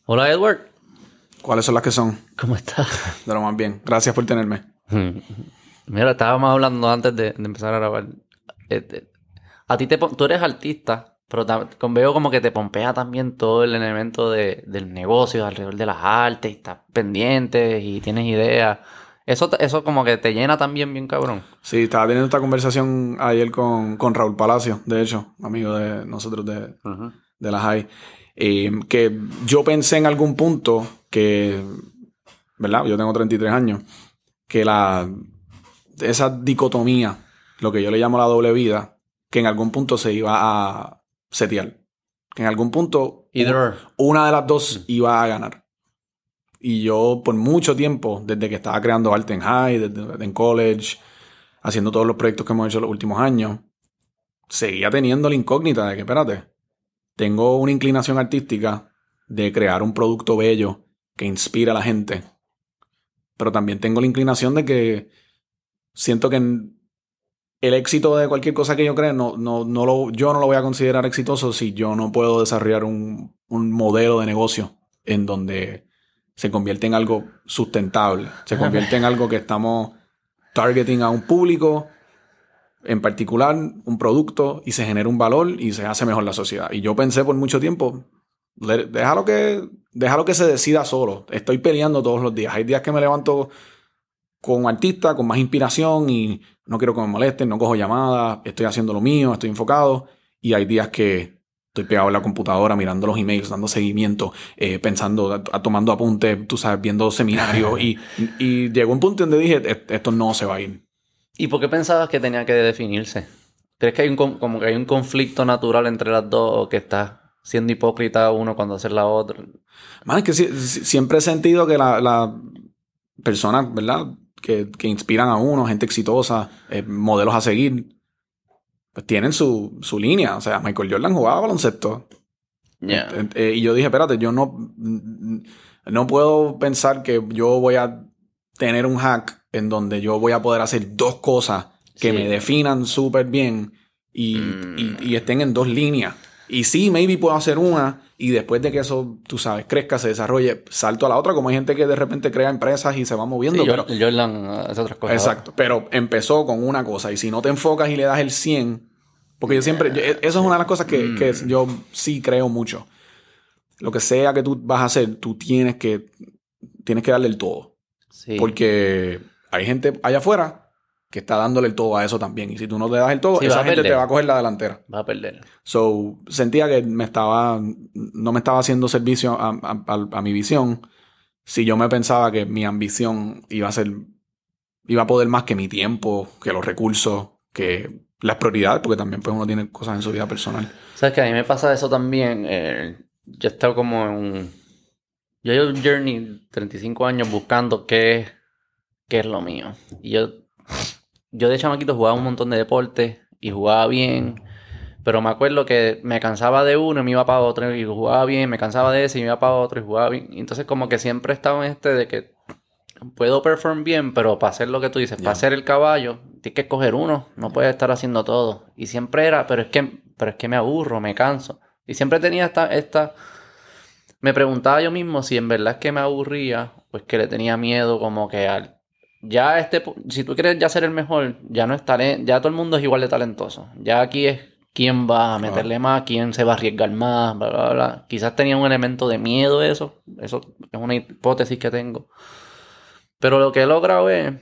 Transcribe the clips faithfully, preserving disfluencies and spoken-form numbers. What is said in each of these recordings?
Hola, Edward. ¿Cuáles son las que son? ¿Cómo estás? De lo más bien. Gracias por tenerme. Mira, estábamos hablando antes de, de empezar a grabar. Este, a ti te pon- tú eres artista, pero ta- con- veo como que te pompea también todo el elemento de, del negocio alrededor de las artes, y estás pendiente y tienes ideas. Eso, te- eso como que te llena también bien, cabrón. Sí, estaba teniendo esta conversación ayer con, con Raúl Palacio, de hecho, amigo de nosotros de, Uh-huh. de la High. Eh, que yo pensé en algún punto que, ¿verdad? Yo tengo treinta y tres años, que la esa dicotomía, lo que yo le llamo la doble vida, que en algún punto se iba a setear. Que en algún punto Either or. una de las dos iba a ganar. Y yo por mucho tiempo, desde que estaba creando arte en high, desde, en college, haciendo todos los proyectos que hemos hecho los últimos años, seguía teniendo la incógnita de que, espérate, tengo una inclinación artística de crear un producto bello que inspira a la gente, pero también tengo la inclinación de que siento que el éxito de cualquier cosa que yo cree, no, no, no lo, yo no lo voy a considerar exitoso si yo no puedo desarrollar un, un modelo de negocio en donde se convierte en algo sustentable, se convierte en algo que estamos targeting a un público en particular, un producto, y se genera un valor y se hace mejor la sociedad. Y yo pensé por mucho tiempo, le- déjalo que, déjalo que se decida solo. Estoy peleando todos los días. Hay días que me levanto con artista, con más inspiración y no quiero que me molesten, no cojo llamadas, estoy haciendo lo mío, estoy enfocado. Y hay días que estoy pegado en la computadora mirando los emails, dando seguimiento, eh, pensando, a, a, tomando apuntes, tú sabes, viendo seminarios. y, y llegó un punto donde dije, esto no se va a ir. ¿Y por qué pensabas que tenía que definirse? ¿Crees que hay un, con- como que hay un conflicto natural entre las dos o que estás siendo hipócrita uno cuando haces la otra? Man, es que si, si, siempre he sentido que las la personas, ¿verdad? Que, que inspiran a uno, gente exitosa, eh, modelos a seguir, pues tienen su, su línea. O sea, Michael Jordan jugaba baloncesto. Yeah. Eh, eh, y yo dije, espérate, yo no, no puedo pensar que yo voy a tener un hack en donde yo voy a poder hacer dos cosas que Sí. me definan súper bien y, Mm. y, y estén en dos líneas. Y sí, maybe puedo hacer una y después de que eso, tú sabes, crezca, se desarrolle, salto a la otra, como hay gente que de repente crea empresas y se va moviendo. Sí, pero, Jordan hace otras cosas. exacto, pero empezó con una cosa y si no te enfocas y le das el cien, porque yo siempre, yo, eso es una de las cosas que, Mm. que yo sí creo mucho. Lo que sea que tú vas a hacer, tú tienes que, tienes que darle el todo. Sí. Porque hay gente allá afuera que está dándole el todo a eso también. Y si tú no le das el todo, Sí, esa va a gente perder. te va a coger la delantera. Va a perder. So, sentía que me estaba, no me estaba haciendo servicio a, a, a, a mi visión si yo me pensaba que mi ambición iba a ser, iba a poder más que mi tiempo, que los recursos, que las prioridades, porque también pues uno tiene cosas en su vida personal. ¿Sabes que a mí me pasa eso también? Eh, yo he estado como en un... Yo llevo un journey treinta y cinco años buscando qué, qué es lo mío. Y yo, yo de chamaquito jugaba un montón de deportes y jugaba bien. Pero me acuerdo que me cansaba de uno y me iba para otro y jugaba bien. Me cansaba de ese y me iba para otro y jugaba bien. Y entonces como que siempre estaba en este de que puedo perform bien, pero para hacer lo que tú dices, Yeah. para ser el caballo, tienes que escoger uno. No puedes estar haciendo todo. Y siempre era, pero es que, pero es que me aburro, me canso. Y siempre tenía esta, esta... Me preguntaba yo mismo si en verdad es que me aburría, pues que le tenía miedo como que al... Ya este... pu- Si tú quieres ya ser el mejor, ya no es talento, ya todo el mundo es igual de talentoso. Ya aquí es quién va a meterle más, quién se va a arriesgar más, bla, bla, bla. Quizás tenía un elemento de miedo eso. Eso es una hipótesis que tengo. Pero lo que he logrado es...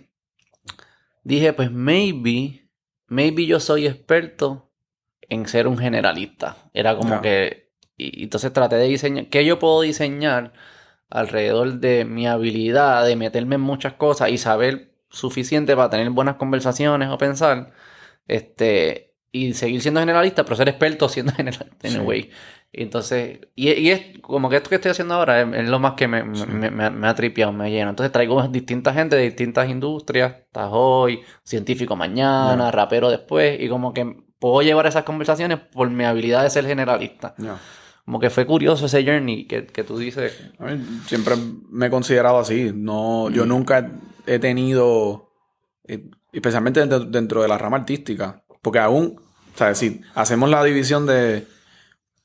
Dije, pues maybe... Maybe yo soy experto en ser un generalista. Era como Ya. que... Y entonces traté de diseñar... ¿Qué yo puedo diseñar alrededor de mi habilidad de meterme en muchas cosas y saber suficiente para tener buenas conversaciones o pensar? Este... Y seguir siendo generalista, pero ser experto siendo generalista, Sí. anyway. Y entonces... Y, y es como que esto que estoy haciendo ahora es, es lo más que me, Sí. me, me, me ha tripeado, me llena. Entonces traigo distinta gente de distintas industrias. Estás hoy, científico mañana, Yeah. rapero después. Y como que puedo llevar esas conversaciones por mi habilidad de ser generalista. Yeah. Como que fue curioso ese journey que, que tú dices. A mí siempre me he considerado así. No, yo nunca he tenido, eh, especialmente dentro, dentro de la rama artística, porque aún, o sea, si hacemos la división de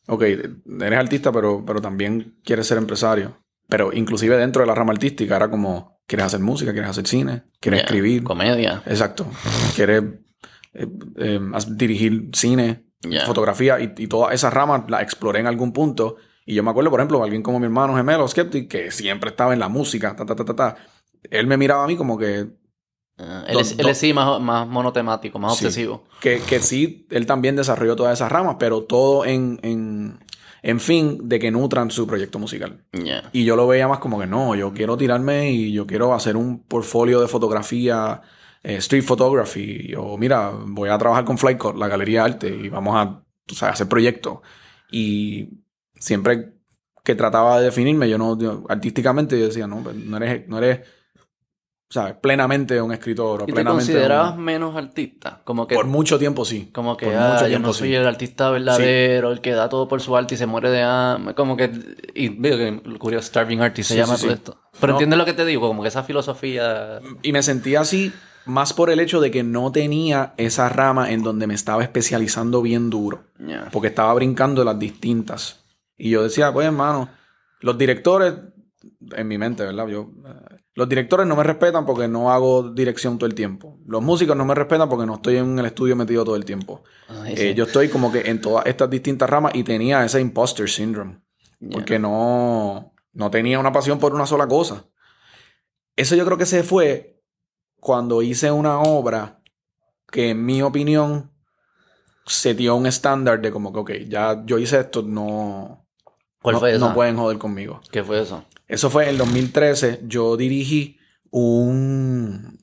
ok, eres artista, pero, pero también quieres ser empresario. Pero inclusive dentro de la rama artística era como, ¿quieres hacer música? ¿Quieres hacer cine? ¿Quieres Yeah, escribir? comedia. Exacto. ¿Quieres eh, eh, dirigir cine? Yeah. Fotografía? Y, y todas esas ramas las exploré en algún punto. Y yo me acuerdo, por ejemplo, alguien como mi hermano gemelo, Skeptic, que siempre estaba en la música, ta, ta, ta, ta, ta. Él me miraba a mí como que... Uh, él, es, él es sí más, más monotemático, más sí, obsesivo. Que, que sí, él también desarrolló todas esas ramas, pero todo en, en, en fin de que nutran su proyecto musical. Yeah. Y yo lo veía más como que no, yo quiero tirarme y yo quiero hacer un portfolio de fotografía, eh, street photography, o mira, voy a trabajar con Flightcore, la galería de arte, y vamos a, tú sabes, hacer proyectos. Y siempre que trataba de definirme, yo no, yo, artísticamente, yo decía, no, no eres, no eres, ¿sabes? Plenamente un escritor. O ¿Y te plenamente considerabas un... menos artista? Como que, por mucho tiempo sí. Como que, por ah, mucho yo tiempo, no soy sí. el artista verdadero, sí. El que da todo por su arte y se muere de hambre. Como que, y digo que curioso, Starving Artist se sí, llama sí, todo sí. Esto. Pero no. ¿Entiendes lo que te digo? Como que esa filosofía... Y me sentía así más por el hecho de que no tenía esa rama en donde me estaba especializando bien duro. Yeah. Porque estaba brincando las distintas. Y yo decía, pues hermano, los directores, en mi mente, ¿verdad? Yo, eh, los directores no me respetan porque no hago dirección todo el tiempo. Los músicos no me respetan porque no estoy en el estudio metido todo el tiempo. Ay, sí. eh, yo estoy como que en todas estas distintas ramas y tenía ese imposter syndrome. Yeah. Porque no, no tenía una pasión por una sola cosa. Eso yo creo que se fue cuando hice una obra que, en mi opinión, se dio un estándar de como que, ok, ya yo hice esto, no... ¿Cuál no, fue eso? No pueden joder conmigo. ¿Qué fue eso? Eso fue en el dos mil trece. Yo dirigí un...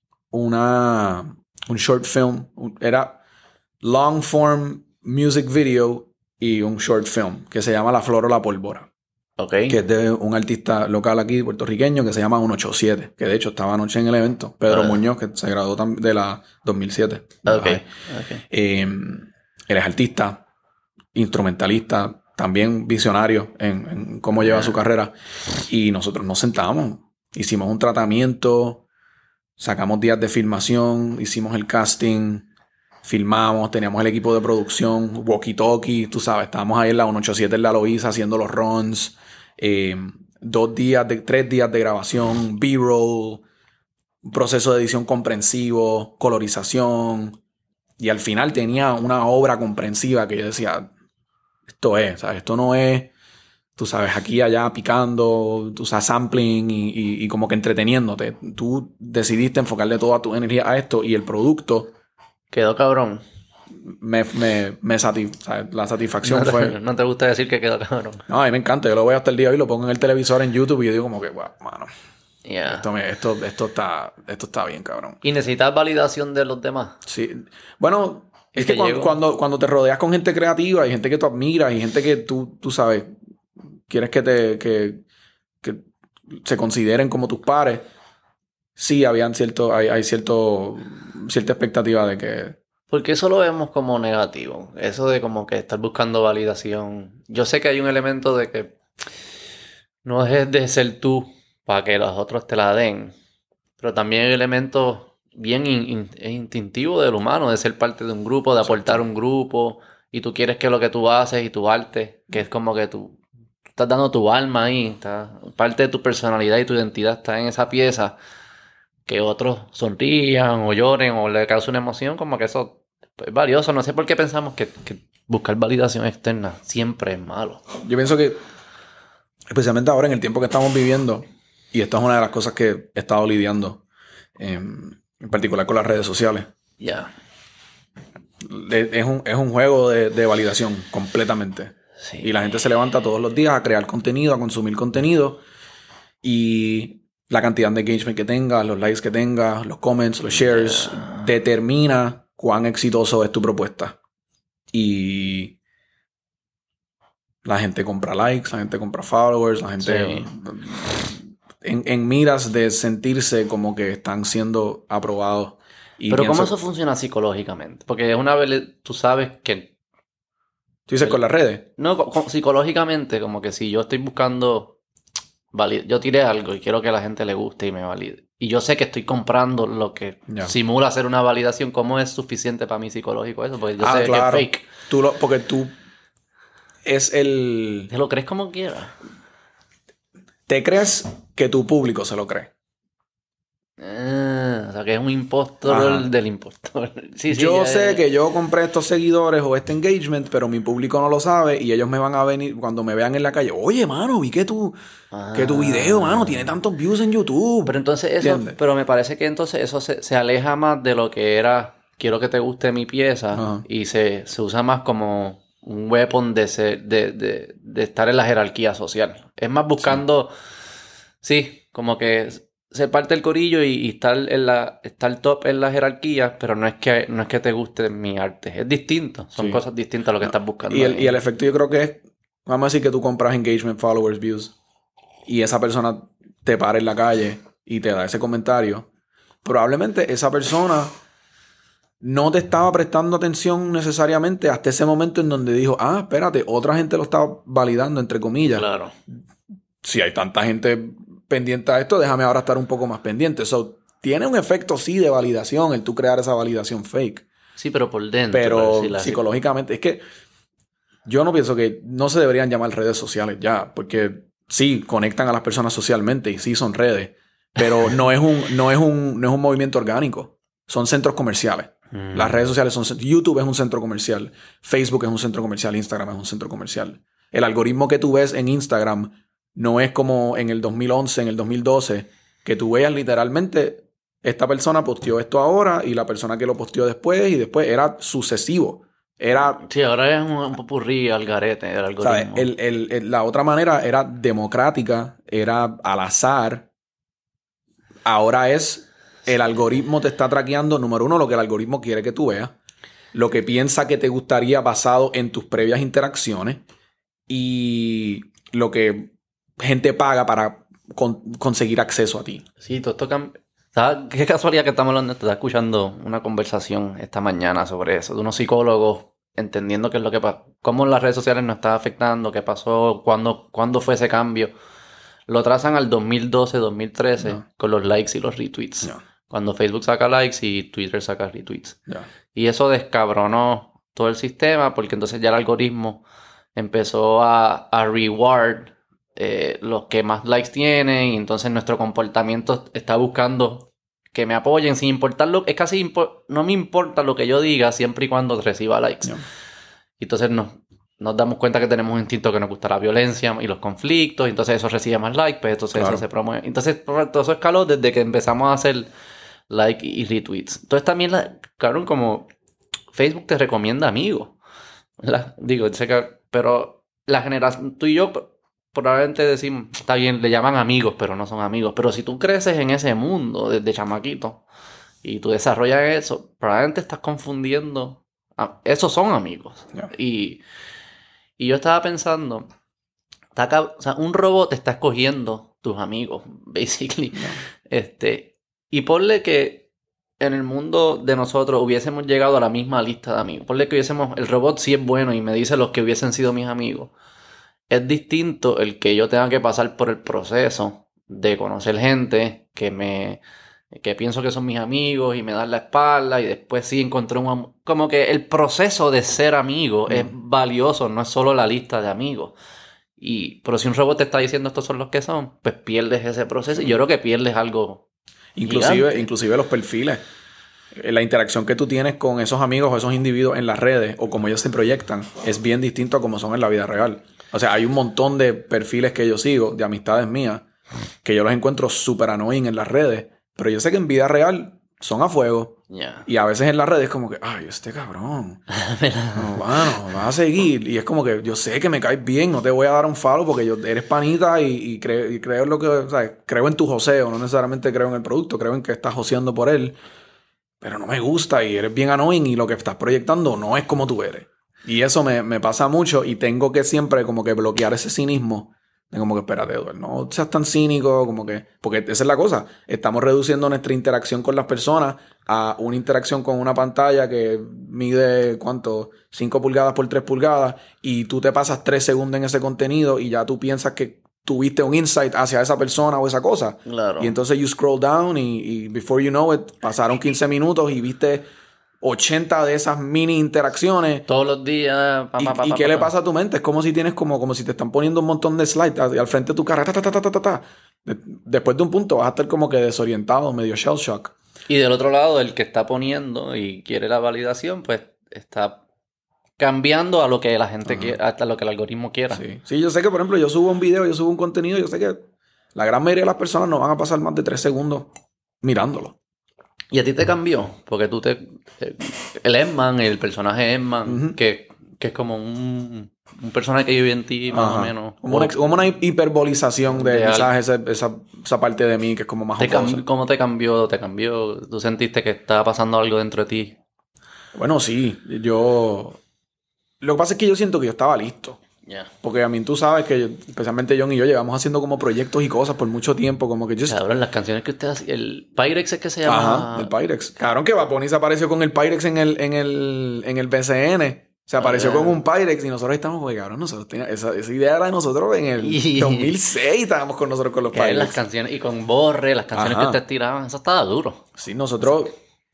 Una... Un short film. Un, era long form music video y un short film que se llama La Flor o la Pólvora. Ok. Que es de un artista local aquí, puertorriqueño, que se llama ciento ochenta y siete. Que de hecho estaba anoche en el evento. Pedro uh. Muñoz, que se graduó de la dos mil siete. Ok. okay. Eh, él es artista, instrumentalista, también visionario en, en cómo lleva yeah. su carrera. Y nosotros nos sentamos, hicimos un tratamiento, sacamos días de filmación, hicimos el casting, filmamos, teníamos el equipo de producción, walkie-talkie, tú sabes, estábamos ahí en la ciento ochenta y siete en la Loíza haciendo los runs, eh, dos días, de, tres días de grabación, B-roll, un proceso de edición comprensivo, colorización, y al final tenía una obra comprensiva que yo decía... Esto es, ¿sabes? Esto no es, tú sabes, aquí y allá picando, tú sabes, sampling y, y, y como que entreteniéndote. Tú decidiste enfocarle toda tu energía a esto y el producto... Quedó cabrón. Me, me, me satisf- ¿sabes? La satisfacción no te, fue... No te gusta decir que quedó cabrón. No, a mí me encanta. Yo lo veo hasta el día de hoy, lo pongo en el televisor en YouTube y yo digo como que, wow, mano. Yeah. Esto, me, esto, esto, está, esto está bien, cabrón. ¿Y necesitas validación de los demás? Sí. Bueno... Es que, que cuando, cuando, cuando te rodeas con gente creativa y gente que tú admiras y gente que tú, tú sabes, quieres que te que, que se consideren como tus pares, sí habían cierto, hay, hay cierto, cierta expectativa de que... Porque eso lo vemos como negativo. Eso de como que estar buscando validación. Yo sé que hay un elemento de que no es de ser tú para que los otros te la den. Pero también hay elementos... bien in, in, instintivo del humano, de ser parte de un grupo, de aportar un grupo, y tú quieres que lo que tú haces y tu arte, que es como que tú, tú estás dando tu alma ahí, está, parte de tu personalidad y tu identidad está en esa pieza, que otros sonrían o lloren o le causa una emoción, como que eso es valioso. No sé por qué pensamos que, que buscar validación externa siempre es malo. Yo pienso que, especialmente ahora en el tiempo que estamos viviendo, y esta es una de las cosas que he estado lidiando, eh, en particular con las redes sociales. Ya. Yeah. Es un, es un juego de, de validación completamente. Sí. Y la gente se levanta todos los días a crear contenido, a consumir contenido. Y la cantidad de engagement que tenga, los likes que tenga, los comments, los shares, yeah. determina cuán exitoso es tu propuesta. Y la gente compra likes, la gente compra followers, la gente... Sí. En, en miras de sentirse como que están siendo aprobados. Y Pero pienso, ¿cómo eso funciona psicológicamente? Porque una vez tú sabes que... ¿Tú dices el, con las redes? No, con, psicológicamente, como que si yo estoy buscando... Valid, yo tiré algo y quiero que a la gente le guste y me valide. Y yo sé que estoy comprando lo que yeah. simula hacer una validación. ¿Cómo es suficiente para mí psicológico eso? Porque yo ah, sé claro. que es fake. Tú lo, porque tú... es el... ¿Te lo crees como quieras? Te crees que tu público se lo cree. Ah, o sea, que es un impostor Ajá. del impostor. Sí, sí, yo ya, sé ya. que yo compré estos seguidores o este engagement, pero mi público no lo sabe y ellos me van a venir cuando me vean en la calle. Oye, mano, vi que tu, Ah. que tu video, mano, tiene tantos views en YouTube. Pero entonces eso, ¿Entiendes? pero me parece que entonces eso se, se aleja más de lo que era quiero que te guste mi pieza. Ajá. Y se, se usa más como un weapon de, ser, de, de, de estar en la jerarquía social. Es más buscando, sí, sí como que ser parte del corillo y, y estar en la estar top en la jerarquía, pero no es que no es que te guste mi arte, es distinto, son Sí. cosas distintas a lo que No. estás buscando. Y el, ahí. y el efecto yo creo que es, vamos a decir que tú compras engagement, followers, views y esa persona te para en la calle y te da ese comentario. Probablemente esa persona no te estaba prestando atención necesariamente hasta ese momento en donde dijo, ah, espérate, otra gente lo está validando, entre comillas. Claro. Si hay tanta gente pendiente a esto, déjame ahora estar un poco más pendiente. So, tiene un efecto, sí, de validación, el tú crear esa validación fake. Sí, pero por dentro. Pero sí, la- psicológicamente, es que yo no pienso que no se deberían llamar redes sociales ya, porque sí, conectan a las personas socialmente y sí son redes, pero no es un, no es un, no es un movimiento orgánico. Son centros comerciales. Mm. Las redes sociales son... YouTube es un centro comercial. Facebook es un centro comercial. Instagram es un centro comercial. El algoritmo que tú ves en Instagram no es como en el dos mil once, en el dos mil doce, que tú veas literalmente esta persona posteó esto ahora y la persona que lo posteó después y después era sucesivo. Era... Sí, ahora es un, un popurrí al garete del algoritmo. ¿sabes? El, el, el, la otra manera era democrática, era al azar. Ahora es... El algoritmo te está traqueando, número uno, lo que el algoritmo quiere que tú veas, lo que piensa que te gustaría basado en tus previas interacciones y lo que gente paga para con- conseguir acceso a ti. Sí, todo esto cambia. ¿Sabes? Qué casualidad que estamos hablando. Estaba escuchando una conversación esta mañana sobre eso, de unos psicólogos entendiendo qué es lo que pasa, cómo las redes sociales nos están afectando, qué pasó, cuándo, cuándo fue ese cambio. Lo trazan al dos mil doce, dos mil trece No. con los likes y los retweets. No. Cuando Facebook saca likes y Twitter saca retweets. Ya. Y eso descabronó todo el sistema porque entonces ya el algoritmo empezó a, a reward eh, los que más likes tienen y entonces nuestro comportamiento está buscando que me apoyen sin importar lo es casi impo- no me importa lo que yo diga siempre y cuando reciba likes. Ya. Y entonces nos, nos damos cuenta que tenemos un instinto que nos gusta la violencia y los conflictos, y entonces eso recibe más likes, pues entonces Claro. eso se promueve. Entonces todo eso escaló desde que empezamos a hacer like y retweets. Entonces también, la, cabrón, como Facebook te recomienda amigos. La, digo, sé que, pero la generación, tú y yo probablemente decimos, está bien, le llaman amigos, pero no son amigos. Pero si tú creces en ese mundo desde chamaquito y tú desarrollas eso, probablemente estás confundiendo. Ah, esos son amigos. Ya. Y, y yo estaba pensando, está cab- o sea, un robot te está escogiendo tus amigos, basically. Ya. Este, y ponle que en el mundo de nosotros hubiésemos llegado a la misma lista de amigos. Ponle que hubiésemos, el robot sí es bueno y me dice los que hubiesen sido mis amigos. Es distinto el que yo tenga que pasar por el proceso de conocer gente que me que pienso que son mis amigos y me dan la espalda y después sí encontré un am- como que el proceso de ser amigo Mm. es valioso, no es solo la lista de amigos. Y pero si un robot te está diciendo estos son los que son, pues pierdes ese proceso y yo creo que pierdes algo. Inclusive, Gigante. inclusive los perfiles. Eh, La interacción que tú tienes con esos amigos o esos individuos en las redes o como ellos se proyectan es bien distinto a como son en la vida real. O sea, hay un montón de perfiles que yo sigo, de amistades mías, que yo los encuentro súper annoying en las redes, pero yo sé que en vida real son a fuego. Ya. Y a veces en las redes es como que, ay, este cabrón. No, mano, vas a seguir. Y es como que yo sé que me caes bien, no te voy a dar un follow porque yo, eres panita y, y, creo, y creo en lo que, o sea, creo en tu joseo, no necesariamente creo en el producto, creo en que estás joseando por él. Pero no me gusta y eres bien annoying y lo que estás proyectando no es como tú eres. Y eso me, me pasa mucho y tengo que siempre como que bloquear ese cinismo. De como que, espérate, Eduardo, no seas tan cínico, como que... Porque esa es la cosa. Estamos reduciendo nuestra interacción con las personas a una interacción con una pantalla que mide, ¿cuánto? cinco pulgadas por tres pulgadas y tú te pasas tres segundos en ese contenido y ya tú piensas que tuviste un insight hacia esa persona o esa cosa. Claro. Y entonces you scroll down y, y before you know it, pasaron quince minutos y viste ochenta de esas mini interacciones. Todos los días. Pa, ¿Y, pa, pa, y pa, qué pa, le pa. pasa a tu mente? Es como si tienes como, como si te están poniendo un montón de slides al, al frente de tu cara. Ta, ta, ta, ta, ta, ta, ta. De- después de un punto vas a estar como que desorientado, medio shell shock. Y del otro lado, el que está poniendo y quiere la validación, pues está cambiando a lo que la gente Ajá. quiera, hasta lo que el algoritmo quiera. Sí. Sí, yo sé que, por ejemplo, yo subo un video, yo subo un contenido, yo sé que la gran mayoría de las personas no van a pasar más de tres segundos mirándolo. Y a ti te cambió, porque tú te... El Edman, el personaje Edman, Ujú. que, que es como un, un personaje que vive en ti más Ajá. o menos. Como una, como una hiperbolización de, De quizás esa, esa, esa parte de mí que es como más Te jocosa. cambi- ¿Cómo te cambió? ¿Te cambió? ¿Tú sentiste que estaba pasando algo dentro de ti? Bueno, sí, yo... Lo que pasa es que yo siento que yo estaba listo. Ya. Porque a mí tú sabes que yo- especialmente John y yo llevamos haciendo como proyectos y cosas por mucho tiempo, como que just... Cabrón, las canciones que usted hace... El Pyrex es que se llama... Ajá, el Pyrex. Cabrón, que Bad Bunny se apareció con el Pyrex en el, en el, en el B C N. Se apareció Ah. con un Pyrex y nosotros estábamos, pues, cabrón, nosotros teníamos, esa, esa idea era de nosotros en el Y- dos mil seis, estábamos con nosotros con los Que es las Pyrex. canciones... Y con Borre, las canciones Ajá. que ustedes tiraban. Eso estaba duro. Sí, nosotros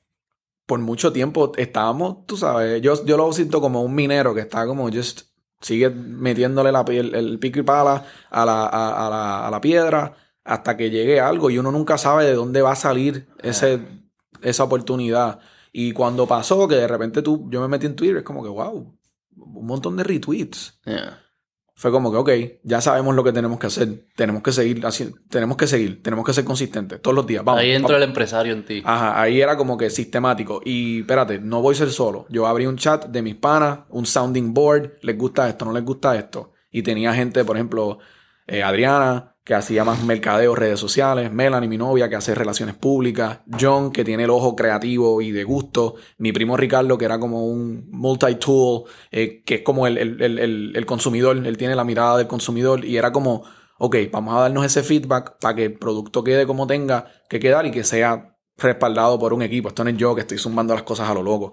por mucho tiempo estábamos, tú sabes, yo, yo lo siento como un minero que está como just sigue metiéndole la, el, el pico y pala a la, a, a la, a la piedra hasta que llegue algo y uno nunca sabe de dónde va a salir ese, esa oportunidad. Y cuando pasó que de repente tú, yo me metí en Twitter, es como que wow, un montón de retweets. Yeah. Fue como que, ok, ya sabemos lo que tenemos que hacer. Tenemos que seguir haciendo, tenemos que seguir, tenemos que ser consistentes todos los días. Vamos. Ahí entró vamos. el empresario en ti. Ajá, ahí era como que sistemático. Y espérate, no voy a ser solo. Yo abrí un chat de mis panas, un sounding board. Les gusta esto, no les gusta esto. Y tenía gente, por ejemplo, eh, Adriana, que hacía más mercadeo, redes sociales. Melanie, mi novia, que hace relaciones públicas. John, que tiene el ojo creativo y de gusto. Mi primo Ricardo, que era como un multi-tool, eh, que es como el, el, el, el, el consumidor. Él tiene la mirada del consumidor. Y era como, ok, vamos a darnos ese feedback para que el producto quede como tenga que quedar y que sea respaldado por un equipo. Esto no es yo que estoy zumbando las cosas a lo loco.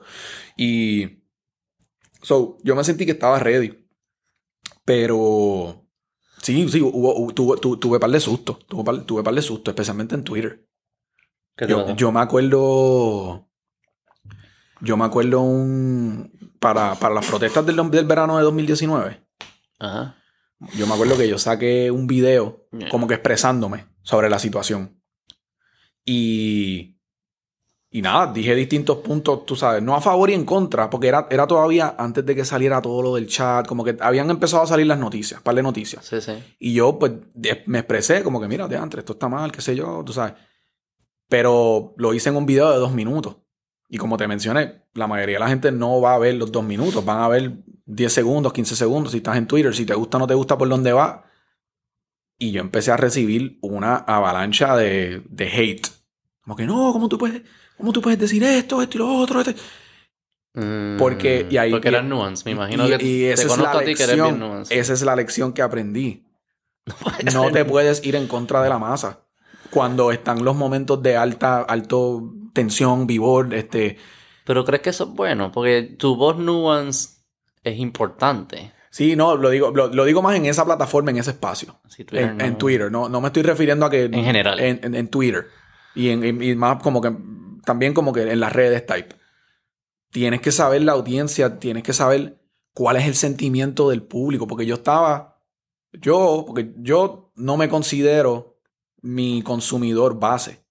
Y so, yo me sentí que estaba ready. Pero sí, sí, hubo, hubo- tuve, tuve, tuve par de susto. Tuve par, tuve par de susto, especialmente en Twitter. ¿Qué te Yo, pasó? yo me acuerdo. Yo me acuerdo un. Para, para las protestas del, del verano de dos mil diecinueve. Ajá. Yo me acuerdo que yo saqué un video Yeah. como que expresándome sobre la situación. Y. Y nada, dije distintos puntos, tú sabes, no a favor y en contra, porque era, era todavía antes de que saliera todo lo del chat, como que habían empezado a salir las noticias, par de noticias. Sí, sí. Y yo, pues, de- me expresé como que, mira, diantre, esto está mal, qué sé yo, tú sabes. Pero lo hice en un video de dos minutos. Y como te mencioné, la mayoría de la gente no va a ver los dos minutos, van a ver diez segundos, quince segundos, si estás en Twitter, si te gusta o no te gusta por dónde va. Y yo empecé a recibir una avalancha de, de hate. Como que, no, ¿cómo tú puedes, cómo tú puedes decir esto, esto y lo otro? Esto? Mm, Porque, y ahí, porque y- eras nuance, me imagino y, que y te esa es conozco la a ti que eres bien lección, nuance. esa es la lección que aprendí. puede No ser. te puedes ir en contra de la masa. Cuando están los momentos de alta, alto tensión, vigor, este... Pero ¿crees que eso es bueno? Porque tu voz nuance es importante. Sí, no, lo digo, lo, lo digo más en esa plataforma, en ese espacio. Sí, Twitter en, no- en Twitter. No, no me estoy refiriendo a que... En general. En, en- en Twitter. Y, en, en- y más como que... También como que en las redes type. Tienes que saber la audiencia, tienes que saber cuál es el sentimiento del público. Porque yo estaba... Yo, porque yo no me considero mi consumidor base.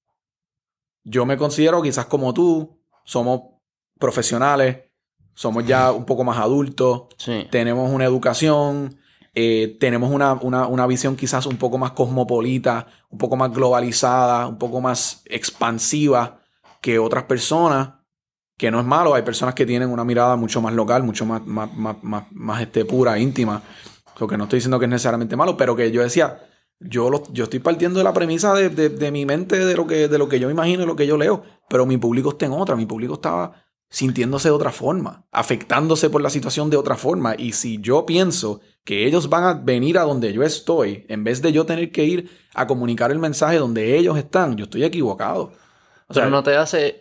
Yo me considero quizás como tú, somos profesionales, somos ya un poco más adultos, Sí. tenemos una educación, eh, tenemos una, una, una visión quizás un poco más cosmopolita, un poco más globalizada, un poco más expansiva que otras personas, que no es malo. Hay personas que tienen una mirada mucho más local, mucho más, más, más, más, más este, pura, íntima. Lo que no estoy diciendo que es necesariamente malo, pero que yo decía, yo, lo, yo estoy partiendo de la premisa de, de, de mi mente, de lo, que, de lo que yo imagino y lo que yo leo, pero mi público está en otra, mi público estaba sintiéndose de otra forma, afectándose por la situación de otra forma. Y si yo pienso que ellos van a venir a donde yo estoy, en vez de yo tener que ir a comunicar el mensaje donde ellos están, yo estoy equivocado. O sea, Pero no te hace...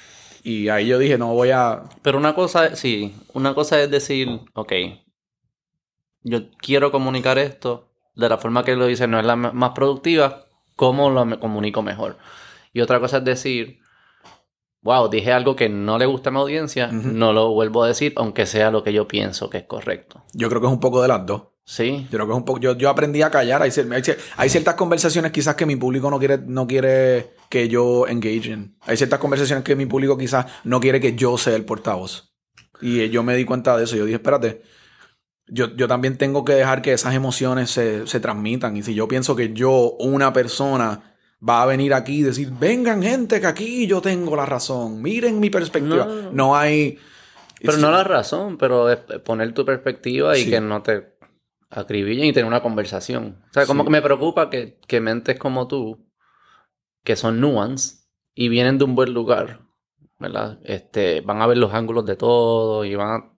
y ahí yo dije, no voy a... Pero una cosa es... Sí. Una cosa es decir... Ok. Yo quiero comunicar esto de la forma que lo dice, no es la m- más productiva. ¿Cómo lo me- comunico mejor? Y otra cosa es decir... wow, dije algo que no le gusta a mi audiencia, uh-huh. no lo vuelvo a decir, aunque sea lo que yo pienso que es correcto. Yo creo que es un poco de las dos. Sí. Yo creo que es un poco. Yo, yo aprendí a callar. Hay, hay, hay ciertas conversaciones quizás que mi público no quiere, no quiere que yo engage en. Hay ciertas conversaciones que mi público quizás no quiere que yo sea el portavoz. Y yo me di cuenta de eso. Yo dije, espérate, yo, yo también tengo que dejar que esas emociones se, se transmitan. Y si yo pienso que yo, una persona, va a venir aquí y decir, vengan gente, que aquí yo tengo la razón. Miren mi perspectiva. No, no hay... Pero no la razón, pero es poner tu perspectiva y sí. que no te acribillen y tener una conversación. O sea, como sí. que me preocupa que, que mentes como tú, que son nuance y vienen de un buen lugar, ¿verdad? Este, van a ver los ángulos de todo y van a...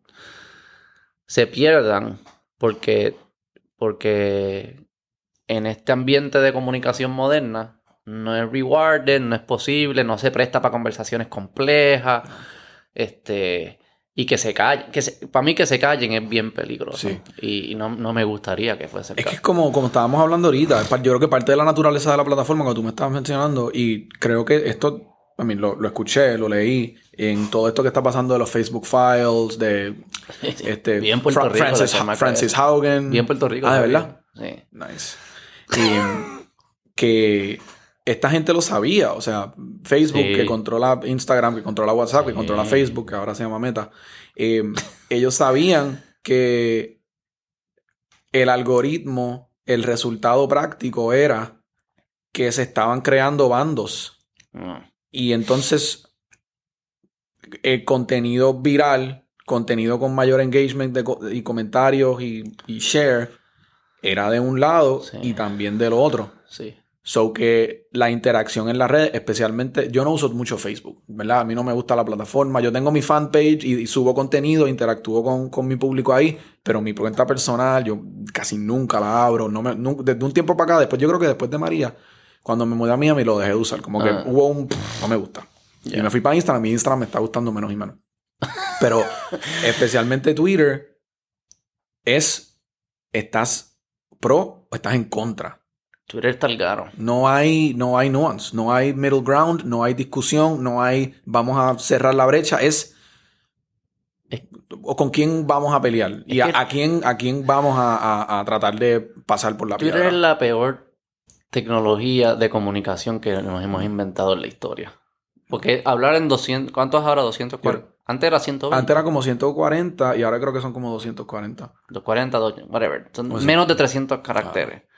se pierdan porque, porque en este ambiente de comunicación moderna no es rewarded, no es posible, no se presta para conversaciones complejas, este... Y que se callen, que se, para mí que se callen es bien peligroso. Sí. Y, y no, no me gustaría que fuese el Es caso. que es como, como estábamos hablando ahorita. Yo creo que parte de la naturaleza de la plataforma que tú me estabas mencionando, y creo que esto, a mí lo, lo escuché, lo leí en todo esto que está pasando de los Facebook Files, de este bien Puerto Fra- Rico, Francis, Francis Haugen. Bien Puerto Rico. Ah, ¿de verdad? Sí. Nice. Y que esta gente lo sabía, o sea, Facebook sí. que controla Instagram, que controla WhatsApp, sí. que controla Facebook, que ahora se llama Meta, eh, ellos sabían que el algoritmo, el resultado práctico era que se estaban creando bandos. Mm. Y entonces el contenido viral, contenido con mayor engagement de co- y comentarios y, y share, era de un lado sí. y también del otro. Sí. So que la interacción en las redes, especialmente, yo no uso mucho Facebook, ¿verdad? A mí no me gusta la plataforma. Yo tengo mi fanpage y, y subo contenido, interactúo con, con mi público ahí, pero mi cuenta personal yo casi nunca la abro. No me, no, desde un tiempo para acá, después yo creo que después de María, cuando me mudé a Miami lo dejé de usar. Como que ah. hubo un... no me gusta. Yeah. Y me fui para Instagram. Mi Instagram me está gustando menos y menos. Pero especialmente Twitter es... ¿estás pro o estás en contra? Twitter está el garo. No hay, no hay nuance, no hay middle ground, no hay discusión, no hay vamos a cerrar la brecha. Es, es o con quién vamos a pelear y a, a quién a quién vamos a, a, a tratar de pasar por la Twitter piedra. Es la peor tecnología de comunicación que nos hemos inventado en la historia. Porque hablar en doscientos... ¿Cuántos es ahora? doscientos cuarenta. Yo, antes era ciento veinte. Antes era como ciento cuarenta y ahora creo que son como doscientos cuarenta. doscientos cuarenta, whatever. Son o sea, menos de trescientos caracteres. Ah.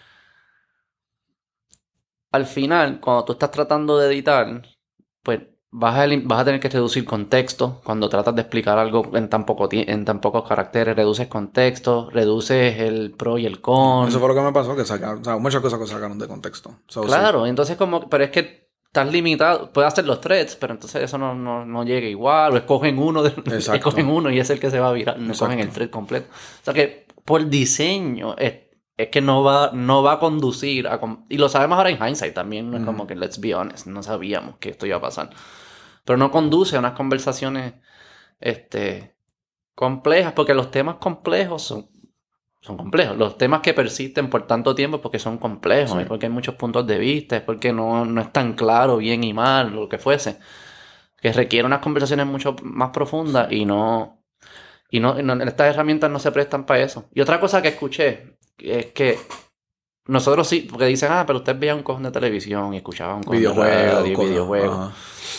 Al final, cuando tú estás tratando de editar, pues vas a, vas a tener que reducir contexto. Cuando tratas de explicar algo en tan, poco en tan pocos caracteres, reduces contexto, reduces el pro y el con. Eso fue lo que me pasó, que sacaron, o sea, muchas cosas que sacaron de contexto. So, claro, sí. entonces como, pero es que estás limitado. Puedes hacer los threads, pero entonces eso no, no, no llega igual. O escogen uno, de, escogen uno y es el que se va a virar. No escogen el thread completo. O sea que por diseño es, es que no va, no va a conducir a... Y lo sabemos ahora en hindsight también. No es mm. como que, let's be honest, no sabíamos que esto iba a pasar. Pero no conduce a unas conversaciones este, complejas, porque los temas complejos son, son complejos. Los temas que persisten por tanto tiempo es porque son complejos, sí. es porque hay muchos puntos de vista, es porque no, no es tan claro bien y mal, lo que fuese. Que requiere unas conversaciones mucho más profundas y no... Y no, no estas herramientas no se prestan para eso. Y otra cosa que escuché es que nosotros sí, porque dicen, ah, pero usted veía un cojón de televisión y escuchaba un cojón videojuego, de radio y videojuegos.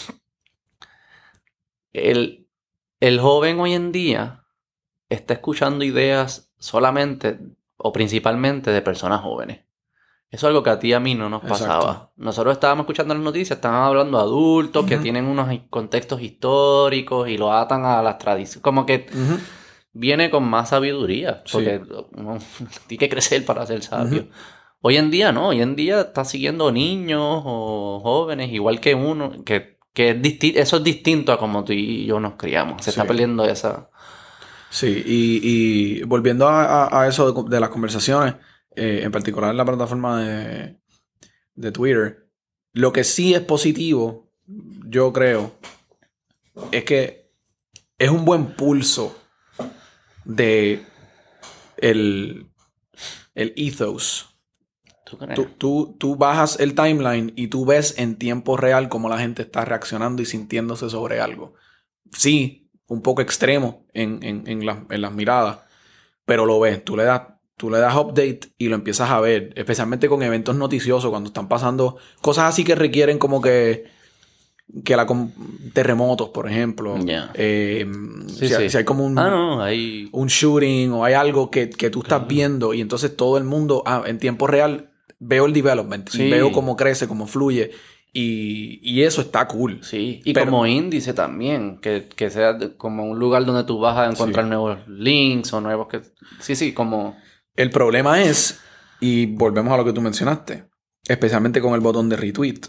El, el joven hoy en día está escuchando ideas solamente o principalmente de personas jóvenes. Eso es algo que a ti y a mí no nos pasaba. Exacto. Nosotros estábamos escuchando las noticias, estaban hablando de adultos uh-huh. que tienen unos contextos históricos y lo atan a las tradiciones. Como que uh-huh. viene con más sabiduría, porque sí. uno tiene que crecer para ser sabio. Uh-huh. Hoy en día no, hoy en día está siguiendo niños o jóvenes, igual que uno, que, que es disti- eso es distinto a como tú y yo nos criamos. Se sí. está perdiendo esa... Sí, y, y volviendo a, a, a eso de, de las conversaciones, eh, en particular en la plataforma de, de Twitter, lo que sí es positivo, yo creo, es que es un buen pulso de el, el ethos ¿Tú crees? Tú, tú, tú bajas el timeline y tú ves en tiempo real cómo la gente está reaccionando y sintiéndose sobre algo. Sí, un poco extremo en, en, en, la, en las miradas, pero lo ves. Tú le das, tú le das update y lo empiezas a ver, especialmente con eventos noticiosos, cuando están pasando cosas así que requieren como que, que la, terremotos, por ejemplo. Yeah. Eh, Sí, si, sí. si hay como un, ah, no, hay... un shooting o hay algo que, que tú estás Claro. viendo y entonces todo el mundo, ah, en tiempo real, veo el development Sí. y veo cómo crece, cómo fluye y, y eso está cool. Sí, y Pero- como índice también, que, que sea de- como un lugar donde tú vas a encontrar Sí. nuevos links o nuevos que... Sí, sí, como... El problema es, y volvemos a lo que tú mencionaste, especialmente con el botón de retweet.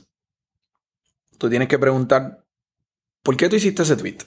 Tú tienes que preguntar, ¿por qué tú hiciste ese tweet?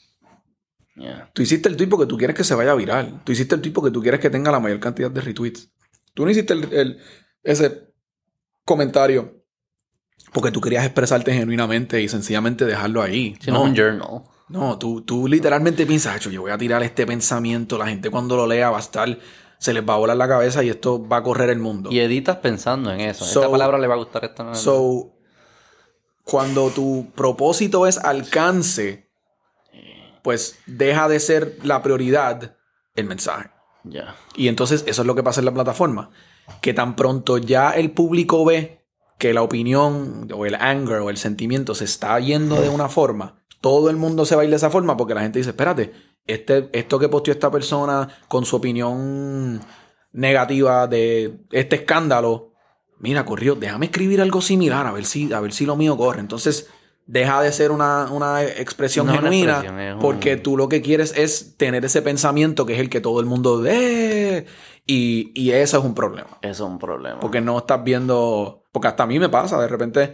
Yeah. Tú hiciste el tweet porque tú quieres que se vaya viral. Tú hiciste el tweet porque tú quieres que tenga la mayor cantidad de retweets. Tú no hiciste el, el- ese comentario porque tú querías expresarte genuinamente y sencillamente dejarlo ahí. Si no es un journal. No, tú, tú literalmente piensas, "Acho, yo voy a tirar este pensamiento, la gente cuando lo lea va a estar, se les va a volar la cabeza y esto va a correr el mundo." Y editas pensando en eso. So- Esta palabra le va a gustar a esta no. So, cuando tu propósito es alcance, pues deja de ser la prioridad el mensaje. Ya. Y entonces eso es lo que pasa en la plataforma. Que tan pronto ya el público ve que la opinión o el anger o el sentimiento se está yendo de una forma, todo el mundo se va a ir de esa forma porque la gente dice, espérate, este, esto que posteó esta persona con su opinión negativa de este escándalo, mira, corrió, déjame escribir algo similar a ver si, a ver si lo mío corre. Entonces deja de ser una, una expresión No es una genuina expresión, es un- porque tú lo que quieres es tener ese pensamiento que es el que todo el mundo ve y, y eso es un problema. Eso es un problema. Porque no estás viendo... Porque hasta a mí me pasa, de repente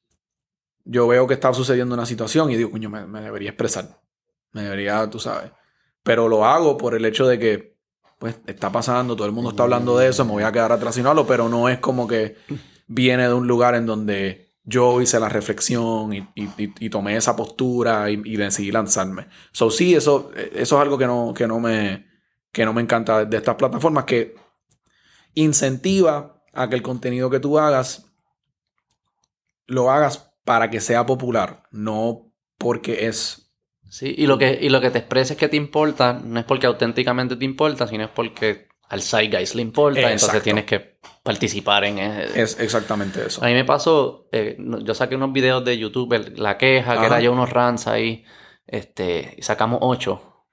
yo veo que está sucediendo una situación y digo, coño, me, me debería expresar. Me debería, tú sabes. Pero lo hago por el hecho de que, pues, está pasando, todo el mundo está hablando de eso, me voy a quedar atrás y no hablo, pero no es como que viene de un lugar en donde yo hice la reflexión y, y, y, y tomé esa postura y, y decidí lanzarme. So, sí, eso, eso es algo que no, que no me, que no me encanta de estas plataformas, que incentiva a que el contenido que tú hagas lo hagas para que sea popular, no porque es... Sí, y lo que, y lo que te expreses que te importa, no es porque auténticamente te importa, sino es porque al zeitgeist le importa, Exacto. entonces tienes que participar en eso. Es exactamente eso. A mí me pasó, eh, no- yo saqué unos videos de YouTube, el- la queja, que Ajá. era yo unos rants ahí, este, y sacamos ocho.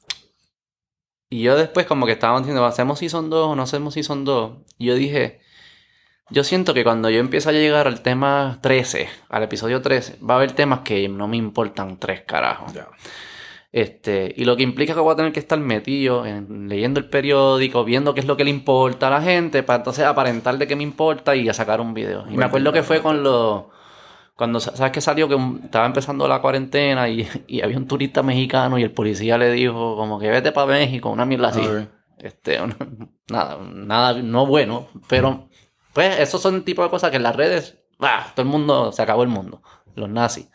Y yo después como que estaban diciendo, ¿hacemos season dos o no hacemos season dos? Y yo dije, yo siento que cuando yo empiezo a llegar al tema trece, al episodio trece, va a haber temas que no me importan tres carajos. Ya. Este, y lo que implica que voy a tener que estar metido en, leyendo el periódico, viendo qué es lo que le importa a la gente, para entonces aparentar de qué me importa y a sacar un video. Y me Bueno, acuerdo que bueno, fue con los... Cuando, ¿sabes qué salió? Que un- estaba empezando la cuarentena y, y había un turista mexicano y el policía le dijo como que vete para México, una mierda así. Ok. Este, una- nada, nada, no bueno, pero pues esos son el tipo de cosas que en las redes, ¡ah! Todo el mundo, se acabó el mundo, los nazis.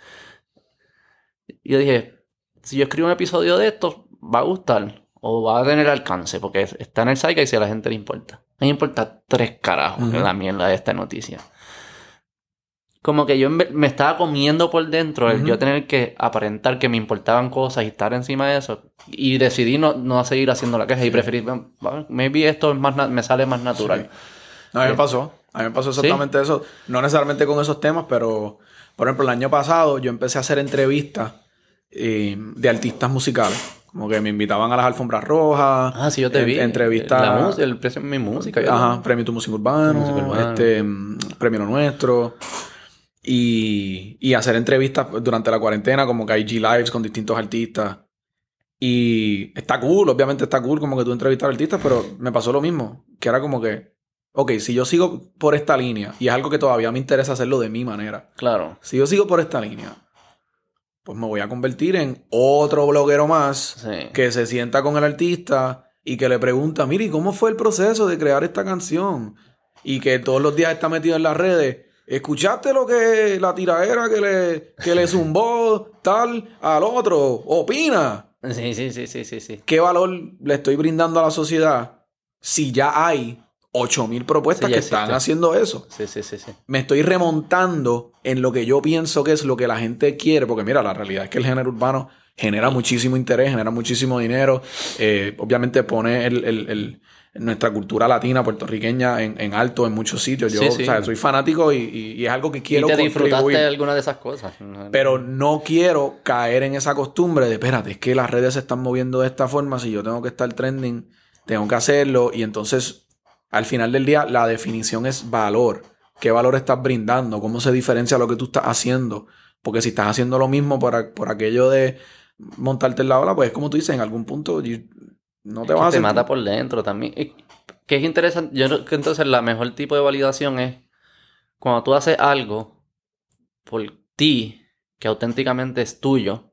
Y yo dije, si yo escribo un episodio de esto, va a gustar o va a tener alcance, porque está en el site y si a la gente le importa. A mí me importa tres carajos Ujú. la mierda de esta noticia. Como que yo en ve- me estaba comiendo por dentro el Ujú. yo tener que aparentar que me importaban cosas y estar encima de eso. Y decidí no, no seguir haciendo la queja y preferí, "Bueno, maybe esto es más na- me sale más natural. Sí. No, a mí me pasó. A mí me pasó exactamente eso. No necesariamente con esos temas, pero, por ejemplo, el año pasado yo empecé a hacer entrevistas eh, de artistas musicales. Como que me invitaban a las alfombras rojas. Ah, sí, yo te en- vi. Entrevistas. La música, el precio de mi música. yo- Ajá, Premio Tu Música Urbano, Tu Música Urbana. este, mm, Premio Lo Nuestro. Y, y hacer entrevistas durante la cuarentena, como que I G Lives con distintos artistas. Y está cool, obviamente está cool como que tú entrevistar artistas, pero me pasó lo mismo. Que era como que, ok, si yo sigo por esta línea, y es algo que todavía me interesa hacerlo de mi manera, Claro. si yo sigo por esta línea, pues me voy a convertir en otro bloguero más Sí. que se sienta con el artista y que le pregunta, mire, ¿y cómo fue el proceso de crear esta canción? Y que todos los días está metido en las redes. ¿Escuchaste lo que la tiradera que le, que le zumbó tal al otro? Opina. Sí, sí, sí, sí, sí, sí. ¿Qué valor le estoy brindando a la sociedad si ya hay ocho mil propuestas Sí, que existe. están haciendo eso. Sí, sí, sí, sí. Me estoy remontando en lo que yo pienso que es lo que la gente quiere, porque mira, la realidad es que el género urbano genera muchísimo interés, genera muchísimo dinero, eh, obviamente pone el, el, el, nuestra cultura latina, puertorriqueña en, en alto en muchos sitios. Yo Sí, sí. o sea, soy fanático y, y, y es algo que quiero y te contribuir. disfrutaste de alguna de esas cosas. Pero no quiero caer en esa costumbre de, espérate, es que las redes se están moviendo de esta forma, si yo tengo que estar trending, tengo que hacerlo. Y entonces, al final del día, la definición es valor. ¿Qué valor estás brindando? ¿Cómo se diferencia lo que tú estás haciendo? Porque si estás haciendo lo mismo por, por aquello de montarte en la ola, pues como tú dices, en algún punto no te es vas a que te sentir... mata por dentro también. Y que es interesante. Yo creo que entonces la mejor tipo de validación es cuando tú haces algo por ti, que auténticamente es tuyo,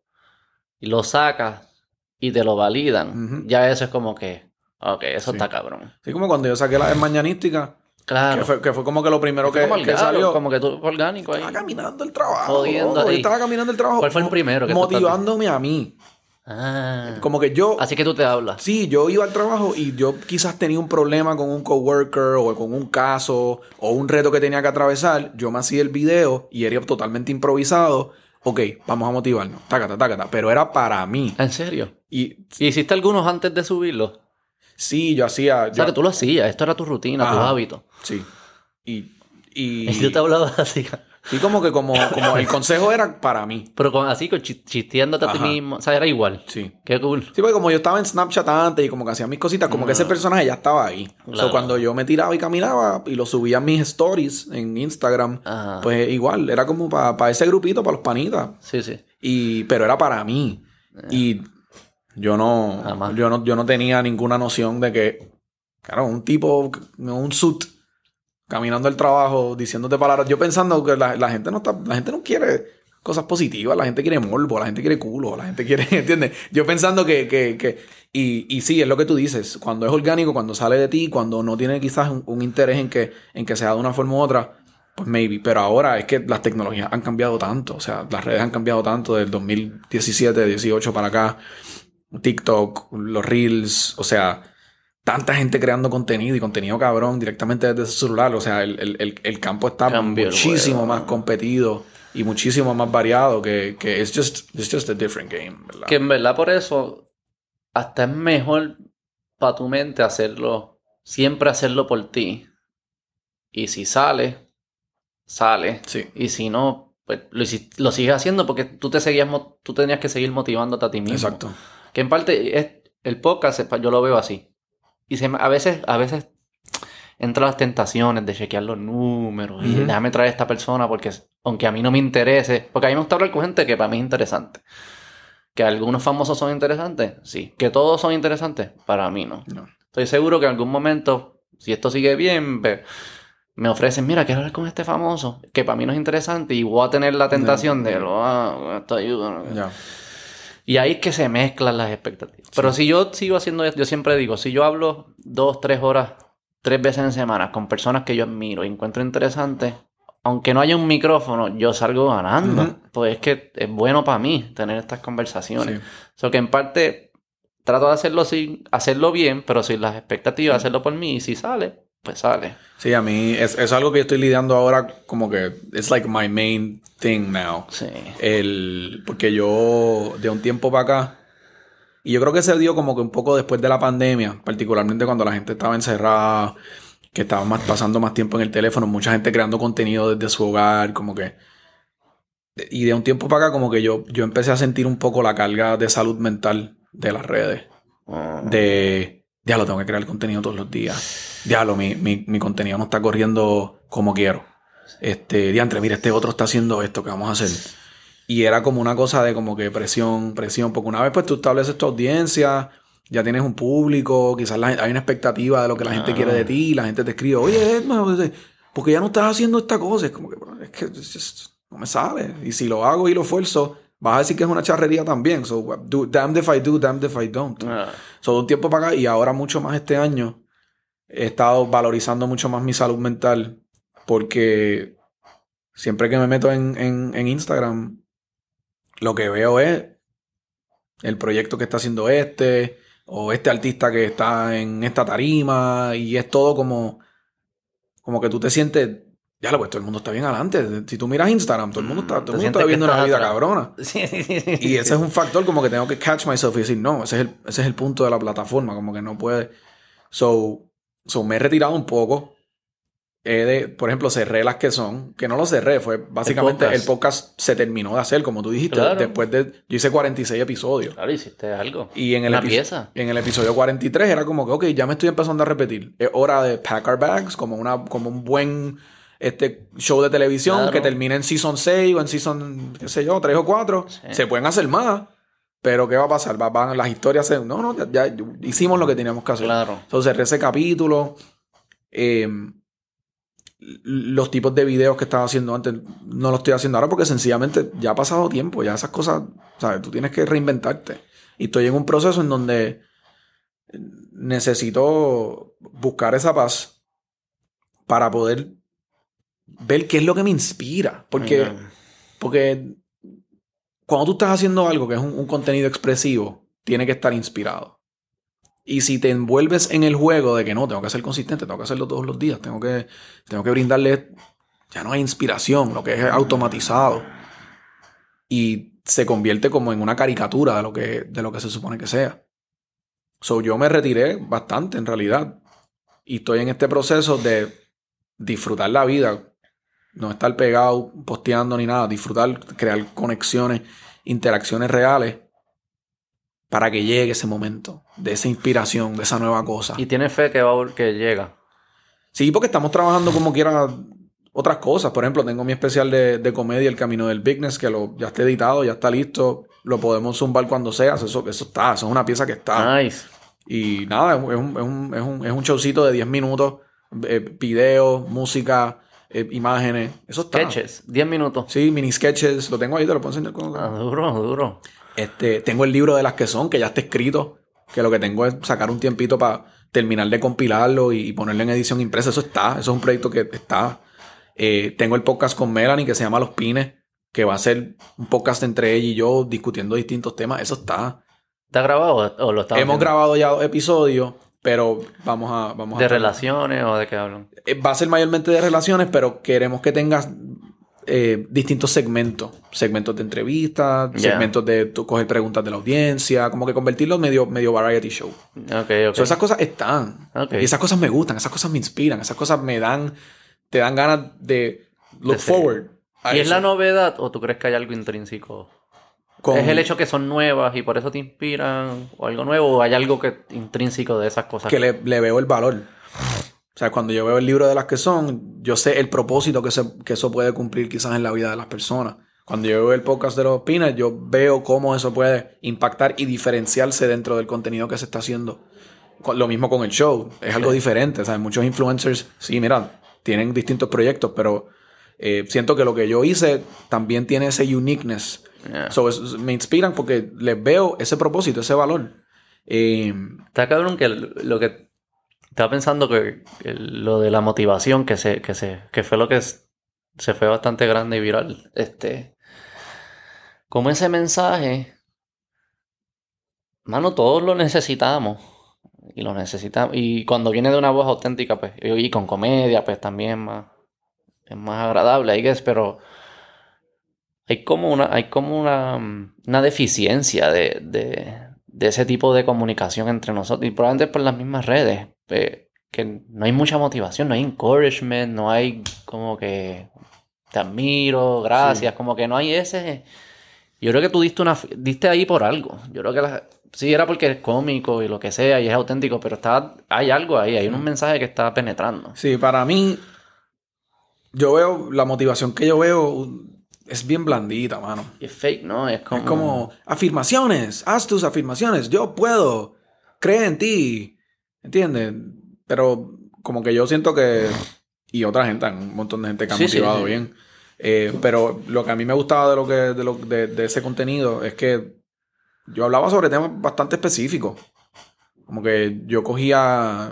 y lo sacas y te lo validan. Ujú. Ya eso es como que, ok, eso Sí. está cabrón. Sí, como cuando yo saqué la mañanística, Claro. que fue, que fue como que lo primero que, Fue como que orgánico, salió. como que tú orgánico ahí. Estaba caminando el trabajo. Jodiendo loco, yo ahí. estaba caminando el trabajo. ¿Cuál fue el primero que tú motivándome a mí. Ah. Como que yo... Así que tú te hablas. Sí, yo iba al trabajo y yo quizás tenía un problema con un coworker o con un caso o un reto que tenía que atravesar. Yo me hacía el video y era totalmente improvisado. Ok, vamos a motivarnos. Tácata, tácata. Pero era para mí. ¿En serio? Y ¿Y hiciste algunos antes de subirlo? sí, yo hacía... O sea, yo- que tú lo hacías. Esto era tu rutina, tu Ajá. hábito. Sí. Y... y... Y yo te hablaba así. Sí, como que como, como el consejo era para mí. Pero con, así, con chi- chisteándote a ti Ajá. mismo. O sea, era igual. Sí. Qué cool. Sí, porque como yo estaba en Snapchat antes y como que hacía mis cositas, como que ese personaje ya estaba ahí. O Claro. sea, cuando yo me tiraba y caminaba y lo subía a mis stories en Instagram, Ajá. pues igual, era como para ese grupito, para los panitas. Sí, sí. Y, pero era para mí. Y yo no, Jamás. yo no, yo no tenía ninguna noción de que, claro, un tipo, un suit, caminando al trabajo, diciéndote palabras. Yo pensando que la, la gente no está, la gente no quiere cosas positivas, la gente quiere morbo, la gente quiere culo, la gente quiere, ¿entiendes? Yo pensando que, que, que y, y sí, es lo que tú dices, cuando es orgánico, cuando sale de ti, cuando no tiene quizás un, un interés en que, en que sea de una forma u otra, pues maybe. Pero ahora es que las tecnologías han cambiado tanto, o sea, las redes han cambiado tanto del dos mil diecisiete, dieciocho para acá, TikTok, los Reels, o sea, tanta gente creando contenido y contenido cabrón directamente desde su celular. O sea, el, el, el, el campo está Cambió el muchísimo juego. más competido y muchísimo más variado que, que it's just, it's just a different game, ¿verdad? Que en verdad por eso hasta es mejor para tu mente hacerlo, siempre hacerlo por ti. Y si sale, sale. Sí. Y si no, pues lo, hici- lo sigues haciendo porque tú te seguías, mo- tú tenías que seguir motivándote a ti mismo. Exacto. Que en parte es, el podcast es pa- yo lo veo así. Y se me- a veces, a veces entran las tentaciones de chequear los números y Ujú. déjame traer a esta persona porque aunque a mí no me interese, porque a mí me gusta hablar con gente que para mí es interesante. Que algunos famosos son interesantes, sí. Que todos son interesantes, para mí no. No. Estoy seguro que en algún momento, si esto sigue bien, ve- me ofrecen, mira, quiero hablar con este famoso, que para mí no es interesante y voy a tener la tentación de, ah, esto ayuda. Ya. Y ahí es que se mezclan las expectativas. Pero si yo sigo haciendo esto, yo siempre digo, si yo hablo dos, tres horas, tres veces en semana con personas que yo admiro y encuentro interesantes, aunque no haya un micrófono, yo salgo ganando. Ujú. Pues es que es bueno para mí tener estas conversaciones. Sí. O sea, que en parte trato de hacerlo sin hacerlo bien, pero sin las expectativas, hacerlo por mí. Y si sale, pues sale. Sí, a mí es, es algo que yo estoy lidiando ahora como que it's like my main thing now. Sí. El, porque yo de un tiempo para acá, y yo creo que se dio como que un poco después de la pandemia, particularmente cuando la gente estaba encerrada, que estaba más, pasando más tiempo en el teléfono, mucha gente creando contenido desde su hogar, como que... Y de un tiempo para acá como que yo, yo empecé a sentir un poco la carga de salud mental de las redes. Mm. De, diablo, tengo que crear contenido todos los días. Diablo, mi, mi, mi contenido no está corriendo como quiero. Este, diantre, mira, este otro está haciendo esto, ¿qué vamos a hacer? Y era como una cosa de como que presión, presión, porque una vez pues tú estableces tu audiencia, ya tienes un público, quizás la, hay una expectativa de lo que la gente Ah. quiere de ti, la gente te escribe, oye, Edma, porque ya no estás haciendo esta cosa. Es como que, bro, es que it's just, no me sale. Y si lo hago y lo esfuerzo, vas a decir que es una charrería también. So, do, damned if I do, damned if I don't. Ah. So, de un tiempo para acá y ahora mucho más este año, he estado valorizando mucho más mi salud mental porque siempre que me meto en, en, en Instagram, lo que veo es el proyecto que está haciendo este o este artista que está en esta tarima y es todo como como que tú te sientes, ya lo pues todo el mundo está bien adelante. Si tú miras Instagram, todo el mundo está, todo el mundo sientes está viviendo que una estás vida atrás. cabrona. Sí, sí, sí, sí, Y ese sí. es un factor como que tengo que catch myself y decir, no, ese es el, ese es el punto de la plataforma, como que no puede. So, so me he retirado un poco. He de, por ejemplo, cerré las que son, que no lo cerré, fue básicamente el podcast. podcast, el podcast se terminó de hacer, como tú dijiste, Claro. después de, yo hice cuarenta y seis episodios. Claro, hiciste algo. Y en el, Una epi- pieza. en el episodio cuarenta y tres era como que, ok, ya me estoy empezando a repetir. Es hora de pack our bags, como, una, como un buen este, show de televisión Claro. que termine en season seis o en season, qué sé yo, tres o cuatro. Sí. Se pueden hacer más, pero ¿qué va a pasar? Va- van las historias, se- no, no, ya, ya hicimos lo que teníamos que hacer. Claro. Entonces cerré ese capítulo. Eh, los tipos de videos que estaba haciendo antes no los estoy haciendo ahora porque sencillamente ya ha pasado tiempo, ya esas cosas, ¿sabes? Tú tienes que reinventarte. Y estoy en un proceso en donde necesito buscar esa paz para poder ver qué es lo que me inspira. Porque, Mira. porque cuando tú estás haciendo algo que es un, un contenido expresivo, tiene que estar inspirado. Y si te envuelves en el juego de que no, tengo que ser consistente, tengo que hacerlo todos los días, tengo que, tengo que brindarle, ya no hay inspiración, lo que es automatizado. Y se convierte como en una caricatura de lo que, de lo que se supone que sea. So, yo me retiré bastante en realidad. Y estoy en este proceso de disfrutar la vida. No estar pegado, posteando ni nada. Disfrutar, crear conexiones, interacciones reales. Para que llegue ese momento de esa inspiración, de esa nueva cosa. Y tienes fe que, va, a- que llega. Sí, porque estamos trabajando como quiera otras cosas. Por ejemplo, tengo mi especial de, de comedia, El Camino del Bigness, que lo, ya está editado, ya está listo. Lo podemos zumbar cuando sea. Eso, eso está, eso es una pieza que está. Nice. Y nada, es un, es un, es un, es un, es un showcito de diez minutos. Eh, videos, música, eh, imágenes. Eso está. Sketches. diez minutos. Sí, mini sketches. Lo tengo ahí, te lo puedo enseñar cuando Ah, duro, duro. Este, tengo el libro de las que son, que ya está escrito, que lo que tengo es sacar un tiempito para terminar de compilarlo y ponerlo en edición impresa. Eso está, eso es un proyecto que está. Eh, tengo el podcast con Melanie que se llama Los Pines, que va a ser un podcast entre ella y yo discutiendo distintos temas. Eso está. ¿Está grabado o lo estamos Hemos viendo? grabado ya dos episodios, pero vamos a... Vamos ¿De a relaciones o de qué hablan? Eh, Va a ser mayormente de relaciones, pero queremos que tengas eh, distintos segmentos. Segmentos de entrevistas, Yeah. segmentos de tú coger preguntas de la audiencia, como que convertirlo en medio, medio variety show. Ok, ok. So, esas cosas están. Ok. Y esas cosas me gustan, esas cosas me inspiran, esas cosas me dan, te dan ganas de look De seguir. forward. a ¿Y es eso. la novedad o tú crees que hay algo intrínseco? Con- ¿Es el hecho que son nuevas y por eso te inspiran? ¿O algo nuevo? ¿O hay algo que intrínseco de esas cosas? que le, le veo el valor. O sea, cuando yo veo el libro de las que son, yo sé el propósito que, se, que eso puede cumplir quizás en la vida de las personas. Cuando yo veo el podcast de los Pines, yo veo cómo eso puede impactar y diferenciarse dentro del contenido que se está haciendo. Con- Lo mismo con el show. Es algo diferente. O sea, muchos influencers, sí, mira, tienen distintos proyectos, pero eh, siento que lo que yo hice también tiene ese uniqueness. Yeah. So, es- me inspiran porque les veo ese propósito, ese valor. Eh, Está cabrón que lo que... Estaba pensando que, que lo de la motivación, que se, que se, que fue lo que es- se fue bastante grande y viral. Este... Como ese mensaje... Mano, todos lo necesitamos. Y lo necesitamos. Y cuando viene de una voz auténtica, pues, y con comedia, pues también más, es más agradable, I guess, pero hay como una, hay como una, mm, una deficiencia de, de, de ese tipo de comunicación entre nosotros. Y probablemente por las mismas redes. eh, que no hay mucha motivación, no hay encouragement, no hay como que te admiro, gracias, Sí. como que no hay ese. Yo creo que tú diste una diste ahí por algo. Yo creo que la- sí era porque eres cómico y lo que sea y es auténtico, pero está hay algo ahí, hay un mensaje que está penetrando. Sí, para mí, yo veo, la motivación que yo veo es bien blandita, mano. Y es fake, ¿no? Es como, Es como, afirmaciones, haz tus afirmaciones, yo puedo, cree en ti, ¿entiendes? Pero como que yo siento que, y otra gente, un montón de gente que ha Sí, sí, motivado sí. bien, eh, pero lo que a mí me gustaba de, lo que, de, lo, de, de ese contenido es que yo hablaba sobre temas bastante específicos. Como que yo cogía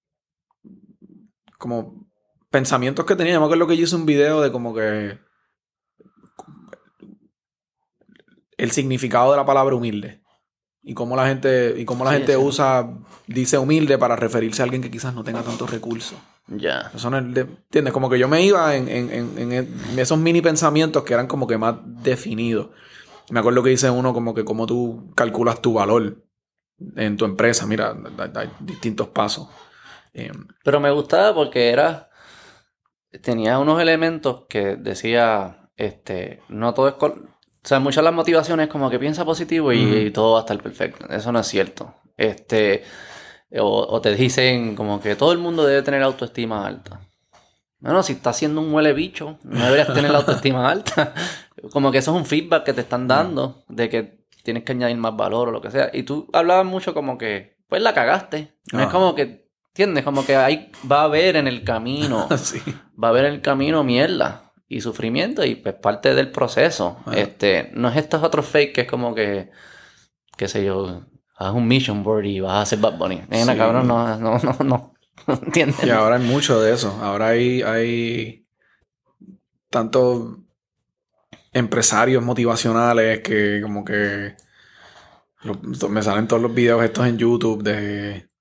como pensamientos que tenía. Yo me acuerdo que yo hice un video de como que el significado de la palabra humilde. Y cómo la gente, y cómo la Sí, gente eso. usa, dice humilde para referirse a alguien que quizás no tenga tantos recursos. Ya. Eso no es de- ¿entiendes? Como que yo me iba en, en, en, en esos mini pensamientos que eran como que más definidos. Me acuerdo que dice uno como que cómo tú calculas tu valor en tu empresa. Mira, hay, hay distintos pasos. Eh, Pero me gustaba porque era... Tenía unos elementos que decía... Este... No todo es... col- O sea, muchas de las motivaciones como que piensa positivo y, Ujú. y todo va a estar perfecto. Eso no es cierto. Este... O, o te dicen como que todo el mundo debe tener autoestima alta. Bueno, si estás siendo un huele bicho, no deberías tener la autoestima alta. Como que eso es un feedback que te están dando de que tienes que añadir más valor o lo que sea. Y tú hablabas mucho como que, pues la cagaste. No es Ah. como que, ¿entiendes? Como que ahí va a haber en el camino, Sí. va a haber en el camino mierda y sufrimiento y pues parte del proceso. Ah. Este, no es estos otros fake que es como que, qué sé yo, haz un mission board y vas a hacer Bad Bunny. Nena, Sí. cabrón, no, no, no, no. ¿Entiendes? Y ahora hay mucho de eso. Ahora hay, hay tantos empresarios motivacionales que como que lo- me salen todos los videos estos en YouTube de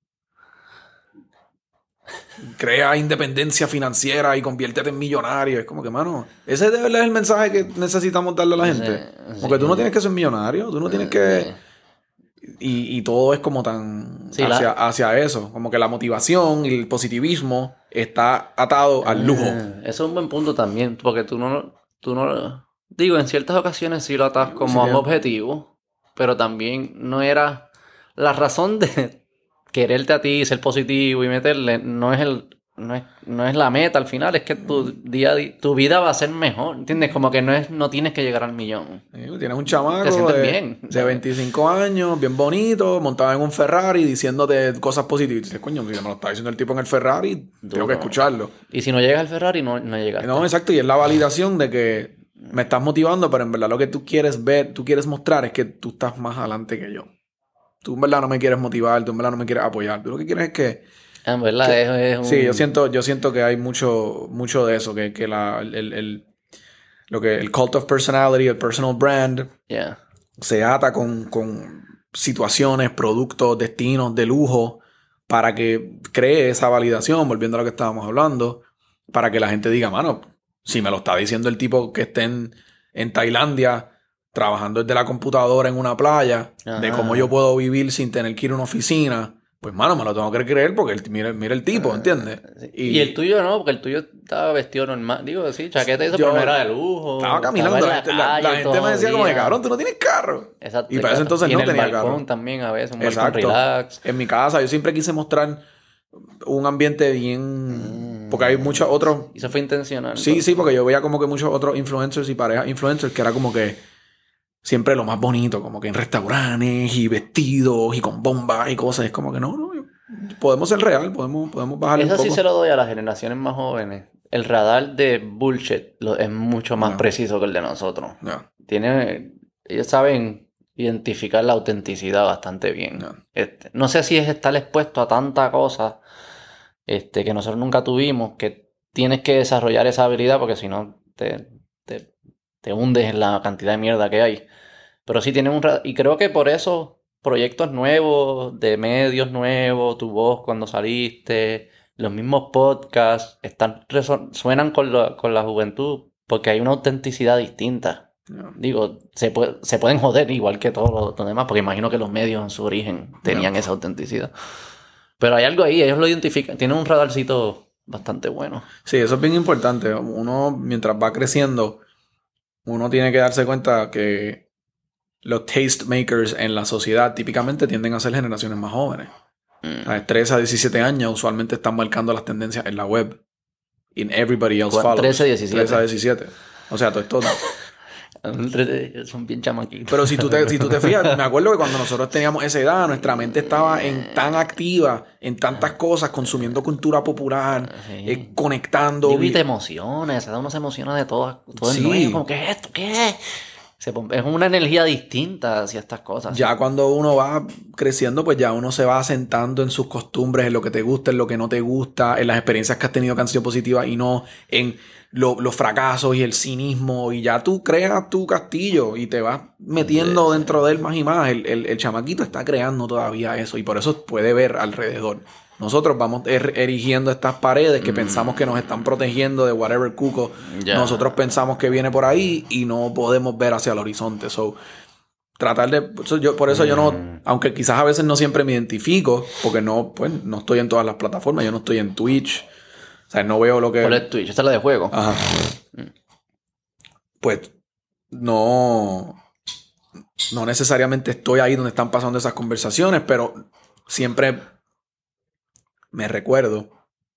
crea independencia financiera y conviértete en millonario. Es como que, mano, ese de verdad es el mensaje que necesitamos darle a la gente. Sí, Porque tú no sí. tienes que ser millonario, tú no tienes que... Y, y todo es como tan Sí, hacia, la- hacia eso. Como que la motivación y el positivismo está atado al lujo. Ah, eso es un buen punto también, porque tú no, tú no, digo, en ciertas ocasiones sí lo atas como Sí, a que- objetivo, pero también no era la razón de quererte a ti, ser positivo y meterle, no es el, no es, no es la meta al final, es que tu día, a di- tu vida va a ser mejor, ¿entiendes? Como que no es, no tienes que llegar al millón. Sí, tienes un chamaco Te sientes de, bien, de ¿sabes? veinticinco años, bien bonito, montado en un Ferrari diciéndote cosas positivas. Y dices, coño, si me lo está diciendo el tipo en el Ferrari, tengo Duro. que escucharlo. Y si no llegas al Ferrari, no, no llegaste. No, exacto, y es la validación de que me estás motivando, pero en verdad lo que tú quieres ver, tú quieres mostrar es que tú estás más adelante que yo. Tú en verdad no me quieres motivar, tú en verdad no me quieres apoyar. Tú lo que quieres es que... En verdad, que- es, es un... Sí, yo siento, yo siento que hay mucho, mucho de eso, que, que la, el, el, lo que, el cult of personality, el personal brand, Yeah. se ata con, con situaciones, productos, destinos de lujo para que cree esa validación, volviendo a lo que estábamos hablando, para que la gente diga, mano, si me lo está diciendo el tipo que esté en, en Tailandia trabajando desde la computadora en una playa, Ajá. de cómo yo puedo vivir sin tener que ir a una oficina, pues mano, me lo tengo que creer porque el, mira, mira el tipo, ¿entiendes? Sí. Y, el tuyo no, porque el tuyo estaba vestido normal. Digo, sí, chaqueta y eso, Yo pero no era de lujo. Estaba caminando, la, en gente, la- la gente me decía como de cabrón, tú no tienes carro. Exacto. Y para eso entonces y no en el tenía balcón carro. también a veces, un balcón Exacto. relax. En mi casa yo siempre quise mostrar un ambiente bien... Mm. Porque hay muchos otros... Y eso fue intencional. Sí, sí, porque yo veía como que muchos otros influencers y parejas influencers que era como que siempre lo más bonito, como que en restaurantes y vestidos y con bombas y cosas. Es como que no, no, podemos ser real, podemos, podemos bajarle un Eso poco. sí se lo doy a las generaciones más jóvenes. El radar de bullshit lo- es mucho más No. preciso que el de nosotros. No, Tiene, ellos saben identificar la autenticidad bastante bien. no. Este, no sé si es estar expuesto a tanta cosa este, que nosotros nunca tuvimos, que tienes que desarrollar esa habilidad porque si no te, te, te hundes en la cantidad de mierda que hay. Pero sí tienen un... ra- Y creo que por eso proyectos nuevos, de medios nuevos, tu voz cuando saliste, los mismos podcasts, están reso- suenan con, lo- con la juventud porque hay una autenticidad distinta. No. Digo, se, puede- se pueden joder igual que todos los, los demás, porque imagino que los medios en su origen tenían No. esa autenticidad. Pero hay algo ahí, ellos lo identifican, tienen un radarcito bastante bueno. Sí, eso es bien importante. Uno, mientras va creciendo, uno tiene que darse cuenta que los tastemakers en la sociedad típicamente tienden a ser generaciones más jóvenes. Mm. A trece a diecisiete años usualmente están marcando las tendencias en la web. And everybody else ¿Cuál? follows. trece a diecisiete. trece a diecisiete. O sea, todo esto... Son bien chamaquitos. Pero si tú, te, si tú te fijas, me acuerdo que cuando nosotros teníamos esa edad, nuestra mente estaba en tan activa, en tantas cosas, consumiendo cultura popular, Sí. eh, conectando. Digo, y te emociones, esa edad uno se emociona de todo, todo Sí. es nuevo, como, ¿qué es esto? ¿Qué es? Se pon- es una energía distinta hacia estas cosas. Ya cuando uno va creciendo, pues ya uno se va asentando en sus costumbres, en lo que te gusta, en lo que no te gusta, en las experiencias que has tenido que han sido positivas y no en lo, los fracasos y el cinismo, y ya tú creas tu castillo y te vas metiendo sí, dentro sí. de él más y más. El, el, el chamaquito está creando todavía eso y por eso puede ver alrededor. Nosotros vamos er, erigiendo estas paredes que mm. pensamos que nos están protegiendo de whatever cuco. Yeah. Nosotros pensamos que viene por ahí y no podemos ver hacia el horizonte. So, tratar de... Yo, por eso mm. yo no... Aunque quizás a veces no siempre me identifico, porque no, pues, no estoy en todas las plataformas. Yo no estoy en Twitch. O sea, no veo lo que... ¿Cuál es Twitch? Esta es la de juego. Ajá. Mm. Pues, no... No necesariamente estoy ahí donde están pasando esas conversaciones, pero siempre me recuerdo.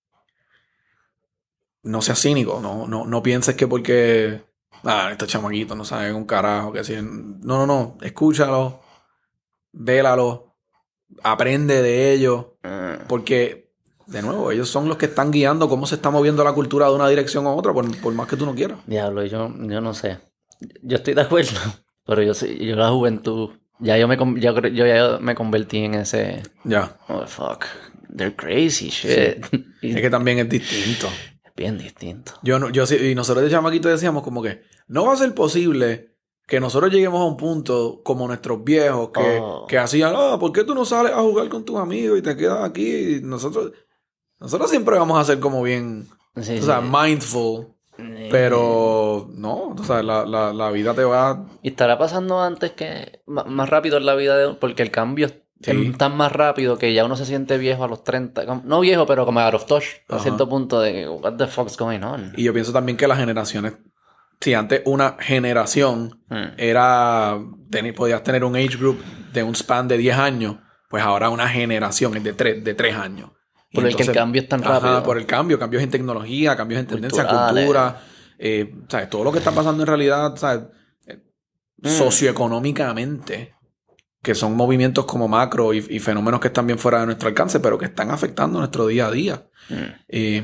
No seas cínico. No, no, no pienses que porque... Ah, estos chamaquitos no saben un carajo que así. No, no, no. Escúchalo. Vélalo. Aprende de ellos. Mm. Porque... De nuevo, ellos son los que están guiando cómo se está moviendo la cultura de una dirección a otra, por, por más que tú no quieras. Diablo, yo, yo no sé. Yo estoy de acuerdo, pero yo sí, yo la juventud, ya yo me, yo, yo ya me convertí en ese... Ya. Oh, fuck. They're crazy shit. Sí. Es que también es distinto. Es bien distinto. Yo, no, yo Y nosotros de chamaquito decíamos como que no va a ser posible que nosotros lleguemos a un punto como nuestros viejos que, oh. que hacían, ah, ¿por qué tú no sales a jugar con tus amigos y te quedas aquí? Y nosotros... Nosotros siempre vamos a ser como bien, sí, o sea, sí. mindful, sí. Pero no, o sea, la, la, la vida te va... Y estará pasando antes que, más rápido en la vida de uno, porque el cambio sí. es tan más rápido que ya uno se siente viejo a los treinta, no viejo, pero como out of touch, a Ajá. cierto punto de, what the fuck's going on? Y yo pienso también que las generaciones, si antes una generación hmm. era, ten, podías tener un age group de un span de diez años, pues ahora una generación es de tres de tres años. Por el que el cambio es tan rápido. Ajá, por el cambio, cambios en tecnología, cambios en tendencia, cultura, eh, ¿sabes? Todo lo que está pasando en realidad, ¿sabes? Mm. Socioeconómicamente, que son movimientos como macro y, y fenómenos que están bien fuera de nuestro alcance, pero que están afectando nuestro día a día. Mm. Eh,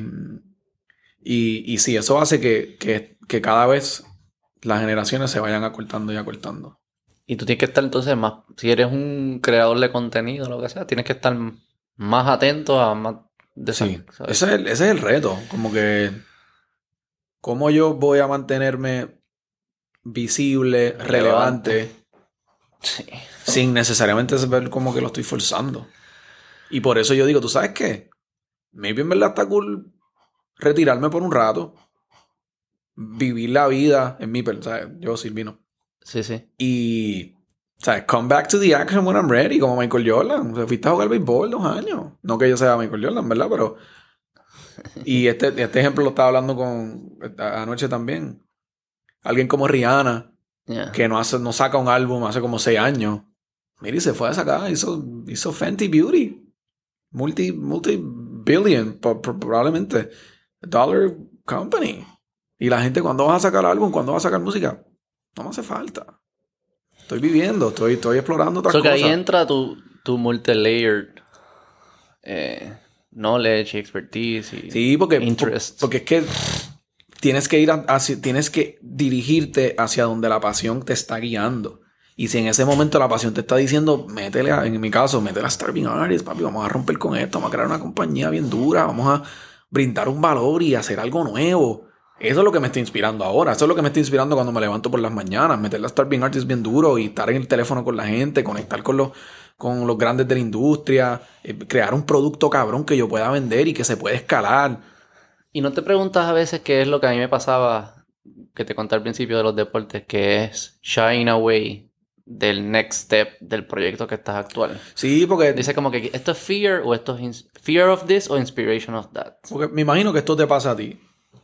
y, y sí, eso hace que, que, que cada vez las generaciones se vayan acortando y acortando. Y tú tienes que estar entonces más, si eres un creador de contenido o lo que sea, tienes que estar más atento a más de esa, sí, ese es, el, ese es el reto. Como que cómo yo voy a mantenerme visible, relevante, relevante sí. sin necesariamente ver como que lo estoy forzando. Y por eso yo digo, ¿tú sabes qué? Maybe en verdad está cool retirarme por un rato, vivir la vida en mi, ¿sabes? Yo Silvino. Sí, sí. Y... O sea, come back to the action when I'm ready, como Michael Jordan. O sea, fuiste a jugar béisbol dos años. No que yo sea Michael Jordan, ¿verdad? Pero... Y este, este ejemplo lo estaba hablando con... Anoche también. Alguien como Rihanna, yeah. que no, hace, no saca un álbum hace como seis años. Mira, y se fue a sacar, hizo, hizo Fenty Beauty. Multi, multi-billion, probablemente. Dollar company. Y la gente, ¿cuándo vas a sacar álbum? ¿Cuándo vas a sacar música? No me hace falta. Estoy viviendo, estoy, estoy explorando otras so cosas. Que ahí entra tu, tu multi-layered eh, knowledge y expertise y sí, porque, interest. Porque es que tienes que ir hacia, tienes que dirigirte hacia donde la pasión te está guiando. Y si en ese momento la pasión te está diciendo, métele, a, en mi caso, métele a Starving Artists, papi, vamos a romper con esto, vamos a crear una compañía bien dura, vamos a brindar un valor y hacer algo nuevo. Eso es lo que me está inspirando ahora. Eso es lo que me está inspirando cuando me levanto por las mañanas. Meterle a Starving Artists bien duro y estar en el teléfono con la gente, conectar con los, con los grandes de la industria, eh, crear un producto cabrón que yo pueda vender y que se pueda escalar. Y no te preguntas a veces qué es lo que a mí me pasaba, que te conté al principio de los deportes, que es shying away del next step del proyecto que estás actual. Sí, porque... Dice como que esto es fear o esto es fear of this o inspiration of that. Porque me imagino que esto te pasa a ti.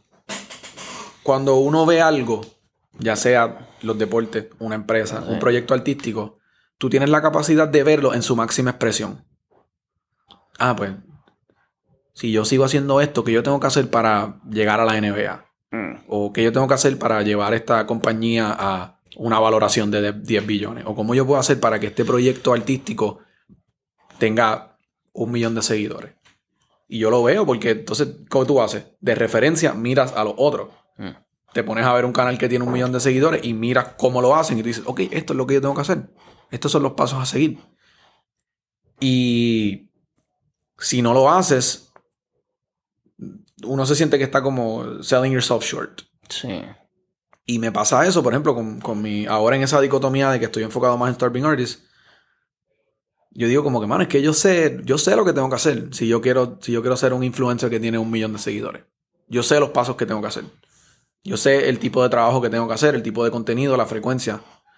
Cuando uno ve algo, ya sea los deportes, una empresa, sí. un proyecto artístico, tú tienes la capacidad de verlo en su máxima expresión. Ah, pues, si yo sigo haciendo esto, ¿qué yo tengo que hacer para llegar a la N B A? Mm. ¿O qué yo tengo que hacer para llevar esta compañía a una valoración de diez billones? ¿O cómo yo puedo hacer para que este proyecto artístico tenga un millón de seguidores? Y yo lo veo porque, entonces, ¿cómo tú haces? De referencia, miras a los otros. Mm. Te pones a ver un canal que tiene un millón de seguidores y miras cómo lo hacen y tú dices, ok, esto es lo que yo tengo que hacer. Estos son los pasos a seguir. Y si no lo haces, uno se siente que está como selling yourself short. Sí. Y me pasa eso, por ejemplo, con, con mi... Ahora en esa dicotomía de que estoy enfocado más en starving artists, yo digo como que, mano, es que yo sé, yo sé lo que tengo que hacer si yo quiero, si yo quiero ser un influencer que tiene un millón de seguidores. Yo sé los pasos que tengo que hacer. Yo sé el tipo de trabajo que tengo que hacer, el tipo de contenido, la frecuencia.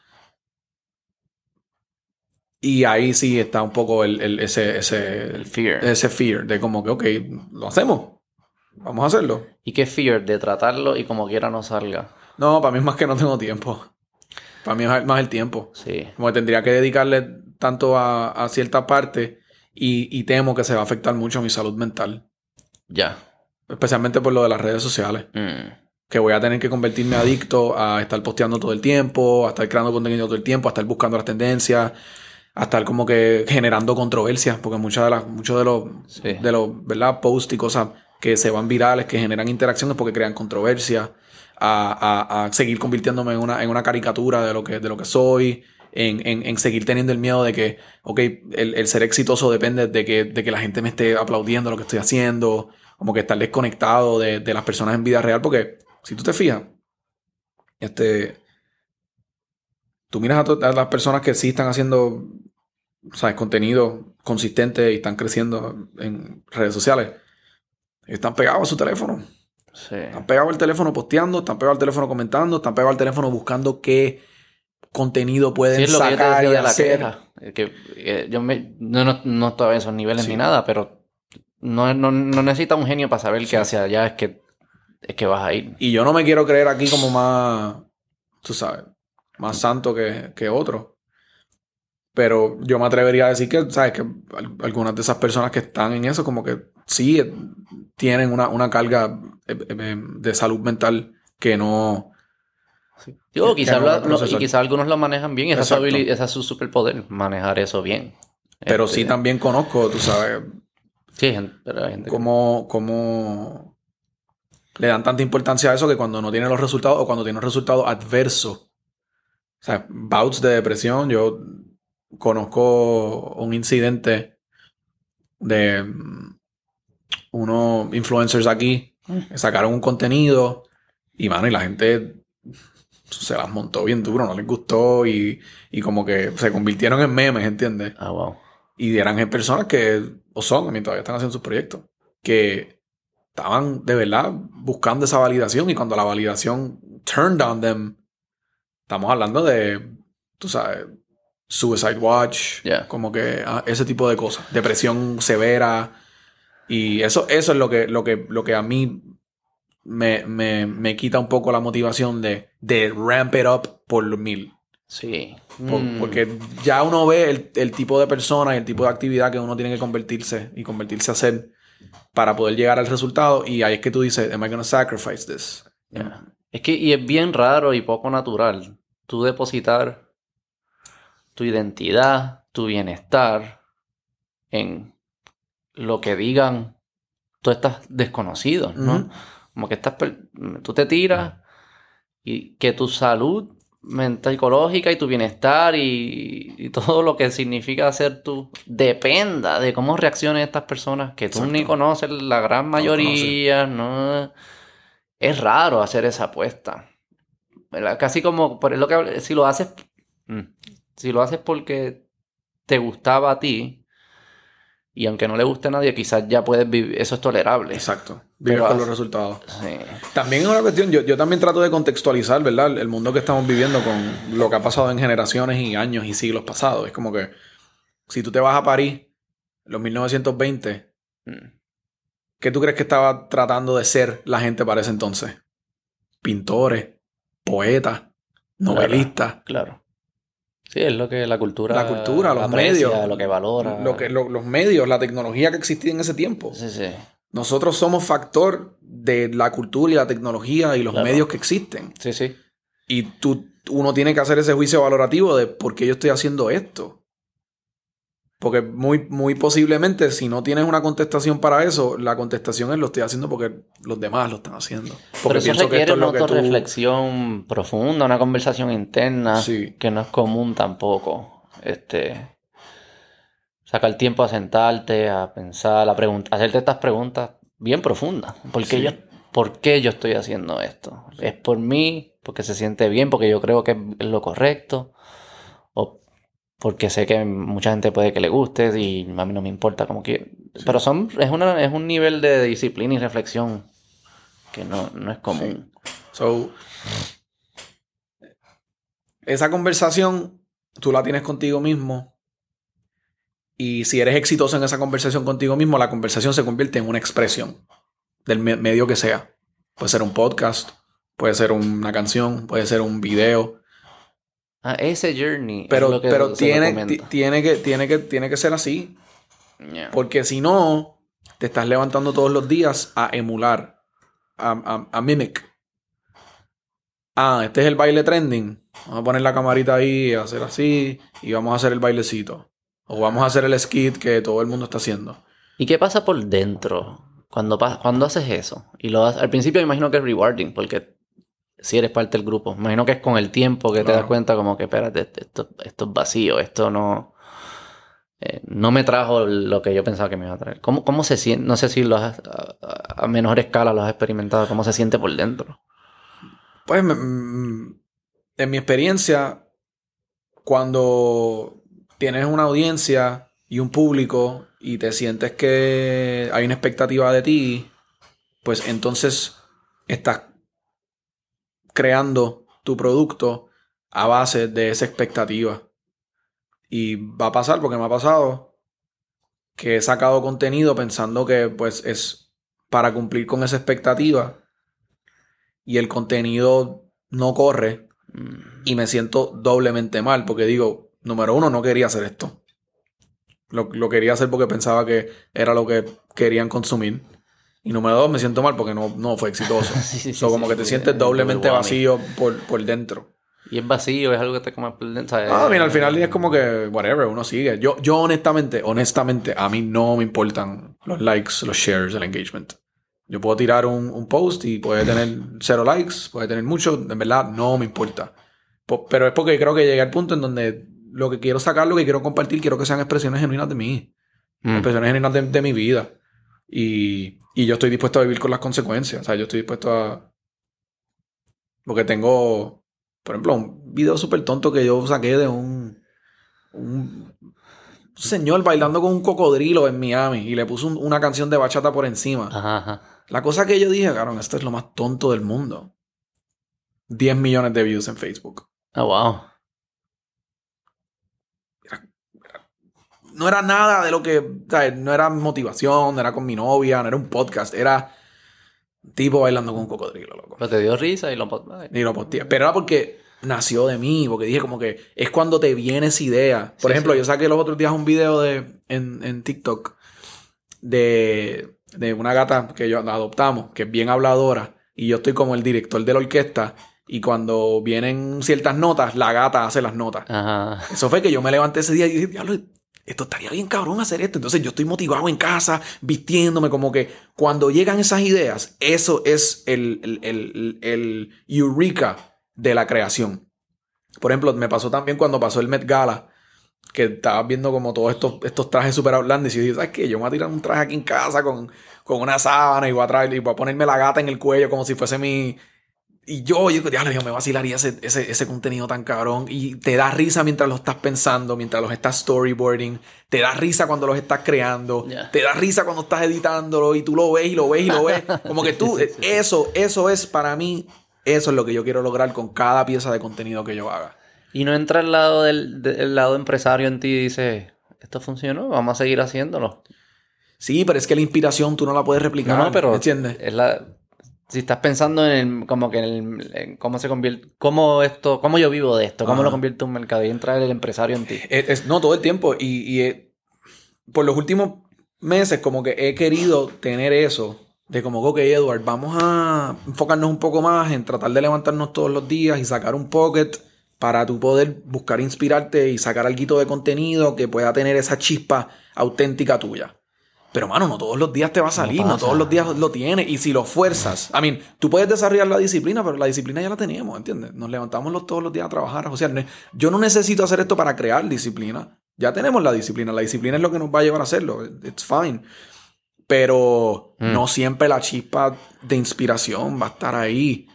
Y ahí sí está un poco el, el, ese, ese, El fear. ese fear de como que, ok, lo hacemos. Vamos a hacerlo. ¿Y qué fear? De tratarlo y como quiera no salga. No, para mí es más que no tengo tiempo. Para mí es más el tiempo. Sí. Como que tendría que dedicarle tanto a, a cierta parte y, y temo que se va a afectar mucho a mi salud mental. Ya. Especialmente por lo de las redes sociales. Mm. Que voy a tener que convertirme adicto a estar posteando todo el tiempo, a estar creando contenido todo el tiempo, a estar buscando las tendencias, a estar como que generando controversias, porque muchas de las, muchos de los, Sí. de los, ¿verdad? Posts y cosas que se van virales, que generan interacciones porque crean controversia, a, a, a seguir convirtiéndome en una, en una caricatura de lo que, de lo que soy, en, en, en seguir teniendo el miedo de que, ok, el, el ser exitoso depende de que, de que la gente me esté aplaudiendo lo que estoy haciendo, como que estar desconectado de, de las personas en vida real, porque si tú te fijas, este, tú miras a, to- a las personas que sí están haciendo, ¿sabes?, contenido consistente y están creciendo en redes sociales, están pegados a su teléfono. Sí. Están pegados al teléfono posteando, están pegados al teléfono comentando, están pegados al teléfono buscando qué contenido pueden Sí, es lo que yo te sacar decía y de la hacer. queja. Es que eh, yo me, no, no, no estaba en esos niveles Sí. ni nada, pero no, no, no necesita un genio para saber Sí. que hacia allá es que, es que vas a ir. Y yo no me quiero creer aquí como más, tú sabes, más santo que, que otro. Pero yo me atrevería a decir que, ¿sabes?, que al- algunas de esas personas que están en eso, como que sí eh, tienen una, una carga eh, eh, de salud mental que no... Sí. Digo, que quizás no lo- pueden lo- y procesar. quizás algunos lo manejan bien y esa es, su Exacto. habili- ese es su superpoder, manejar eso bien. Pero Este, sí también conozco, tú sabes, Sí, gente- pero hay gente que- cómo, cómo le dan tanta importancia a eso que cuando no tienen los resultados o cuando tienen un resultado adverso, o sea, bouts de depresión. Yo conozco un incidente de mm, unos influencers aquí que sacaron un contenido y, mano, y la gente se las montó bien duro, no les gustó y, y como que se convirtieron en memes, ¿entiendes? Ah, wow. Y eran personas que, o son, a mí todavía están haciendo sus proyectos, que estaban de verdad buscando esa validación y cuando la validación turned on them, estamos hablando de, tú sabes, Suicide Watch, Yeah. como que ah, ese tipo de cosas, depresión severa y eso, eso es lo que, lo que, lo que a mí me, me, me quita un poco la motivación de, de ramp it up por mil. Sí. Por- Mm. Porque ya uno ve el, el tipo de persona y el tipo de actividad que uno tiene que convertirse y convertirse a hacer para poder llegar al resultado. Y ahí es que tú dices, am I gonna sacrifice this? Yeah. Es que y es bien raro y poco natural tú depositar tu identidad, tu bienestar en lo que digan todos estos desconocidos, ¿no? Ujú. Como que estás per- tú te tiras y que tu salud mental, psicológica y tu bienestar y, y todo lo que significa ser tú dependa de cómo reaccionen estas personas que tú Exacto. ni conoces, la gran mayoría, ¿no? Es raro hacer esa apuesta, ¿verdad? Casi como, por lo que hab- si lo haces, mm, si lo haces porque te gustaba a ti y aunque no le guste a nadie, quizás ya puedes vivir, eso es tolerable. Exacto. Vives Pero con los hace- resultados. Sí. También es una cuestión, yo, yo también trato de contextualizar, ¿verdad? El, el mundo que estamos viviendo con lo que ha pasado en generaciones y años y siglos pasados. Es como que si tú te vas a París, en los mil novecientos veinte, Mm. ¿qué tú crees que estaba tratando de ser la gente para ese entonces? Pintores, poetas, novelistas. Claro. Sí, es lo que la cultura La cultura, los aprecia, medios, lo que valora. lo que, lo- los medios, la tecnología que existía en ese tiempo. Sí, sí. Nosotros somos factor de la cultura y la tecnología y los Claro. medios que existen. Sí, sí. Y tú, uno tiene que hacer ese juicio valorativo de por qué yo estoy haciendo esto. Porque muy, muy posiblemente, si no tienes una contestación para eso, la contestación es lo estoy haciendo porque los demás lo están haciendo. Porque Pero eso pienso que requiere esto es una lo que tú... autorreflexión profunda, una conversación interna Sí. que no es común tampoco. Este, sacar tiempo a sentarte, a pensar, a preguntar, hacerte estas preguntas bien profunda. ¿Por qué, Sí. yo, ¿Por qué yo estoy haciendo esto? ¿Es por mí? ¿Porque se siente bien? ¿Porque yo creo que es lo correcto? ¿O porque sé que mucha gente puede que le guste y a mí no me importa como que... Sí. Pero son, es, una, es un nivel de disciplina y reflexión que no, no es común. Sí. So, esa conversación tú la tienes contigo mismo y si eres exitoso en esa conversación contigo mismo, la conversación se convierte en una expresión del me- medio que sea. Puede ser un podcast, puede ser una canción, puede ser un video. Ah, ese journey Pero, es lo que pero se tiene, recomienda. ti- tiene, que, tiene, que, tiene que ser así. Yeah. Porque si no, te estás levantando todos los días a emular, a, a, a mimic. Ah, este es el baile trending. Vamos a poner la camarita ahí, a hacer así, y vamos a hacer el bailecito. O vamos a hacer el skit que todo el mundo está haciendo. ¿Y qué pasa por dentro cuando, pa- cuando haces eso? Y lo haces- al principio me imagino que es rewarding, porque si eres parte del grupo. Me imagino que es con el tiempo que te Claro. das cuenta como que, espérate, esto, esto es vacío, esto no... eh, no me trajo lo que yo pensaba que me iba a traer. ¿Cómo, cómo se siente? No sé si lo has, a, a- a menor escala lo has experimentado. ¿Cómo se siente por dentro? Pues me- mm, en mi experiencia, cuando tienes una audiencia y un público y te sientes que hay una expectativa de ti, pues entonces estás creando tu producto a base de esa expectativa. Y va a pasar porque me ha pasado que he sacado contenido pensando que pues es para cumplir con esa expectativa y el contenido no corre y me siento doblemente mal porque digo, número uno, no quería hacer esto. Lo, lo quería hacer porque pensaba que era lo que querían consumir. Y número dos, me siento mal porque no, no fue exitoso. Sí, sí, So, sí, como sí, que te sí, sientes es doblemente double whammy. vacío por, por dentro. Y es vacío, es algo que te come por dentro. ¿Sabes? Ah, mira, al final es como que, whatever, uno sigue. Yo, yo honestamente, honestamente, a mí no me importan los likes, los shares, el engagement. Yo puedo tirar un, un post y puede tener cero likes, puede tener mucho, en verdad no me importa. Po- Pero es porque creo que llegué al punto en donde lo que quiero sacar, lo que quiero compartir, quiero que sean expresiones genuinas de mí. Mm. Expresiones genuinas de, de mi vida. Y, y yo estoy dispuesto a vivir con las consecuencias. O sea, yo estoy dispuesto a... Porque tengo, por ejemplo, un video súper tonto que yo saqué de un, un señor bailando con un cocodrilo en Miami y le puso un- una canción de bachata por encima. Ajá, ajá. La cosa que yo dije, cabrón, esto es lo más tonto del mundo. diez millones de views en Facebook. Ah, wow. No era nada de lo que... ¿sabes? No era motivación, no era con mi novia, no era un podcast. Era un tipo bailando con un cocodrilo, loco. Pero te dio risa y lo... Y lo posteé. Pero era porque nació de mí, porque dije como que es cuando te viene esa idea. Por Sí, ejemplo, sí. yo saqué los otros días un video de, en, en TikTok de, de una gata que yo adoptamos, que es bien habladora, y yo estoy como el director de la orquesta, y cuando vienen ciertas notas, la gata hace las notas. Ajá. Eso fue que yo me levanté ese día y dije, diablo, esto estaría bien cabrón hacer esto. Entonces yo estoy motivado en casa, vistiéndome, como que cuando llegan esas ideas, eso es el, el, el, el eureka de la creación. Por ejemplo, me pasó también cuando pasó el Met Gala, que estaba viendo como todos estos, estos trajes super outlandish y dije, ¿sabes qué? Yo me voy a tirar un traje aquí en casa con, con una sábana y voy a traer, y voy a ponerme la gata en el cuello como si fuese mi... Y yo, yo, ya, yo me vacilaría ese, ese, ese contenido tan cabrón. Y te da risa mientras lo estás pensando, mientras los estás storyboarding. Te da risa cuando los estás creando. Yeah. Te da risa cuando estás editándolo y tú lo ves y lo ves y lo ves. Como que tú, Sí, sí, sí. eso, eso es para mí, eso es lo que yo quiero lograr con cada pieza de contenido que yo haga. Y no entra el lado del, del lado empresario en ti y dice, esto funcionó, vamos a seguir haciéndolo. Sí, pero es que la inspiración tú no la puedes replicar. No, no, pero ¿me entiendes? es la, si estás pensando en el, como que en, el, en cómo se convierte, cómo esto, cómo yo vivo de esto, cómo Ajá. lo convierte en un mercado y entra el empresario en ti. Es, es- no, todo el tiempo. Y, y eh, por los últimos meses como que he querido tener eso. De como, ok, Edward, vamos a enfocarnos un poco más en tratar de levantarnos todos los días y sacar un pocket para tú poder buscar inspirarte y sacar algo de contenido que pueda tener esa chispa auténtica tuya. Pero, mano, no todos los días te va a salir, no, pasa. todos los días lo tienes. Y si lo fuerzas, I mean, tú puedes desarrollar la disciplina, pero la disciplina ya la tenemos, ¿entiendes? Nos levantamos los, todos los días a trabajar. O sea, ne- yo no necesito hacer esto para crear disciplina. Ya tenemos la disciplina. La disciplina es lo que nos va a llevar a hacerlo. It's fine. pero Mm. no siempre la chispa de inspiración va a estar ahí.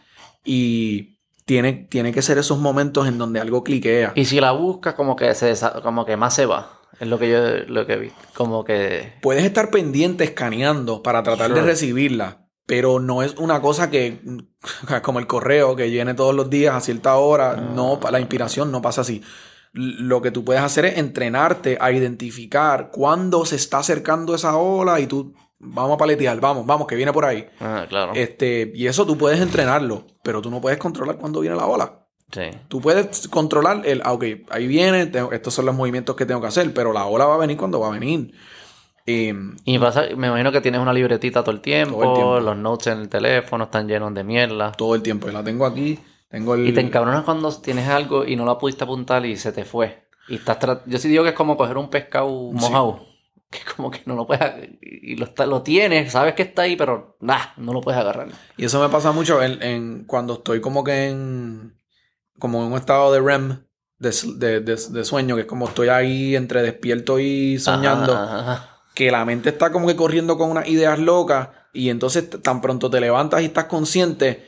Y tiene, tiene que ser esos momentos en donde algo cliquea. Y si la buscas, como que se desa- como que más se va. Es lo que yo lo que vi. Como que. Puedes estar pendiente escaneando para tratar Sure. de recibirla, pero no es una cosa que, como el correo, que llene todos los días a cierta hora. No, No. la inspiración no pasa así. Lo que tú puedes hacer es entrenarte a identificar cuándo se está acercando esa ola y tú, vamos a paletear, vamos, vamos, que viene por ahí. Ah, claro. Este, y eso tú puedes entrenarlo, pero tú no puedes controlar cuándo viene la ola. Sí. Tú puedes controlar el, ah, ok, ahí viene, tengo- estos son los movimientos que tengo que hacer, pero la ola va a venir cuando va a venir. Eh, Y pasa, me imagino que tienes una libretita todo el tiempo, Todo el tiempo. los notes en el teléfono están llenos de mierda. todo el tiempo. Yo la tengo aquí, tengo el... Y te encabronas cuando tienes algo y no la pudiste apuntar y se te fue. Y estás tra- Yo sí digo que es como coger un pescado mojado. Que como que no lo puedes... ag- Y lo, está- lo tienes, sabes que está ahí, pero nah, no lo puedes agarrar. Y eso me pasa mucho en, en cuando estoy como que en... como en un estado de R E M, de, de, de, de sueño, que es como estoy ahí entre despierto y soñando, Ajá, ajá. que la mente está como que corriendo con unas ideas locas y entonces t- tan pronto te levantas y estás consciente,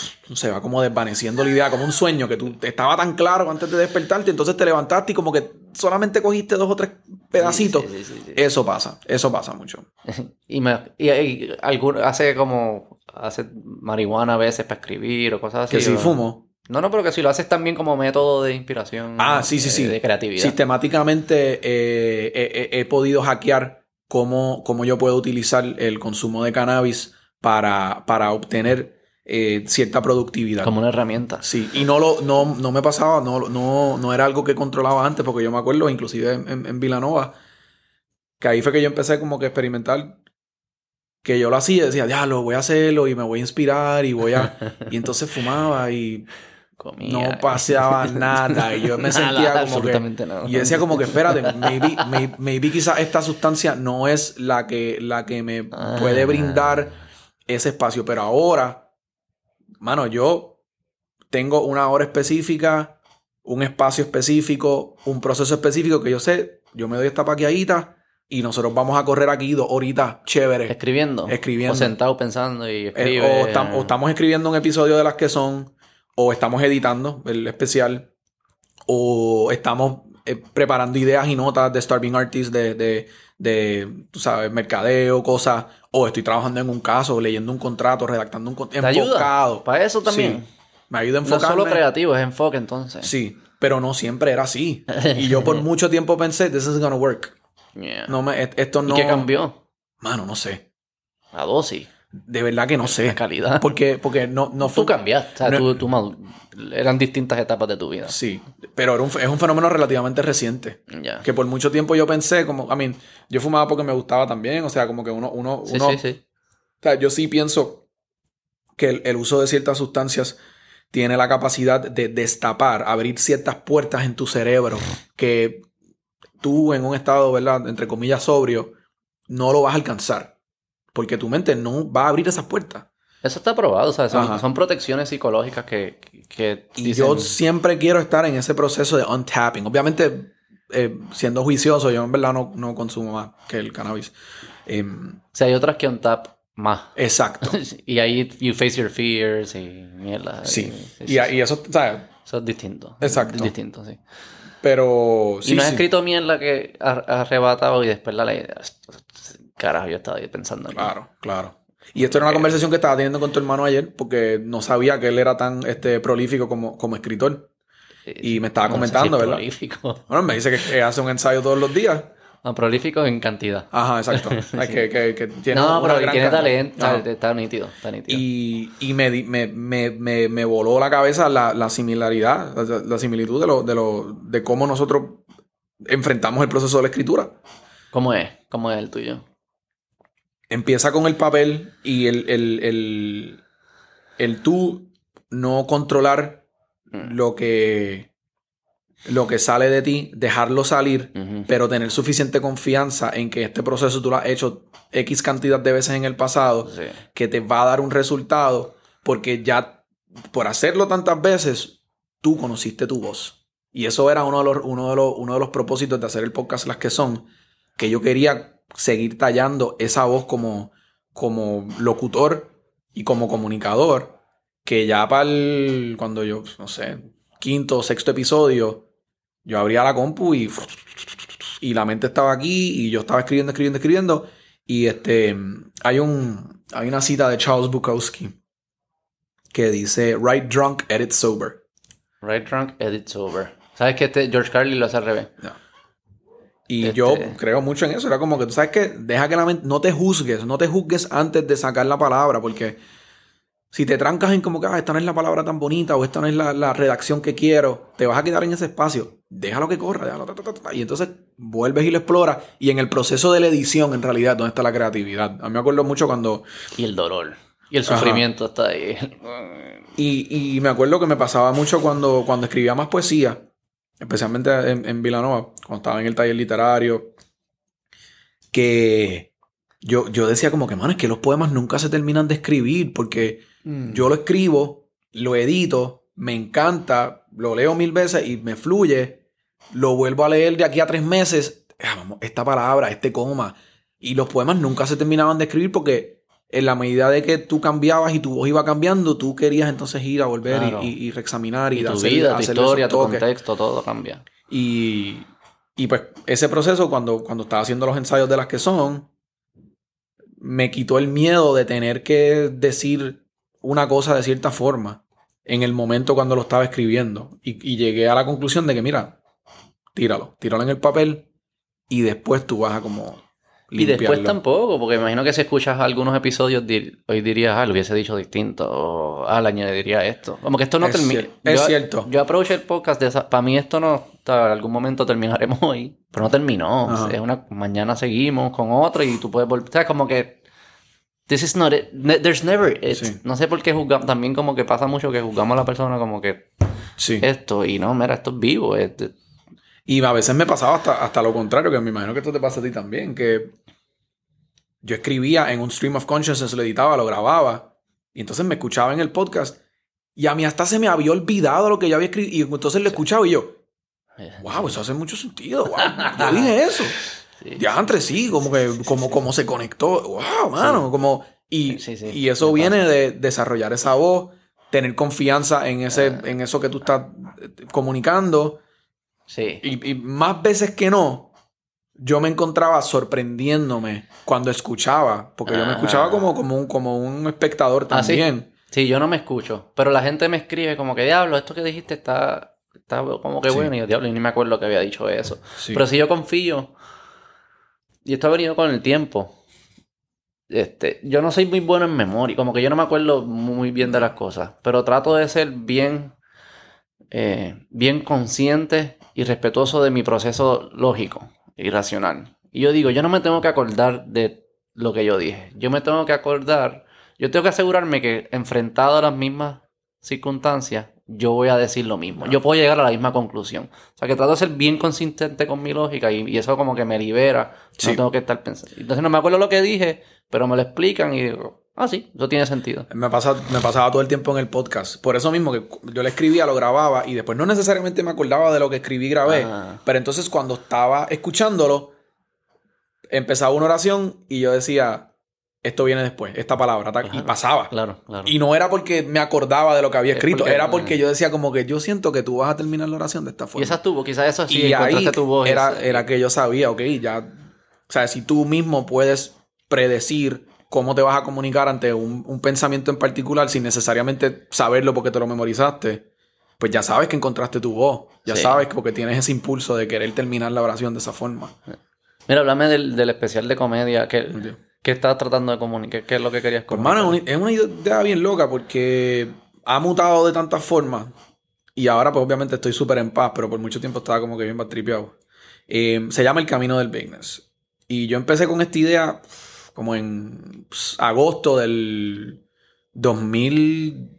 se va como desvaneciendo la idea, como un sueño que tú estaba tan claro antes de despertarte, entonces te levantaste y como que solamente cogiste dos o tres pedacitos. Sí, sí, sí, sí, sí. Eso pasa, eso pasa mucho. Y, me, y, y algún- hace como... Hace marihuana a veces para escribir o cosas así. Que si o- fumo. No, no, pero que si lo haces también como método de inspiración. Ah, sí, sí, eh, sí. De creatividad. Sistemáticamente eh, he, he- he podido hackear cómo, cómo yo puedo utilizar el consumo de cannabis para, para obtener eh, cierta productividad. Como una herramienta. Sí, y no, lo, no, no me pasaba, no, no, no era algo que controlaba antes, porque yo me acuerdo, inclusive en, en, en Vilanova, que ahí fue que yo empecé como que a experimentar, que yo lo hacía, decía, diablo, voy a hacerlo y me voy a inspirar y voy a... y entonces fumaba y Comía. no pasaba nada y yo me Nada, sentía como absolutamente que... nada. Y yo decía como que, espérate, maybe, maybe, maybe quizás esta sustancia no es la que, la que me puede Ah. brindar ese espacio, pero ahora, mano, yo tengo una hora específica, un espacio específico, un proceso específico que yo sé, yo me doy esta paqueadita y nosotros vamos a correr aquí dos horitas chéveres. Escribiendo. Escribiendo. O sentado pensando y Eh, escribe. o, tam- o estamos escribiendo un episodio de las que son, o estamos editando el especial, o estamos eh, preparando ideas y notas de Starving Artists, de, de, de, tú sabes, mercadeo, cosas, o estoy trabajando en un caso, leyendo un contrato, redactando un contrato, ¿Te enfocado. ayuda? Para eso también. Sí, me ayuda a No es enfocarme. solo creativo, es enfoque entonces. Sí, pero no siempre era así. Y yo por mucho tiempo pensé, this isn't gonna work. Yeah. No me, et- esto no... ¿Y qué cambió? Mano, no sé. La dosis. De verdad que no sé. La calidad. Porque, porque no, no fue... Tú cambiaste. O sea, no- tú, tú madu- eran distintas etapas de tu vida. Sí, pero era un, es un fenómeno relativamente reciente. Ya. Que por mucho tiempo yo pensé, como, I mean, yo fumaba porque me gustaba también, o sea, como que uno, uno, Sí, uno, sí, sí. o sea, yo sí pienso que el, el uso de ciertas sustancias tiene la capacidad de destapar, abrir ciertas puertas en tu cerebro que tú en un estado, ¿verdad?, entre comillas sobrio, no lo vas a alcanzar. Porque tu mente no va a abrir esas puertas. Eso está probado, o sea, Ajá. son, son protecciones psicológicas que, que Y dicen- yo siempre quiero estar en ese proceso de untapping. Obviamente, eh, siendo juicioso, yo en verdad no, no consumo más que el cannabis. Em, O sea, hay otras que on tap más. exacto. Y ahí you face your fears y mierda. Sí. Y, Y, y eso, ¿sabes? eso es distinto. Exacto. Es distinto, sí. Pero sí, y no has sí. escrito mierda que has arrebatado y después la ley. Carajo, yo estaba ahí pensando. Claro, claro. Y esto era una conversación que estaba teniendo con tu hermano ayer porque no sabía que él era tan este, prolífico como, como escritor. Y me estaba No sé si comentando, es ¿verdad? Prolífico. Bueno, me dice que, que hace un ensayo todos los días. No, prolífico en cantidad. Ajá, exacto. Es que, que, que tiene No, una pero gran tiene cantidad. talento. Ajá. Está, está nítido, está nítido. Y, y me, di- me, me, me, me voló la cabeza la, la similaridad, la, la similitud de, lo, de, lo, de cómo nosotros enfrentamos el proceso de la escritura. ¿Cómo es? ¿Cómo es el tuyo? Empieza con el papel y el, el, el, el tú no controlar Mm. lo que, lo que sale de ti, dejarlo salir, Ujú. pero tener suficiente confianza en que este proceso tú lo has hecho X cantidad de veces en el pasado, Sí. que te va a dar un resultado, porque ya por hacerlo tantas veces, tú conociste tu voz. Y eso era uno de los, uno de los, uno de los propósitos de hacer el podcast Las que son, que yo quería seguir tallando esa voz como, como locutor y como comunicador, que ya para el, cuando yo, no sé, quinto o sexto episodio, yo abría la compu y, y la mente estaba aquí y yo estaba escribiendo, escribiendo, escribiendo. Y este, hay, un, hay una cita de Charles Bukowski que dice, write drunk, edit sober. Write drunk, edit sober. ¿Sabes que este George Carlin lo hace al revés? No. Y Este... yo creo mucho en eso. Era como que tú sabes que deja que la mente, no te juzgues, no te juzgues antes de sacar la palabra, porque si te trancas en como que ah, esta no es la palabra tan bonita o esta no es la, la redacción que quiero, te vas a quedar en ese espacio. Déjalo que corra, déjalo, ta, ta, ta, ta, y entonces vuelves y lo exploras. Y en el proceso de la edición, en realidad, ¿dónde está la creatividad? A mí me acuerdo mucho cuando... Y el dolor. Y el sufrimiento Ajá. está ahí. Y, y me acuerdo que me pasaba mucho cuando, cuando escribía más poesía, especialmente en, en Villanova, cuando estaba en el taller literario, que yo, yo decía como que, mano, es que los poemas nunca se terminan de escribir, porque mm. yo lo escribo, lo edito, me encanta, lo leo mil veces y me fluye, lo vuelvo a leer de aquí a tres meses, esta palabra, este coma, y los poemas nunca se terminaban de escribir porque en la medida de que tú cambiabas y tu voz iba cambiando, tú querías entonces ir a volver claro. y, y, y reexaminar y, y tu hacer, vida, tu historia, tu contexto, todo cambia. Y, y pues ese proceso, cuando, cuando estaba haciendo los ensayos de Las que Son, me quitó el miedo de tener que decir una cosa de cierta forma en el momento cuando lo estaba escribiendo. Y, y llegué a la conclusión de que, mira, tíralo, tíralo en el papel y después tú vas a como... limpiarlo. Y después tampoco, porque imagino que si escuchas algunos episodios dir, hoy dirías, ah, lo hubiese dicho distinto, o ah, le añadiría esto. Como que esto no termina. Es cierto. Yo aprovecho el podcast de esa, para mí esto no, en algún momento terminaremos hoy, pero no terminó. Ajá. Es una, mañana seguimos con otro y tú puedes volver. O sea, como que this is not it. There's never it. Sí. No sé por qué juzgamos, también como que pasa mucho que juzgamos a la persona como que sí. esto, y no, mira, esto es vivo, es, y a veces me pasaba hasta, hasta lo contrario, que me imagino que esto te pasa a ti también, que yo escribía en un stream of consciousness, lo editaba, lo grababa, y entonces me escuchaba en el podcast, y a mí hasta se me había olvidado lo que yo había escrito, y entonces lo escuchaba y yo, wow, eso hace mucho sentido, wow, yo dije eso. Sí. Ya entre sí, como que como, como se conectó, wow, mano, sí. como... Y, sí, sí, y eso viene de desarrollar esa voz, tener confianza en, ese, uh, en eso que tú estás comunicando. Sí. Y, y más veces que no, yo me encontraba sorprendiéndome cuando escuchaba. Porque Ajá. yo me escuchaba como, como, un, como un espectador también. ¿Ah, sí? Sí, yo no me escucho. Pero la gente me escribe como que, diablo, esto que dijiste está, está como que sí. bueno. Y yo, diablo, y ni me acuerdo que había dicho eso. Sí. Pero si yo confío, y esto ha venido con el tiempo. Este, yo no soy muy bueno en memoria. Como que yo no me acuerdo muy bien de las cosas. Pero trato de ser bien, eh, bien consciente y respetuoso de mi proceso lógico y racional. Y yo digo, yo no me tengo que acordar de lo que yo dije. Yo me tengo que acordar, yo tengo que asegurarme que enfrentado a las mismas circunstancias, yo voy a decir lo mismo. Yo puedo llegar a la misma conclusión. O sea, que trato de ser bien consistente con mi lógica y, y eso como que me libera. Sí. No tengo que estar pensando. Entonces no me acuerdo lo que dije, pero me lo explican y digo, ah, sí, eso tiene sentido. Me, pasa, me pasaba todo el tiempo en el podcast. Por eso mismo que yo le escribía, lo grababa y después no necesariamente me acordaba de lo que escribí y grabé. Ah. Pero entonces cuando estaba escuchándolo, empezaba una oración y yo decía, esto viene después, esta palabra. Claro, y pasaba. Claro, claro. Y no era porque me acordaba de lo que había escrito. Porque, era porque yo decía como que yo siento que tú vas a terminar la oración de esta forma. Y esa estuvo, quizás eso sí. Y ahí tu voz era, ese. era que yo sabía, ok, ya... O sea, si tú mismo puedes predecir cómo te vas a comunicar ante un, un pensamiento en particular sin necesariamente saberlo porque te lo memorizaste, pues ya sabes que encontraste tu voz. Ya sí. sabes porque tienes ese impulso de querer terminar la oración de esa forma. Mira, háblame del, del especial de comedia que, okay. que estás tratando de comunicar. ¿Qué es lo que querías comunicar? Hermano, es una idea bien loca porque ha mutado de tantas formas y ahora pues obviamente estoy súper en paz, pero por mucho tiempo estaba como que bien batripeado. Eh, se llama El Camino del Bigness. Y yo empecé con esta idea como en pues, agosto del dos mil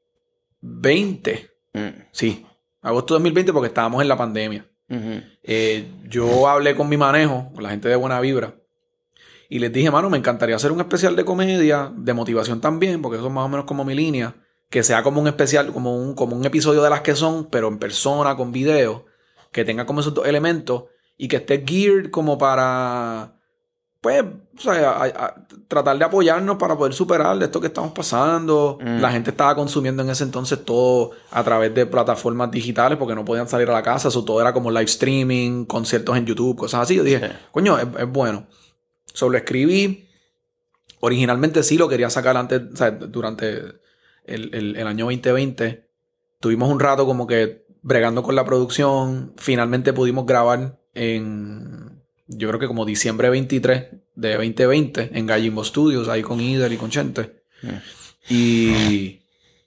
veinte. Mm. Sí, agosto de dos mil veinte porque estábamos en la pandemia. Uh-huh. Eh, yo hablé con mi manejo, con la gente de Buena Vibra, y les dije, mano, me encantaría hacer un especial de comedia, de motivación también, porque eso es más o menos como mi línea, que sea como un especial, como un, como un episodio de Las que Son, pero en persona, con video, que tenga como esos dos elementos y que esté geared como para... pues, o sea, a, a, tratar de apoyarnos para poder superar esto que estamos pasando. Mm. La gente estaba consumiendo en ese entonces todo a través de plataformas digitales porque no podían salir a la casa. Eso todo era como live streaming, conciertos en YouTube, cosas así. Yo dije, sí. coño, es, es bueno. Solo escribí. Originalmente sí lo quería sacar antes, o sea, durante el, el, el año veinte veinte. Tuvimos un rato como que bregando con la producción. Finalmente pudimos grabar en... yo creo que como diciembre veintitrés de veinte veinte en Gallimbo Studios, ahí con Ider y con Chente. Mm. Y,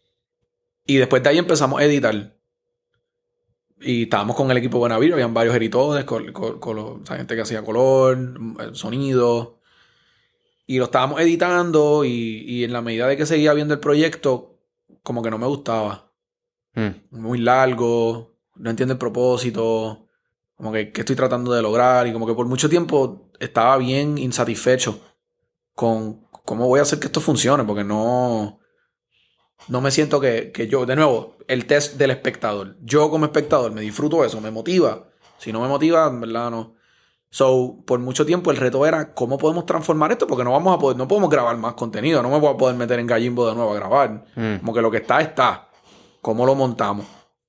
y después de ahí empezamos a editar. Y estábamos con el equipo Buenavir, habían varios editores, con, con, con los, o sea, gente que hacía color, sonido. Y lo estábamos editando y, y en la medida de que seguía viendo el proyecto, como que no me gustaba. Mm. Muy largo, no entiendo el propósito. Como que, que estoy tratando de lograr. Y como que por mucho tiempo estaba bien insatisfecho con cómo voy a hacer que esto funcione. Porque no... No me siento que, que yo... De nuevo, el test del espectador. Yo como espectador me disfruto eso. Me motiva. Si no me motiva, en verdad no. So, por mucho tiempo el reto era cómo podemos transformar esto. Porque no vamos a poder... No podemos grabar más contenido. No me voy a poder meter en Gallimbo de nuevo a grabar. Mm. Como que lo que está, está. ¿Cómo lo montamos?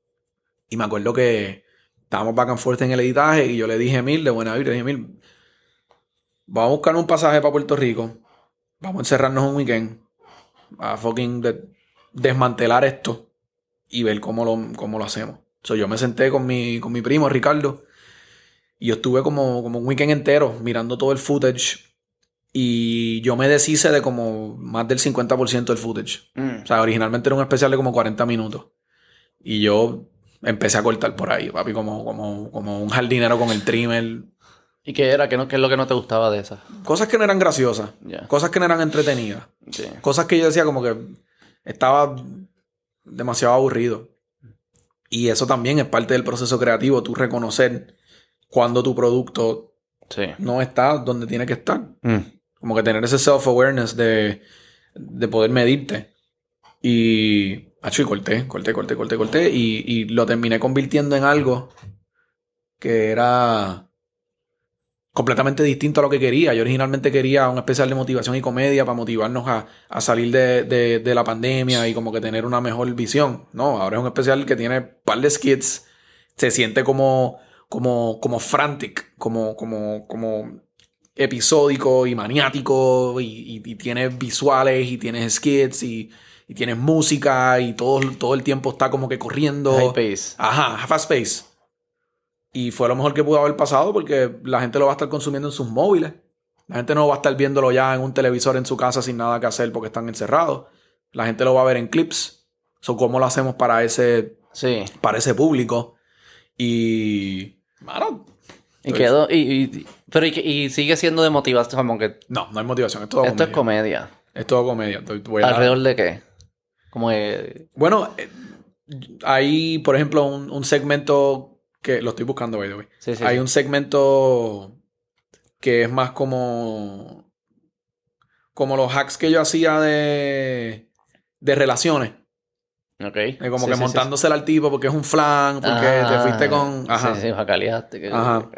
Y me acuerdo que... estábamos back and forth en el editaje y yo le dije a Emil, de Buenavir, le dije, Emil, vamos a buscar un pasaje para Puerto Rico, vamos a encerrarnos un weekend, a fucking de- desmantelar esto y ver cómo lo, cómo lo hacemos. So, yo me senté con mi, con mi primo, Ricardo, y yo estuve como, como un weekend entero mirando todo el footage y yo me deshice de como más del cincuenta por ciento del footage. Mm. O sea, originalmente era un especial de como cuarenta minutos. Y yo... empecé a cortar por ahí, papi, como, como, como un jardinero con el trimmer. ¿Y qué era? ¿Qué, no, qué es lo que no te gustaba de esas? Cosas que no eran graciosas. Yeah. Cosas que no eran entretenidas. Sí. Cosas que yo decía como que estaba demasiado aburrido. Y eso también es parte del proceso creativo. Tú reconocer cuando tu producto sí. no está donde tiene que estar. Mm. Como que tener ese self-awareness de, de poder medirte. Y... Acho, y corté, corté, corté, corté, corté. Y, y lo terminé convirtiendo en algo que era completamente distinto a lo que quería. Yo originalmente quería un especial de motivación y comedia para motivarnos a, a salir de, de, de la pandemia y como que tener una mejor visión. No, ahora es un especial que tiene un par de skits. Se siente como, como, como frantic, como, como, como episódico y maniático. Y, y, y tiene visuales y tiene skits y... y tienes música y todo, todo el tiempo está como que corriendo. High pace. Ajá, fast pace. Y fue lo mejor que pudo haber pasado porque la gente lo va a estar consumiendo en sus móviles. La gente no va a estar viéndolo ya en un televisor en su casa sin nada que hacer porque están encerrados. La gente lo va a ver en clips. So, ¿cómo lo hacemos para ese, sí. para ese público? Y... Mano, y quedó... Y, y, pero y, y sigue siendo de motivación como que... No, no hay motivación. Es todo Esto comedia. es comedia. Es todo comedia. Voy a... ¿Alrededor de qué? Como de... Bueno, eh, hay, por ejemplo, un, un segmento que... Lo estoy buscando, by the way. Sí, sí, hay sí. un segmento que es más como... Como los hacks que yo hacía de... De relaciones. Ok. De como sí, que sí, montándosela sí. al tipo porque es un flan, porque ah, te fuiste con... Ajá. Sí, sí, jacaleaste. Que... Ajá.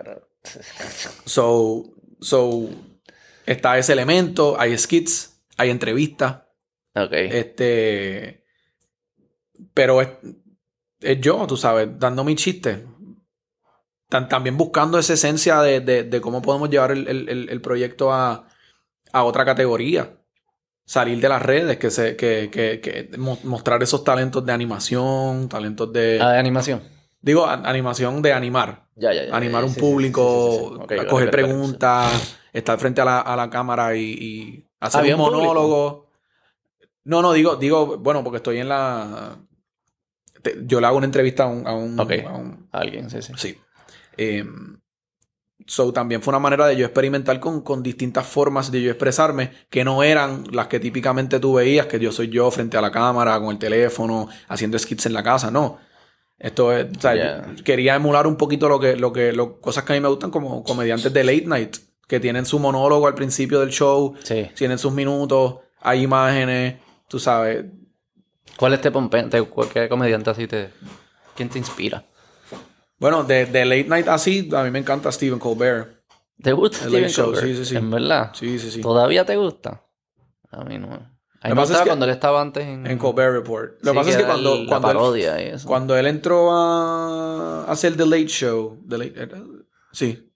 So... So... Está ese elemento, hay skits, hay entrevistas. Ok. Este... Pero es, es yo, tú sabes, dando mi chiste. Tan, también buscando esa esencia de, de, de cómo podemos llevar el, el, el proyecto a, a otra categoría. Salir de las redes, que se, que, que, que mostrar esos talentos de animación, talentos de... Ah, de animación. Digo, a, animación de animar. Ya, ya, ya. Animar ya, un sí, público, sí, sí, sí. Okay, coger okay, preguntas, okay. estar frente a la, a la cámara y, y hacer ¿Había un monólogo. Público? No, no, digo, digo, bueno, porque estoy en la... Te, yo le hago una entrevista a un... A, un, okay. a, un, a alguien, sí, sí. Sí. Eh, so, también fue una manera de yo experimentar con, con distintas formas de yo expresarme que no eran las que típicamente tú veías, que yo soy yo frente a la cámara, con el teléfono, haciendo skits en la casa, no. Esto es, o sea, yeah. quería emular un poquito lo que, lo que, lo, cosas que a mí me gustan como comediantes de late night, que tienen su monólogo al principio del show, sí. tienen sus minutos, hay imágenes, tú sabes. ¿Cuál es te pompe? ¿Qué comediante así te... ¿Quién te inspira? Bueno, de, de late night así, a mí me encanta Stephen Colbert. ¿Te gusta The Stephen Late Show, Colbert? sí, sí, sí. ¿En verdad? Sí, sí, sí. ¿Todavía te gusta? A mí no. A mí me gustaba cuando él estaba antes en... En Colbert Report. Lo sí, que pasa es que cuando... el, cuando la parodia él, y eso. Cuando él entró a hacer The Late Show... The Late, sí.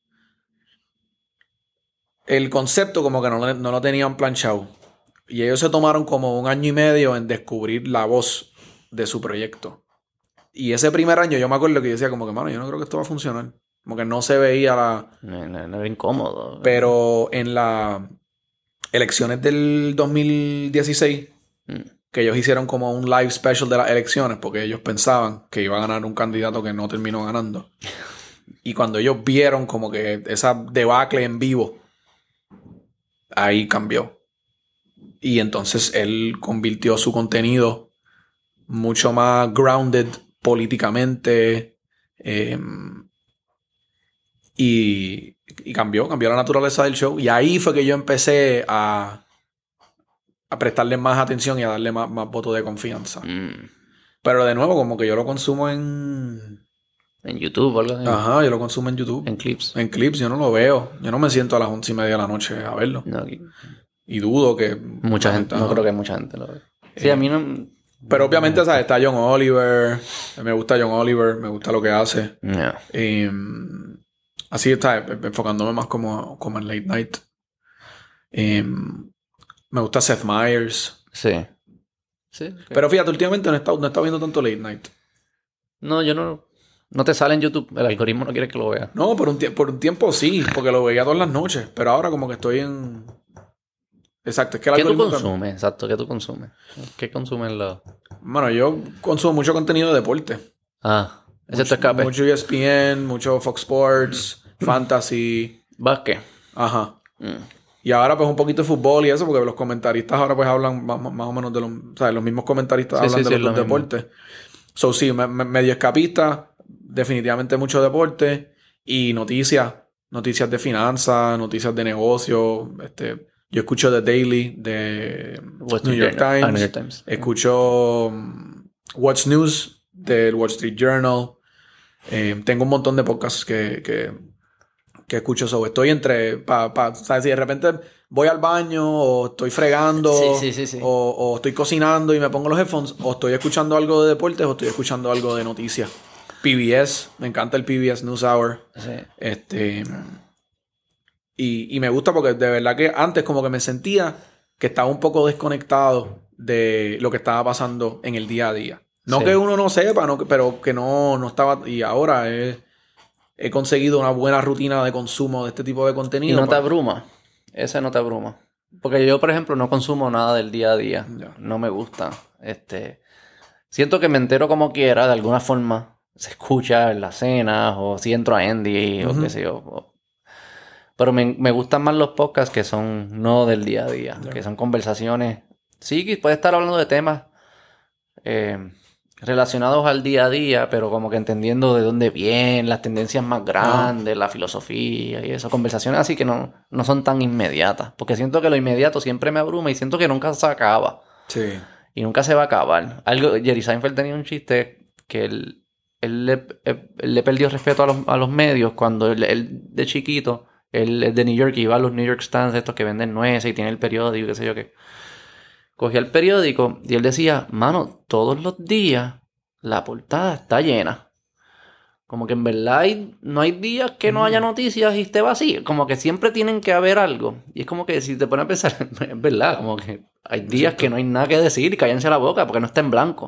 El concepto como que no, no lo tenían planchado. Y ellos se tomaron como un año y medio en descubrir la voz de su proyecto. Y ese primer año yo me acuerdo que yo decía como que, mano, yo no creo que esto va a funcionar. Como que no se veía la... No, no, no era incómodo. Pero en las elecciones del dos mil dieciséis, mm. que ellos hicieron como un live special de las elecciones, porque ellos pensaban que iba a ganar un candidato que no terminó ganando. Y cuando ellos vieron como que esa debacle en vivo, ahí cambió. Y entonces él convirtió su contenido mucho más grounded políticamente. Eh, y, y cambió, cambió la naturaleza del show. Y ahí fue que yo empecé a, a prestarle más atención y a darle más, más voto de confianza. Mm. Pero de nuevo, como que yo lo consumo en... En YouTube o algo así. Ajá, yo lo consumo en YouTube. En clips. En clips, yo no lo veo. Yo no me siento a las once y media de la noche a verlo. No, aquí... Y dudo que... Mucha gente, no creo que mucha gente lo ve. Sí, eh, a mí no... Pero obviamente, ¿sabes? Está John Oliver. Me gusta John Oliver. Me gusta lo que hace. Yeah. Eh, así está, enfocándome más como, como en late night. Eh, me gusta Seth Meyers. Sí. Sí. Okay. Pero fíjate, últimamente no he estado, no he estado viendo tanto late night. No, yo no... No te sale en YouTube. El algoritmo no quiere que lo veas. No, por un, tie- por un tiempo sí. Porque lo veía todas las noches. Pero ahora como que estoy en... Exacto. Es que el ¿Qué tú algoritmo consumes? también... Exacto. ¿Qué tú consumes? ¿Qué consumen los...? Bueno, yo consumo mucho contenido de deporte. Ah. Ese Mucho, te escape. Mucho E S P N, mucho Fox Sports, Fantasy. ¿Básquet? Ajá. Mm. Y ahora pues un poquito de fútbol y eso, porque los comentaristas ahora pues hablan más, más o menos de los... O sea, los mismos comentaristas sí, hablan sí, de sí, los lo deportes. So sí, me, me, medio escapista, definitivamente mucho deporte y noticias. Noticias de finanzas, noticias de negocio. Este, yo escucho The Daily de What's New York Times. Ah, New York Times. Escucho um, What's News del Wall Street Journal. Eh, tengo un montón de podcasts que, que, que escucho sobre. Estoy entre... Pa, pa, ¿sabes? Si de repente voy al baño o estoy fregando sí, sí, sí, sí. O, o estoy cocinando y me pongo los headphones, o estoy escuchando algo de deportes o estoy escuchando algo de noticias. P B S, me encanta el P B S NewsHour. Sí. Este, y, y me gusta porque de verdad que antes como que me sentía que estaba un poco desconectado de lo que estaba pasando en el día a día. No sí. que uno no sepa, no, pero que no, no estaba... Y ahora he, he conseguido una buena rutina de consumo de este tipo de contenido. ¿Y no para... te abruma? Ese no te abruma. Porque yo, por ejemplo, no consumo nada del día a día. Yeah. No me gusta. Este, siento que me entero como quiera, de alguna forma. Se escucha en las cenas, o si entro a Andy, uh-huh. o qué sé yo. O... Pero me, me gustan más los podcasts que son no del día a día. Yeah. Que son conversaciones. Sí, puede estar hablando de temas... Eh, relacionados al día a día, pero como que entendiendo de dónde vienen las tendencias más grandes, ah. la filosofía y eso, conversaciones así que no, no son tan inmediatas, porque siento que lo inmediato siempre me abruma y siento que nunca se acaba. Sí. Y nunca se va a acabar. Algo, Jerry Seinfeld tenía un chiste que él, él, le, él, él le perdió respeto a los, a los medios cuando él, él de chiquito, él es de New York y iba a los New York Stands estos que venden nueces y tiene el periódico, qué sé yo qué. Cogía el periódico y él decía, mano, todos los días la portada está llena. Como que en verdad hay, no hay días que no haya noticias y esté vacío. Como que siempre tienen que haber algo. Y es como que si te pones a pensar, es verdad, como que hay días que no hay nada que decir y cállense la boca porque no está en blanco.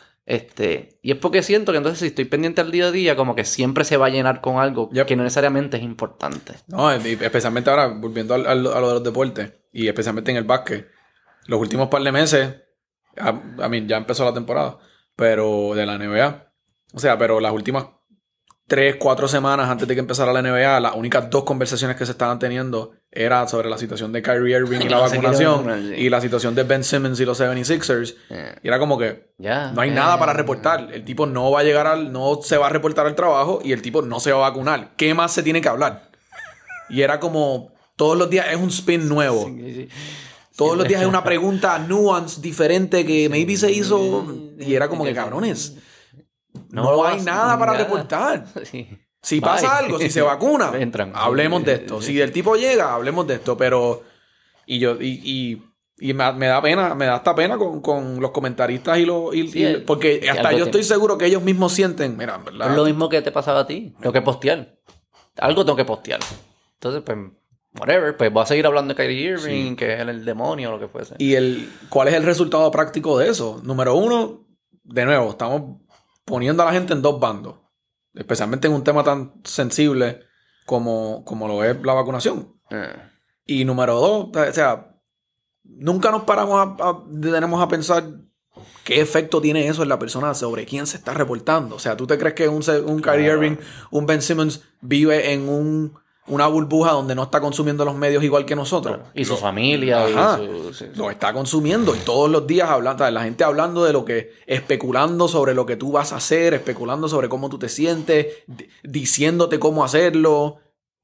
Este, y es porque siento que entonces si estoy pendiente al día a día, como que siempre se va a llenar con algo yep. que no necesariamente es importante. No, especialmente ahora, volviendo al, al, a lo de los deportes, y especialmente en el básquet. Los últimos par de meses, a, a mí ya empezó la temporada, pero de la N B A. O sea, pero las últimas tres, cuatro semanas antes de que empezara la N B A, las únicas dos conversaciones que se estaban teniendo era sobre la situación de Kyrie Irving y la vacunación y la situación de Ben Simmons y los setenta y seis ers. Yeah. Y era como que yeah. no hay yeah. nada para reportar. El tipo no va a llegar al... no se va a reportar al trabajo y el tipo no se va a vacunar. ¿Qué más se tiene que hablar? Y era como... todos los días es un spin nuevo. Sí, sí. Todos los días hay una pregunta nuance diferente que maybe se hizo y era como que cabrones. No, no hay nada para reportar. Sí. Si Bye. pasa algo, si se vacuna, Entran. hablemos de esto. Si el tipo llega, hablemos de esto. Pero, y yo, y, y, y me, me da pena, me da hasta pena con, con los comentaristas y los, y, Sí, y- porque hasta yo estoy tiene. seguro que ellos mismos sienten, mira, en verdad. Es lo mismo que te pasaba a ti. Tengo que postear. Algo tengo que postear. Entonces, pues, whatever. Pues voy a seguir hablando de Kyrie Irving, Sí. que es el, el demonio o lo que fuese. Y el, ¿cuál es el resultado práctico de eso? Número uno, de nuevo, estamos poniendo a la gente en dos bandos. Especialmente en un tema tan sensible como, como lo es la vacunación. Eh. Y número dos, o sea, nunca nos paramos a, a, detenemos a pensar qué efecto tiene eso en la persona sobre quién se está reportando. O sea, ¿tú te crees que un, un Kyrie Claro. Irving, un Ben Simmons vive en un, una burbuja donde no está consumiendo los medios igual que nosotros? Claro. Y su familia. Ajá. Y su, sí, sí. Lo está consumiendo y todos los días hablando, la gente hablando de lo que, especulando sobre lo que tú vas a hacer, especulando sobre cómo tú te sientes, d- diciéndote cómo hacerlo.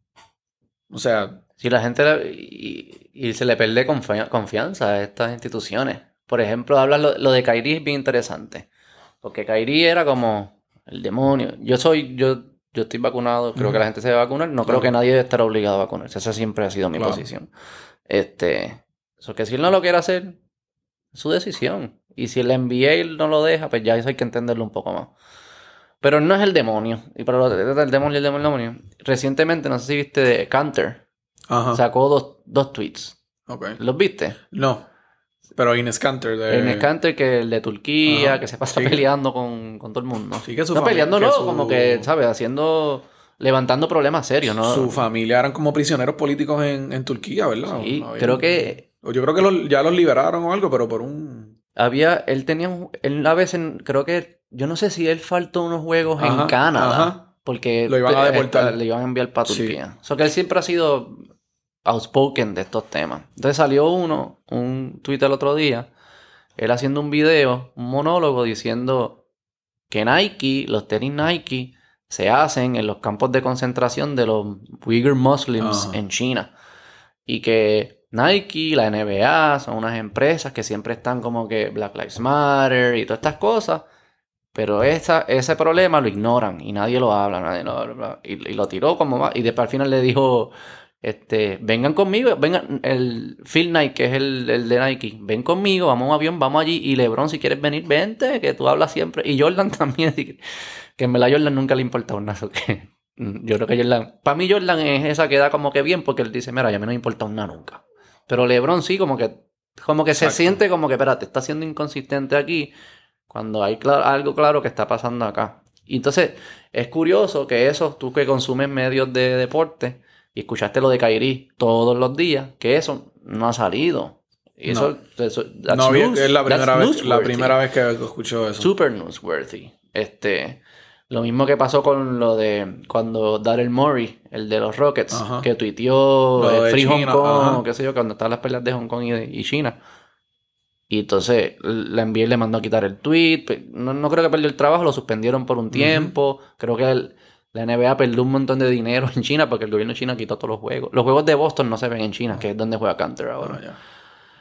O sea, Si la gente la- y, y se le pierde confi- confianza a estas instituciones. Por ejemplo, hablar lo, lo de Kyrie es bien interesante. Porque Kyrie era como el demonio. Yo soy, yo, yo estoy vacunado, creo Ujú. que la gente se debe vacunar. No Claro. creo que nadie debe estar obligado a vacunarse. Esa siempre ha sido mi Claro. posición. Este, eso que si él no lo quiere hacer, es su decisión. Y si el N B A no lo deja, pues ya eso hay que entenderlo un poco más. Pero no es el demonio. Y para lo del demonio y el demonio, el demonio. Recientemente, no sé si viste de Cantor. ajá. Sacó dos, dos tweets. Ok. ¿Los viste? No. Pero Ines Kanter de... El Cantor, que el de Turquía, Ajá. que se pasa Sí. peleando con, con todo el mundo. Sí, que su no familia- peleando, que no, su- como que, ¿sabes? Haciendo, levantando problemas serios, ¿no? Su familia eran como prisioneros políticos en, en Turquía, ¿verdad? Sí, No había- creo que o Yo creo que los- ya los liberaron o algo, pero por un... había, él tenía, un- él a veces, creo que, yo no sé si él faltó unos juegos Ajá, en Canadá, ajá. porque Lo iban a eh, deportar. le iban a enviar para Sí. Turquía. O sea que él siempre ha sido outspoken de estos temas. Entonces salió uno, un tweet el otro día, él haciendo un video, un monólogo diciendo que Nike, los tenis Nike, se hacen en los campos de concentración de los Uyghur Muslims Ajá. en China. Y que Nike, la N B A, son unas empresas que siempre están como que Black Lives Matter y todas estas cosas. Pero esa, ese problema lo ignoran y nadie lo habla, nadie lo habla. Y, y lo tiró como va. Y después al final le dijo, este, vengan conmigo, vengan, el Phil Knight, que es el, el de Nike, ven conmigo, vamos a un avión, vamos allí. Y LeBron, si quieres venir, vente, que tú hablas siempre. Y Jordan también, así que, que en verdad Jordan nunca le importa un nazo. Que, yo creo que Jordan, para mí Jordan es esa que da como que bien, porque él dice, mira, ya a mí no me importa un nada nunca. Pero LeBron sí, como que, como que se Exacto. siente como que, espérate, está siendo inconsistente aquí. Cuando hay cl- algo claro que está pasando acá. Y entonces es curioso que eso, tú que consumes medios de deporte y escuchaste lo de Kyrie todos los días, que eso no ha salido. Y eso, eso that's No, había- news- es la primera, that's vez, la newsworthy. primera vez que escucho eso. Super newsworthy. Este, lo mismo que pasó con lo de cuando Daryl Morey, el de los Rockets, Ajá. que tuiteó Lo eh, de Free Hong China, Kong, ajá. o qué sé yo, cuando estaban las peleas de Hong Kong y, y China. Y entonces la N B A le mandó a quitar el tweet. No, no creo que perdió el trabajo, lo suspendieron por un tiempo. Creo que el- la N B A perdió un montón de dinero en China porque el gobierno de China quitó todos los juegos. Los juegos de Boston no se ven en China, que es donde juega Cantor ahora. Ah, ya.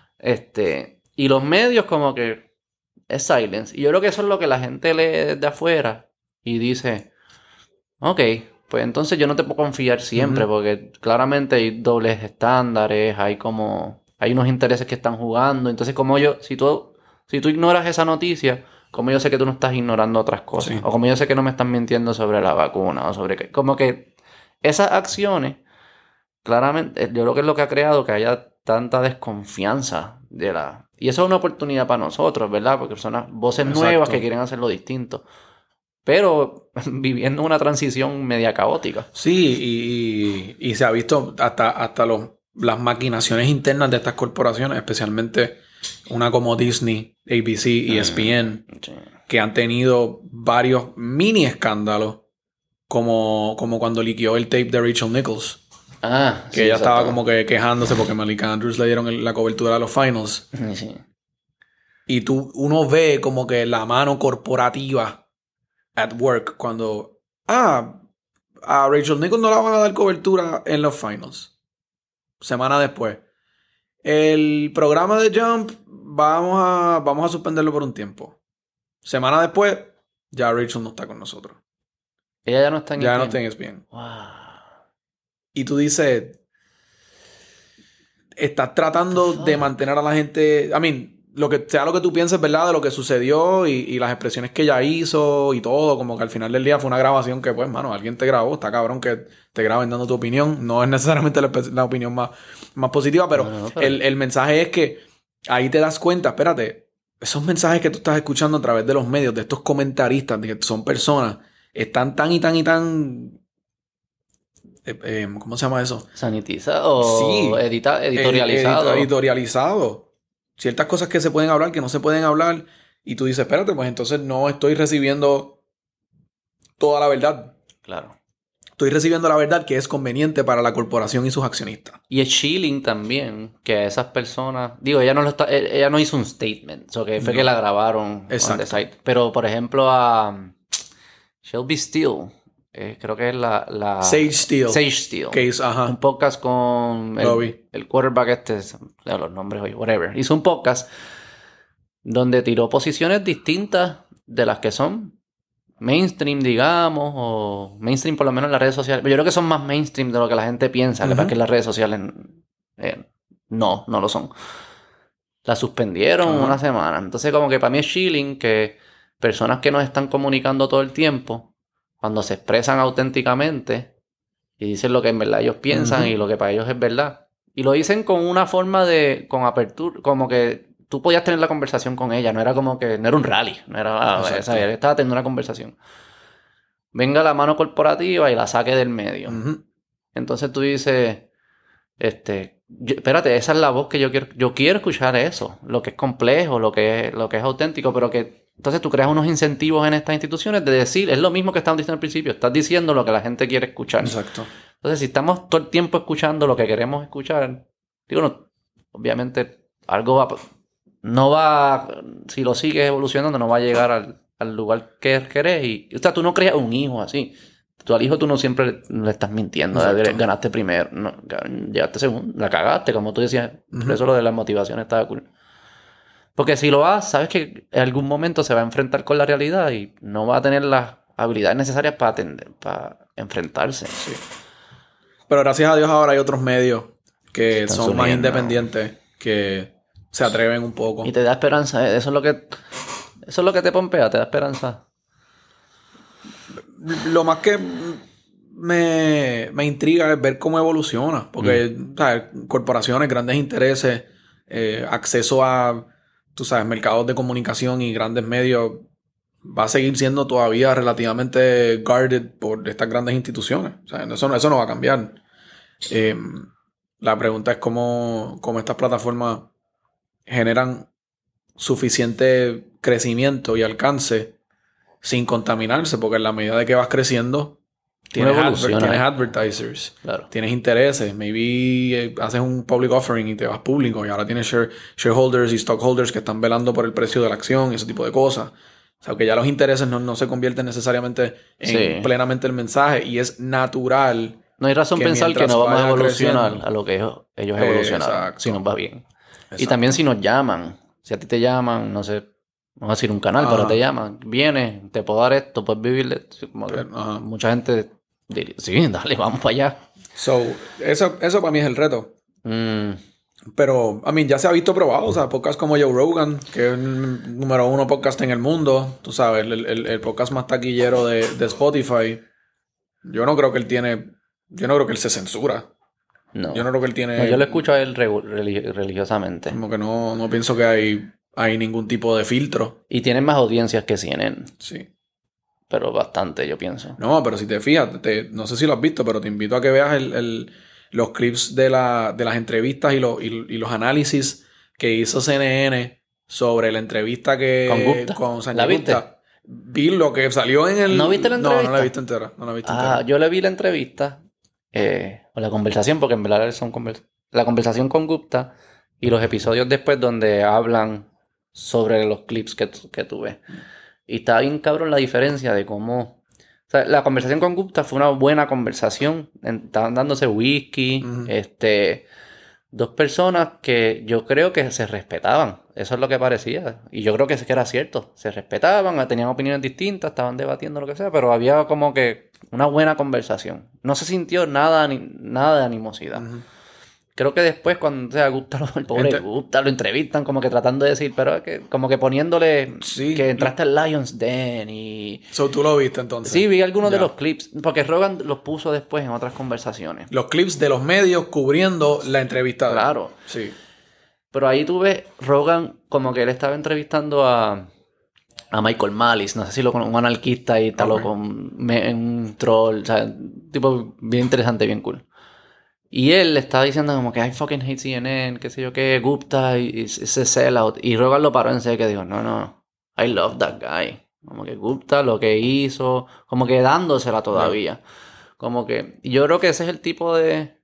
Este, y los medios como que es silence. Y yo creo que eso es lo que la gente lee desde afuera y dice, ok, pues entonces yo no te puedo confiar siempre Ujú. porque claramente hay dobles estándares, hay como, hay unos intereses que están jugando. Entonces como yo, si tú, si tú ignoras esa noticia, como yo sé que tú no estás ignorando otras cosas, Sí. o como yo sé que no me están mintiendo sobre la vacuna, o sobre qué, como que esas acciones, claramente, yo creo que es lo que ha creado que haya tanta desconfianza de la... Y eso es una oportunidad para nosotros, ¿verdad? Porque son las voces Exacto. nuevas que quieren hacerlo distinto. Pero viviendo una transición media caótica. Sí, y, y- y se ha visto hasta, hasta los, las maquinaciones internas de estas corporaciones, especialmente una como Disney, A B C, E S P N, Sí. que han tenido varios mini escándalos, como, como cuando liqueó el tape de Rachel Nichols, Ah, que ella estaba como que quejándose porque Malika Andrews le dieron el- la cobertura de los finals. que... Sí. Y tú, uno ve como que la mano corporativa at work cuando, ah, a Rachel Nichols no la van a dar cobertura en los finals. Semana después. El programa de Jump vamos a, vamos a suspenderlo por un tiempo. Semana después, ya Rachel no está con nosotros. Ella ya no está en Ya E S P N. no está en E S P N. Wow. Y tú dices, estás tratando de mantener a la gente... I mean, lo que sea lo que tú pienses, ¿verdad? De lo que sucedió y, y las expresiones que ella hizo y todo, como que al final del día fue una grabación que, pues, mano, alguien te grabó, está cabrón que te graben dando tu opinión. No es necesariamente la, la opinión más, más positiva, pero, No, no, pero... El, el mensaje es que ahí te das cuenta, espérate, esos mensajes que tú estás escuchando a través de los medios, de estos comentaristas, de que son personas, están tan y tan y tan... Eh, eh, ¿cómo se llama eso? Sanitizado Sí. o edita, editorializado. Edit, editorializado. Ciertas cosas que se pueden hablar, que no se pueden hablar. Y tú dices, espérate, pues entonces no estoy recibiendo toda la verdad. Claro. Estoy recibiendo la verdad que es conveniente para la corporación y sus accionistas. Y es chilling también que esas personas... Digo, ella no lo está, ella no hizo un statement. O sea, que fue no. que la grabaron. Exacto. On the site. Pero, por ejemplo, a Shelby Steele... Eh, creo que es la, la... Sage Steele. Sage Steele. Que hizo, ajá. Un podcast con el, el quarterback este, de los nombres hoy, whatever. Hizo un podcast donde tiró posiciones distintas de las que son mainstream, digamos, o mainstream por lo menos en las redes sociales. Pero yo creo que son más mainstream de lo que la gente piensa. Uh-huh. La verdad que las redes sociales eh, no, no lo son. La suspendieron uh-huh. una semana. Entonces como que para mí es chilling que personas que nos están comunicando todo el tiempo, cuando se expresan auténticamente y dicen lo que en verdad ellos piensan uh-huh. y lo que para ellos es verdad. Y lo dicen con una forma de... con apertura, como que tú podías tener la conversación con ella. No era como que... no era un rally. No era... O sea, él estaba teniendo una conversación. Venga la mano corporativa y la saque del medio. Uh-huh. Entonces tú dices... este yo, espérate, esa es la voz que yo quiero... Yo quiero escuchar eso. Lo que es complejo, lo que es, lo que es auténtico, pero que... Entonces tú creas unos incentivos en estas instituciones de decir, es lo mismo que estábamos diciendo al principio, estás diciendo lo que la gente quiere escuchar. Exacto. Entonces si estamos todo el tiempo escuchando lo que queremos escuchar, digo, no, obviamente algo va, no va, si lo sigues evolucionando no va a llegar al, al lugar que querés. Y, o sea, tú no creas un hijo así. Tú al hijo tú no siempre le estás mintiendo. Ganaste primero, no, llegaste segundo, la cagaste, como tú decías. Uh-huh. Por eso lo de la motivación estaba cool. Porque si lo haces, sabes que en algún momento se va a enfrentar con la realidad y no va a tener las habilidades necesarias para atender, para enfrentarse. Sí. Pero gracias a Dios ahora hay otros medios que Están son subiendo. Más independientes, que se atreven un poco. Y te da esperanza. Eso es lo que, eso es lo que te pompea, te da esperanza. Lo más que me, me intriga es ver cómo evoluciona. Porque, mm. ¿sabes? Corporaciones, grandes intereses, eh, acceso a... tú sabes, mercados de comunicación y grandes medios va a seguir siendo todavía relativamente guarded por estas grandes instituciones. O sea, eso no, eso no va a cambiar. Eh, la pregunta es cómo, cómo estas plataformas generan suficiente crecimiento y alcance sin contaminarse, porque en la medida de que vas creciendo tienes, adver- tienes advertisers, claro. Tienes intereses, maybe eh, haces un public offering y te vas público y ahora tienes share, shareholders y stockholders que están velando por el precio de la acción y ese tipo de cosas. O sea, que ya los intereses no, no se convierten necesariamente en sí. plenamente el mensaje y es natural. No hay razón pensar que no vamos a evolucionar creciendo, a lo que ellos, ellos evolucionaron, eh, si nos va bien. Exacto. Y también si nos llaman, si a ti te llaman, no sé, vamos a decir un canal, ajá. pero te llaman, vienes, te puedo dar esto, puedes vivir de esto. Como que mucha gente diría, sí, dale, vamos para allá. So, eso, eso para mí es el reto. Mm. Pero, I mean, ya se ha visto probado, o sea, podcasts como Joe Rogan, que es el número uno podcast en el mundo, tú sabes, el, el, el podcast más taquillero de, de Spotify. Yo no creo que él tiene, yo no creo que él se censura. No. Yo no creo que él tiene... No, yo lo escucho a él religi- religiosamente. Como que no, no pienso que hay, hay ningún tipo de filtro. Y tienen más audiencias que C N N. Sí. Pero bastante, yo pienso. No, pero si te fijas, te, no sé si lo has visto, pero te invito a que veas el... el los clips de, la, de las entrevistas y, lo, y, y los análisis que hizo C N N sobre la entrevista que... Con Gupta. Con Sanjay ¿La viste? Gupta. Vi lo que salió en el... ¿No viste la entrevista? No, no la he visto entera. No la he visto ah, entera. yo le vi la entrevista. Eh, o la conversación, porque en verdad son convers- la conversación con Gupta y los episodios después donde hablan sobre los clips que, que tú ves. Y está bien cabrón la diferencia de cómo... O sea, la conversación con Gupta fue una buena conversación. Estaban dándose whisky. Uh-huh. Este, dos personas que yo creo que se respetaban. Eso es lo que parecía. Y yo creo que, que era cierto. Se respetaban, tenían opiniones distintas, estaban debatiendo lo que sea, pero había como que una buena conversación. No se sintió nada, ni, nada de animosidad. Uh-huh. Creo que después, cuando o sea, Gupta, el pobre Entre... Gupta, lo entrevistan como que tratando de decir, pero que, como que poniéndole sí, que entraste al Lions Den y... So, ¿tú lo viste entonces? Sí, vi algunos ya. de los clips, porque Rogan los puso después en otras conversaciones. Los clips de los medios cubriendo la entrevista. Claro. Sí. Pero ahí tú ves Rogan como que él estaba entrevistando a, a Michael Malice, no sé si lo con un anarquista y tal, okay. o con un troll, o sea, tipo bien interesante, bien cool. Y él le estaba diciendo como que I fucking hate C N N, qué sé yo qué, Gupta y ese sellout. Y Rogan lo paró en serio que dijo, no, no, I love that guy. Como que Gupta lo que hizo, como que dándosela todavía. No. Como que, y yo creo que ese es el tipo de,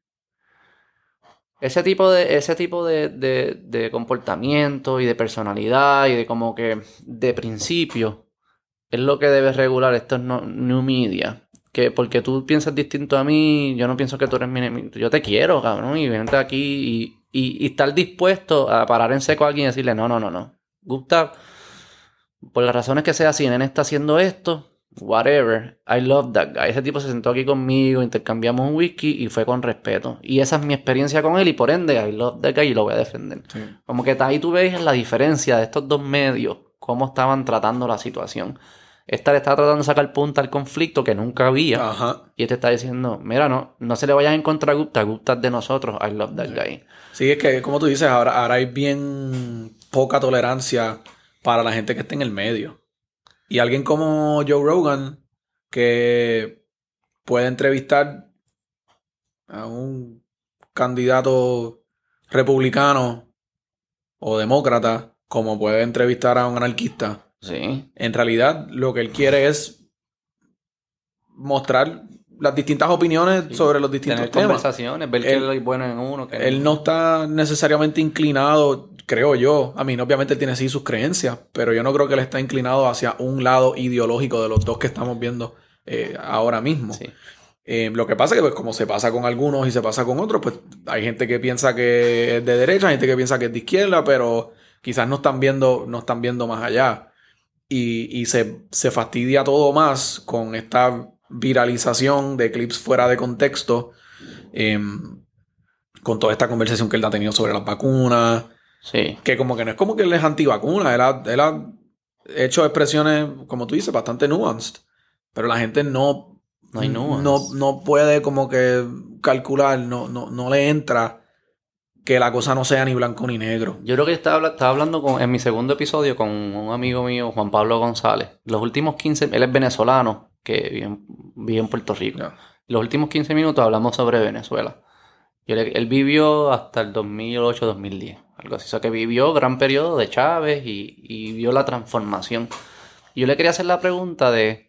ese tipo de, ese tipo de, de, de comportamiento y de personalidad y de como que, de principio, es lo que debe regular estos no, new media. Que porque tú piensas distinto a mí, yo no pienso que tú eres mi enemigo. Yo te quiero, cabrón, y vente aquí y, y, y estar dispuesto a parar en seco a alguien y decirle, no, no, no, no. Gupta, por las razones que sea, si N N está haciendo esto, whatever, I love that guy. Ese tipo se sentó aquí conmigo, intercambiamos un whisky y fue con respeto. Y esa es mi experiencia con él y por ende, I love that guy y lo voy a defender. Sí. Como que ahí tú ves la diferencia de estos dos medios, cómo estaban tratando la situación. Esta le está tratando de sacar punta al conflicto que nunca había. Ajá. Y este está diciendo, mira, no, no se le vayan en contra a Gupta. Gupta es de nosotros. I love that sí. guy. Sí, es que como tú dices, ahora, ahora hay bien poca tolerancia para la gente que está en el medio. Y alguien como Joe Rogan, que puede entrevistar a un candidato republicano o demócrata, como puede entrevistar a un anarquista. Sí. En realidad, lo que él quiere es mostrar las distintas opiniones sí. sobre los distintos Tener temas. Conversaciones, ver qué es bueno en uno. Que él no está necesariamente inclinado, creo yo. A mí, obviamente, él tiene sí sus creencias, pero yo no creo que él está inclinado hacia un lado ideológico de los dos que estamos viendo eh, ahora mismo. Sí. Eh, lo que pasa es que, pues, como se pasa con algunos y se pasa con otros, pues hay gente que piensa que es de derecha, hay gente que piensa que es de izquierda, pero quizás no están viendo, no están viendo más allá. Y, y se, se fastidia todo más con esta viralización de clips fuera de contexto, eh, con toda esta conversación que él ha tenido sobre las vacunas. Sí. Que como que no es como que él es antivacuna. Él ha, él ha hecho expresiones, como tú dices, bastante nuanced. Pero la gente no, no, hay nuance. no, no puede como que calcular, no, no, no le entra que la cosa no sea ni blanco ni negro. Yo creo que estaba, estaba hablando con, en mi segundo episodio con un amigo mío, Juan Pablo González. Los últimos quince... Él es venezolano, que vive en, vive en Puerto Rico. Yeah. Los últimos quince minutos hablamos sobre Venezuela. Yo le, él vivió hasta el dos mil ocho dos mil diez, algo así. O sea, que vivió gran periodo de Chávez y, y vio la transformación. Yo le quería hacer la pregunta de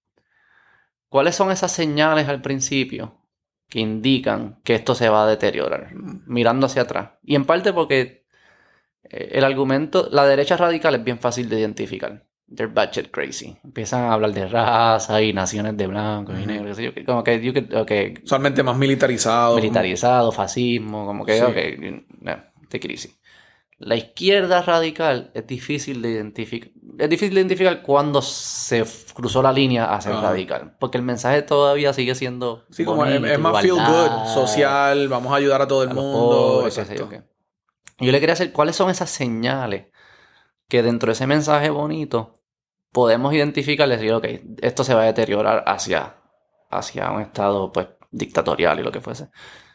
¿cuáles son esas señales al principio que indican que esto se va a deteriorar, mirando hacia atrás? Y en parte porque el argumento, la derecha radical es bien fácil de identificar. They're batshit crazy. Empiezan a hablar de raza y naciones de blancos uh-huh. y negros. Como que, you could, okay, usualmente más militarizado. Militarizado, como... fascismo, como que, sí. ok, no, de crisis. La izquierda radical es difícil de identificar. Es difícil de identificar cuando se cruzó la línea a ser uh-huh. radical. Porque el mensaje todavía sigue siendo. Sí, bonito, como es, es más igualdad, feel good, social, vamos a ayudar a todo el a mundo. Pobres, exacto. Yo, okay. yo le quería hacer, ¿cuáles son esas señales que dentro de ese mensaje bonito podemos identificar y decir, ok, esto se va a deteriorar hacia, hacia un estado pues dictatorial y lo que fuese?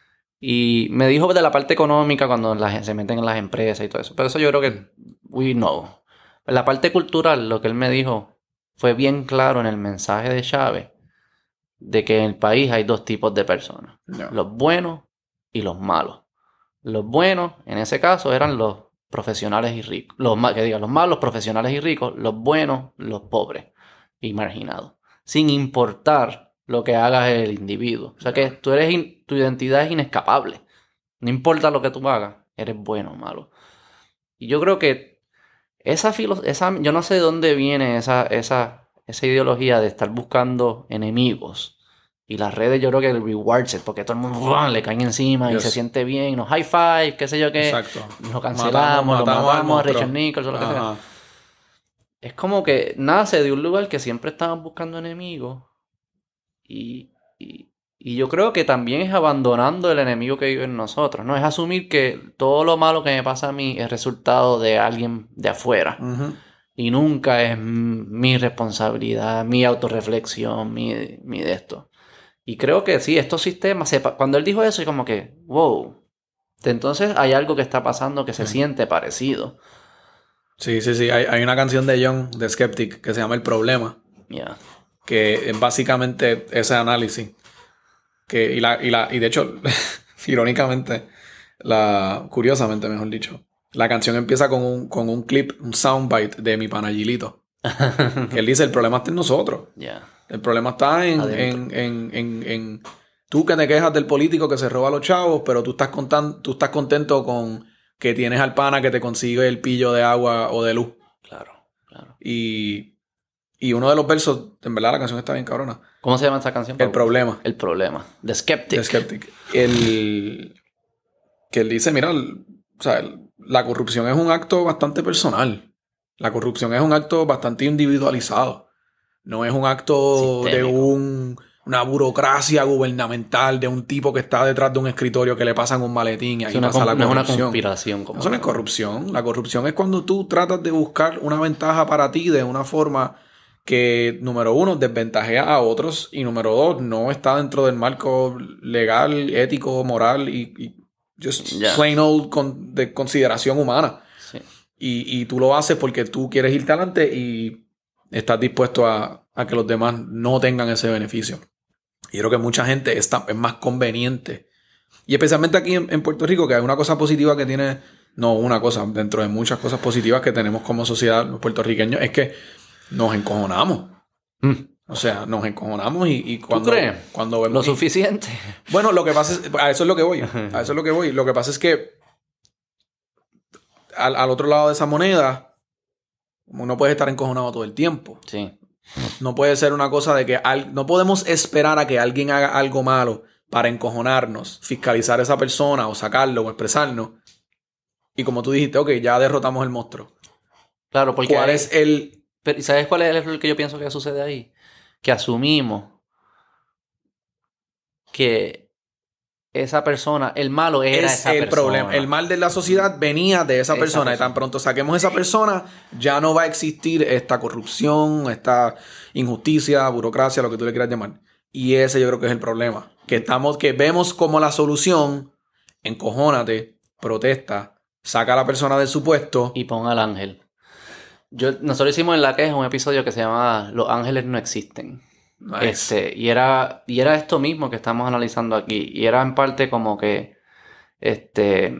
Y me dijo de la parte económica cuando la, se meten en las empresas y todo eso. Pero eso yo creo que we know. En la parte cultural, lo que él me dijo fue bien claro en el mensaje de Chávez de que en el país hay dos tipos de personas. No. Los buenos y los malos. Los buenos, en ese caso, eran los profesionales y ricos. Los, que diga, los malos, profesionales y ricos. Los buenos, los pobres y marginados. Sin importar lo que haga el individuo. O sea que tú eres in, tu identidad es inescapable. No importa lo que tú hagas, eres bueno o malo. Y yo creo que esa filo, esa, yo no sé de dónde viene esa, esa, esa ideología de estar buscando enemigos Y las redes yo creo que rewards it, porque todo el mundo ¡buah! Le caen encima yes. y se siente bien, nos high five, qué sé yo qué. Exacto. Nos cancelamos, matamos, lo matamos a Richard monstruo. Nichols o lo que Ajá. sea. Es como que nace de un lugar que siempre estaban buscando enemigos. Y, y, y yo creo que también es abandonando el enemigo que vive en nosotros, ¿no? Es asumir que todo lo malo que me pasa a mí es resultado de alguien de afuera. Uh-huh. Y nunca es mi responsabilidad, mi autorreflexión, mi, mi de esto. Y creo que sí, estos sistemas, sepa, cuando él dijo eso, es como que, wow. Entonces hay algo que está pasando que se uh-huh. siente parecido. Sí, sí, sí. Hay, hay una canción de John, de Skeptic, que se llama El Problema. Yeah. Que es básicamente ese análisis. Que, y, la, y, la, y de hecho, irónicamente, la, curiosamente, mejor dicho, la canción empieza con un, con un clip, un soundbite de mi pana Gilito. Que él dice, el problema está en nosotros. Yeah. El problema está en, en, en, en, en tú que te quejas del político que se roba a los chavos, pero tú estás, contan, tú estás contento con que tienes al pana que te consigue el pillo de agua o de luz. Claro, claro. Y, y uno de los versos, en verdad la canción está bien cabrona. ¿Cómo se llama esa canción? El problema. El problema. The Skeptic. The Skeptic. El, que él dice, mira, el, o sea, el, la corrupción es un acto bastante personal. La corrupción es un acto bastante individualizado. No es un acto sistémico. de un, una burocracia gubernamental, de un tipo que está detrás de un escritorio que le pasan un maletín y ahí pasa la corrupción. No es una conspiración. Como Eso no es corrupción. La corrupción es cuando tú tratas de buscar una ventaja para ti de una forma que, número uno, desventajea a otros y, número dos, no está dentro del marco legal, ético, moral y, y just yeah. plain old con, de consideración humana. Sí. Y, y tú lo haces porque tú quieres irte adelante y estás dispuesto a, a que los demás no tengan ese beneficio. Y creo que mucha gente está, es más conveniente. Y especialmente aquí en, en Puerto Rico, que hay una cosa positiva que tiene... No, una cosa, dentro de muchas cosas positivas que tenemos como sociedad los puertorriqueños, es que nos encojonamos. Mm. O sea, nos encojonamos y, y cuando... ¿Tú crees? Cuando vemos... Lo suficiente. Y, bueno, lo que pasa es... A eso es lo que voy. A eso es lo que voy. Lo que pasa es que al, al otro lado de esa moneda... No puedes estar encojonado todo el tiempo. Sí. No puede ser una cosa de que... Al, no podemos esperar a que alguien haga algo malo para encojonarnos, fiscalizar a esa persona o sacarlo o expresarnos. Y como tú dijiste, ok, ya derrotamos el monstruo. Claro, porque... ¿Cuál hay, es el...? Pero, ¿sabes cuál es el que yo pienso que sucede ahí? Que asumimos que esa persona, el malo era es esa el persona. problema. El mal de la sociedad venía de esa, esa persona. persona. Y tan pronto saquemos a esa persona, ya no va a existir esta corrupción, esta injusticia, burocracia, lo que tú le quieras llamar. Y ese yo creo que es el problema. Que estamos, que vemos como la solución, encojónate, protesta, saca a la persona de su puesto. Y pon al ángel. Yo, nosotros hicimos en La Queja un episodio que se llama Los ángeles no existen. Nice. Este, y era, y era esto mismo que estamos analizando aquí. Y era en parte como que, este,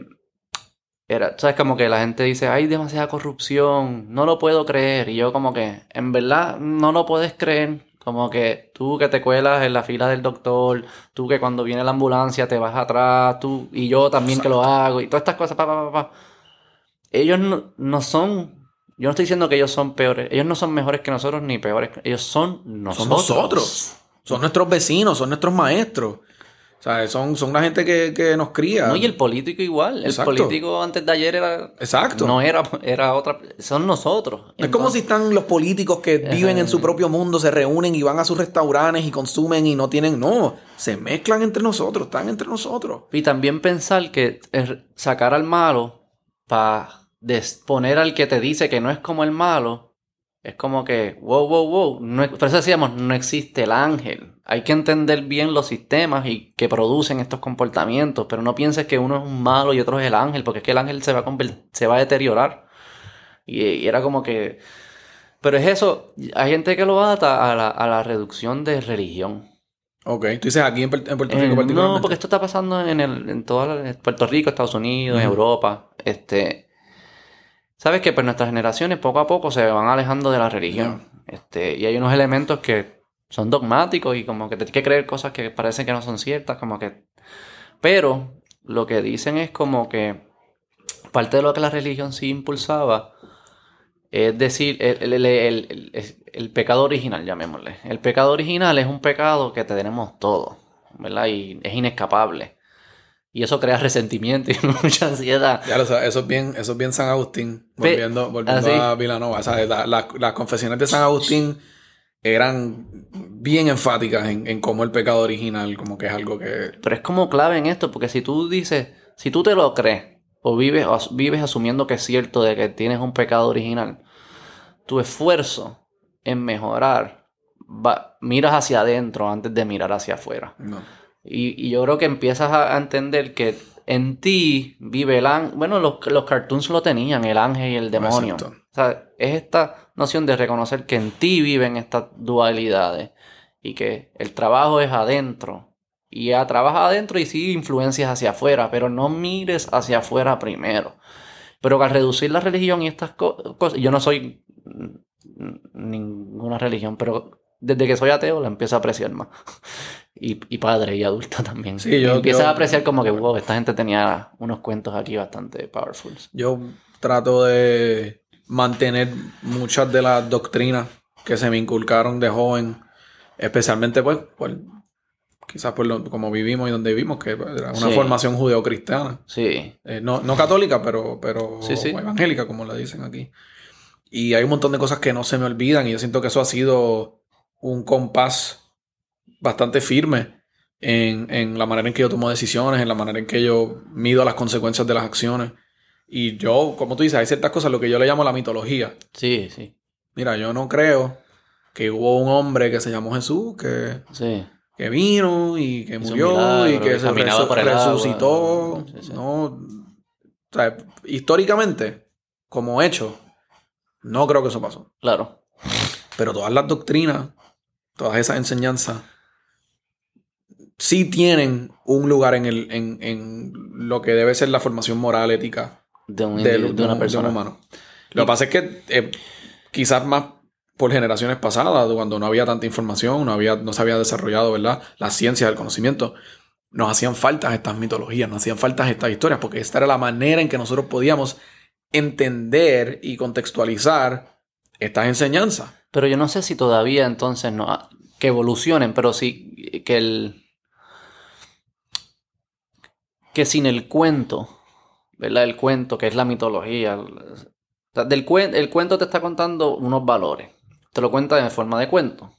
era, sabes, como que la gente dice, hay demasiada corrupción, no lo puedo creer. Y yo como que, en verdad, no lo puedes creer. Como que tú que te cuelas en la fila del doctor, tú que cuando viene la ambulancia te vas atrás, tú y yo también Exacto. que lo hago. Y todas estas cosas, pa, pa, pa, pa. Ellos no, no son... Yo no estoy diciendo que ellos son peores. Ellos no son mejores que nosotros ni peores. Ellos son nosotros. Son nosotros. Son nuestros vecinos, son nuestros maestros. O sea, son, son la gente que, que nos cría. No, y el político igual. Exacto. El político antes de ayer era... Exacto. No era, era otra... Son nosotros. Es Entonces, como si están los políticos que viven en su propio mundo, se reúnen y van a sus restaurantes y consumen y no tienen... No, se mezclan entre nosotros, están entre nosotros. Y también pensar que sacar al malo para... de poner al que te dice que no es como el malo, es como que, wow, wow, wow. No, por eso decíamos, no existe el ángel. Hay que entender bien los sistemas y que producen estos comportamientos, pero no pienses que uno es un malo y otro es el ángel, porque es que el ángel se va a, convert- se va a deteriorar. Y, y era como que... Pero es eso, hay gente que lo ata a la, a la reducción de religión. Ok, tú dices aquí en, en Puerto Rico eh, particularmente. No, porque esto está pasando en, el, en toda Puerto Rico, Estados Unidos, uh-huh. Europa, este... ¿Sabes qué? Pues nuestras generaciones poco a poco se van alejando de la religión. Yeah. Este, y hay unos elementos que son dogmáticos y como que tienes que creer cosas que parecen que no son ciertas, como que... Pero lo que dicen es como que parte de lo que la religión sí impulsaba Es decir, el, el, el, el, el, el pecado original, llamémosle. El pecado original es un pecado que tenemos todos, ¿verdad? Y es inescapable. Y eso crea resentimiento y mucha ansiedad. Ya lo sabes, eso es bien, eso es bien San Agustín. Volviendo, Pe volviendo ¿Ah, sí? a Vilanova. ¿Sabes? La, la, las confesiones de San Agustín eran bien enfáticas en, en cómo el pecado original, como que es algo que... Pero es como clave en esto, porque si tú dices, si tú te lo crees, o vives, o vives asumiendo que es cierto de que tienes un pecado original, tu esfuerzo en mejorar, va, miras hacia adentro antes de mirar hacia afuera. No. Y, y yo creo que empiezas a, a entender que en ti vive el ángel. Bueno, los, los cartoons lo tenían, el ángel y el demonio. Exacto. O sea, es esta noción de reconocer que en ti viven estas dualidades y que el trabajo es adentro. Y ya trabaja adentro y sí influencias hacia afuera, pero no mires hacia afuera primero. Pero que al reducir la religión y estas co cosas, yo no soy ninguna religión, pero desde que soy ateo la empiezo a apreciar más. Y, y padre y adulto también. Sí, yo, empiezas yo, a apreciar como que, wow, esta gente tenía unos cuentos aquí bastante powerful. Yo trato de mantener muchas de las doctrinas que se me inculcaron de joven, especialmente pues por, quizás por lo, como vivimos y donde vivimos, que era una Sí. formación judeocristiana. Sí. Eh, no, no católica, pero, pero Sí, sí. evangélica, como la dicen aquí. Y hay un montón de cosas que no se me olvidan y yo siento que eso ha sido un compás bastante firme en, en la manera en que yo tomo decisiones, en la manera en que yo mido las consecuencias de las acciones. Y yo, como tú dices, hay ciertas cosas, lo que yo le llamo la mitología. Sí, sí. Mira, yo no creo que hubo un hombre que se llamó Jesús, que, Sí. que vino y que Hizo un murió milagro, y que y se caminaba resu- por el agua. resucitó. Sí, sí. No, o sea, históricamente, como hecho, no creo que eso pasó. Claro. Pero todas las doctrinas, todas esas enseñanzas, sí tienen un lugar en, el, en, en lo que debe ser la formación moral, ética De, un, de, de, de una de persona. un humano. Lo que pasa es que eh, quizás más por generaciones pasadas, cuando no había tanta información, no, había, no se había desarrollado, ¿verdad?, la ciencia del conocimiento, nos hacían falta estas mitologías, nos hacían falta estas historias, porque esta era la manera en que nosotros podíamos entender y contextualizar estas enseñanzas. Pero yo no sé si todavía entonces no que evolucionen, pero sí que el que sin el cuento, ¿verdad? El cuento que es la mitología, o sea, del cuen el cuento te está contando unos valores, te lo cuenta en forma de cuento.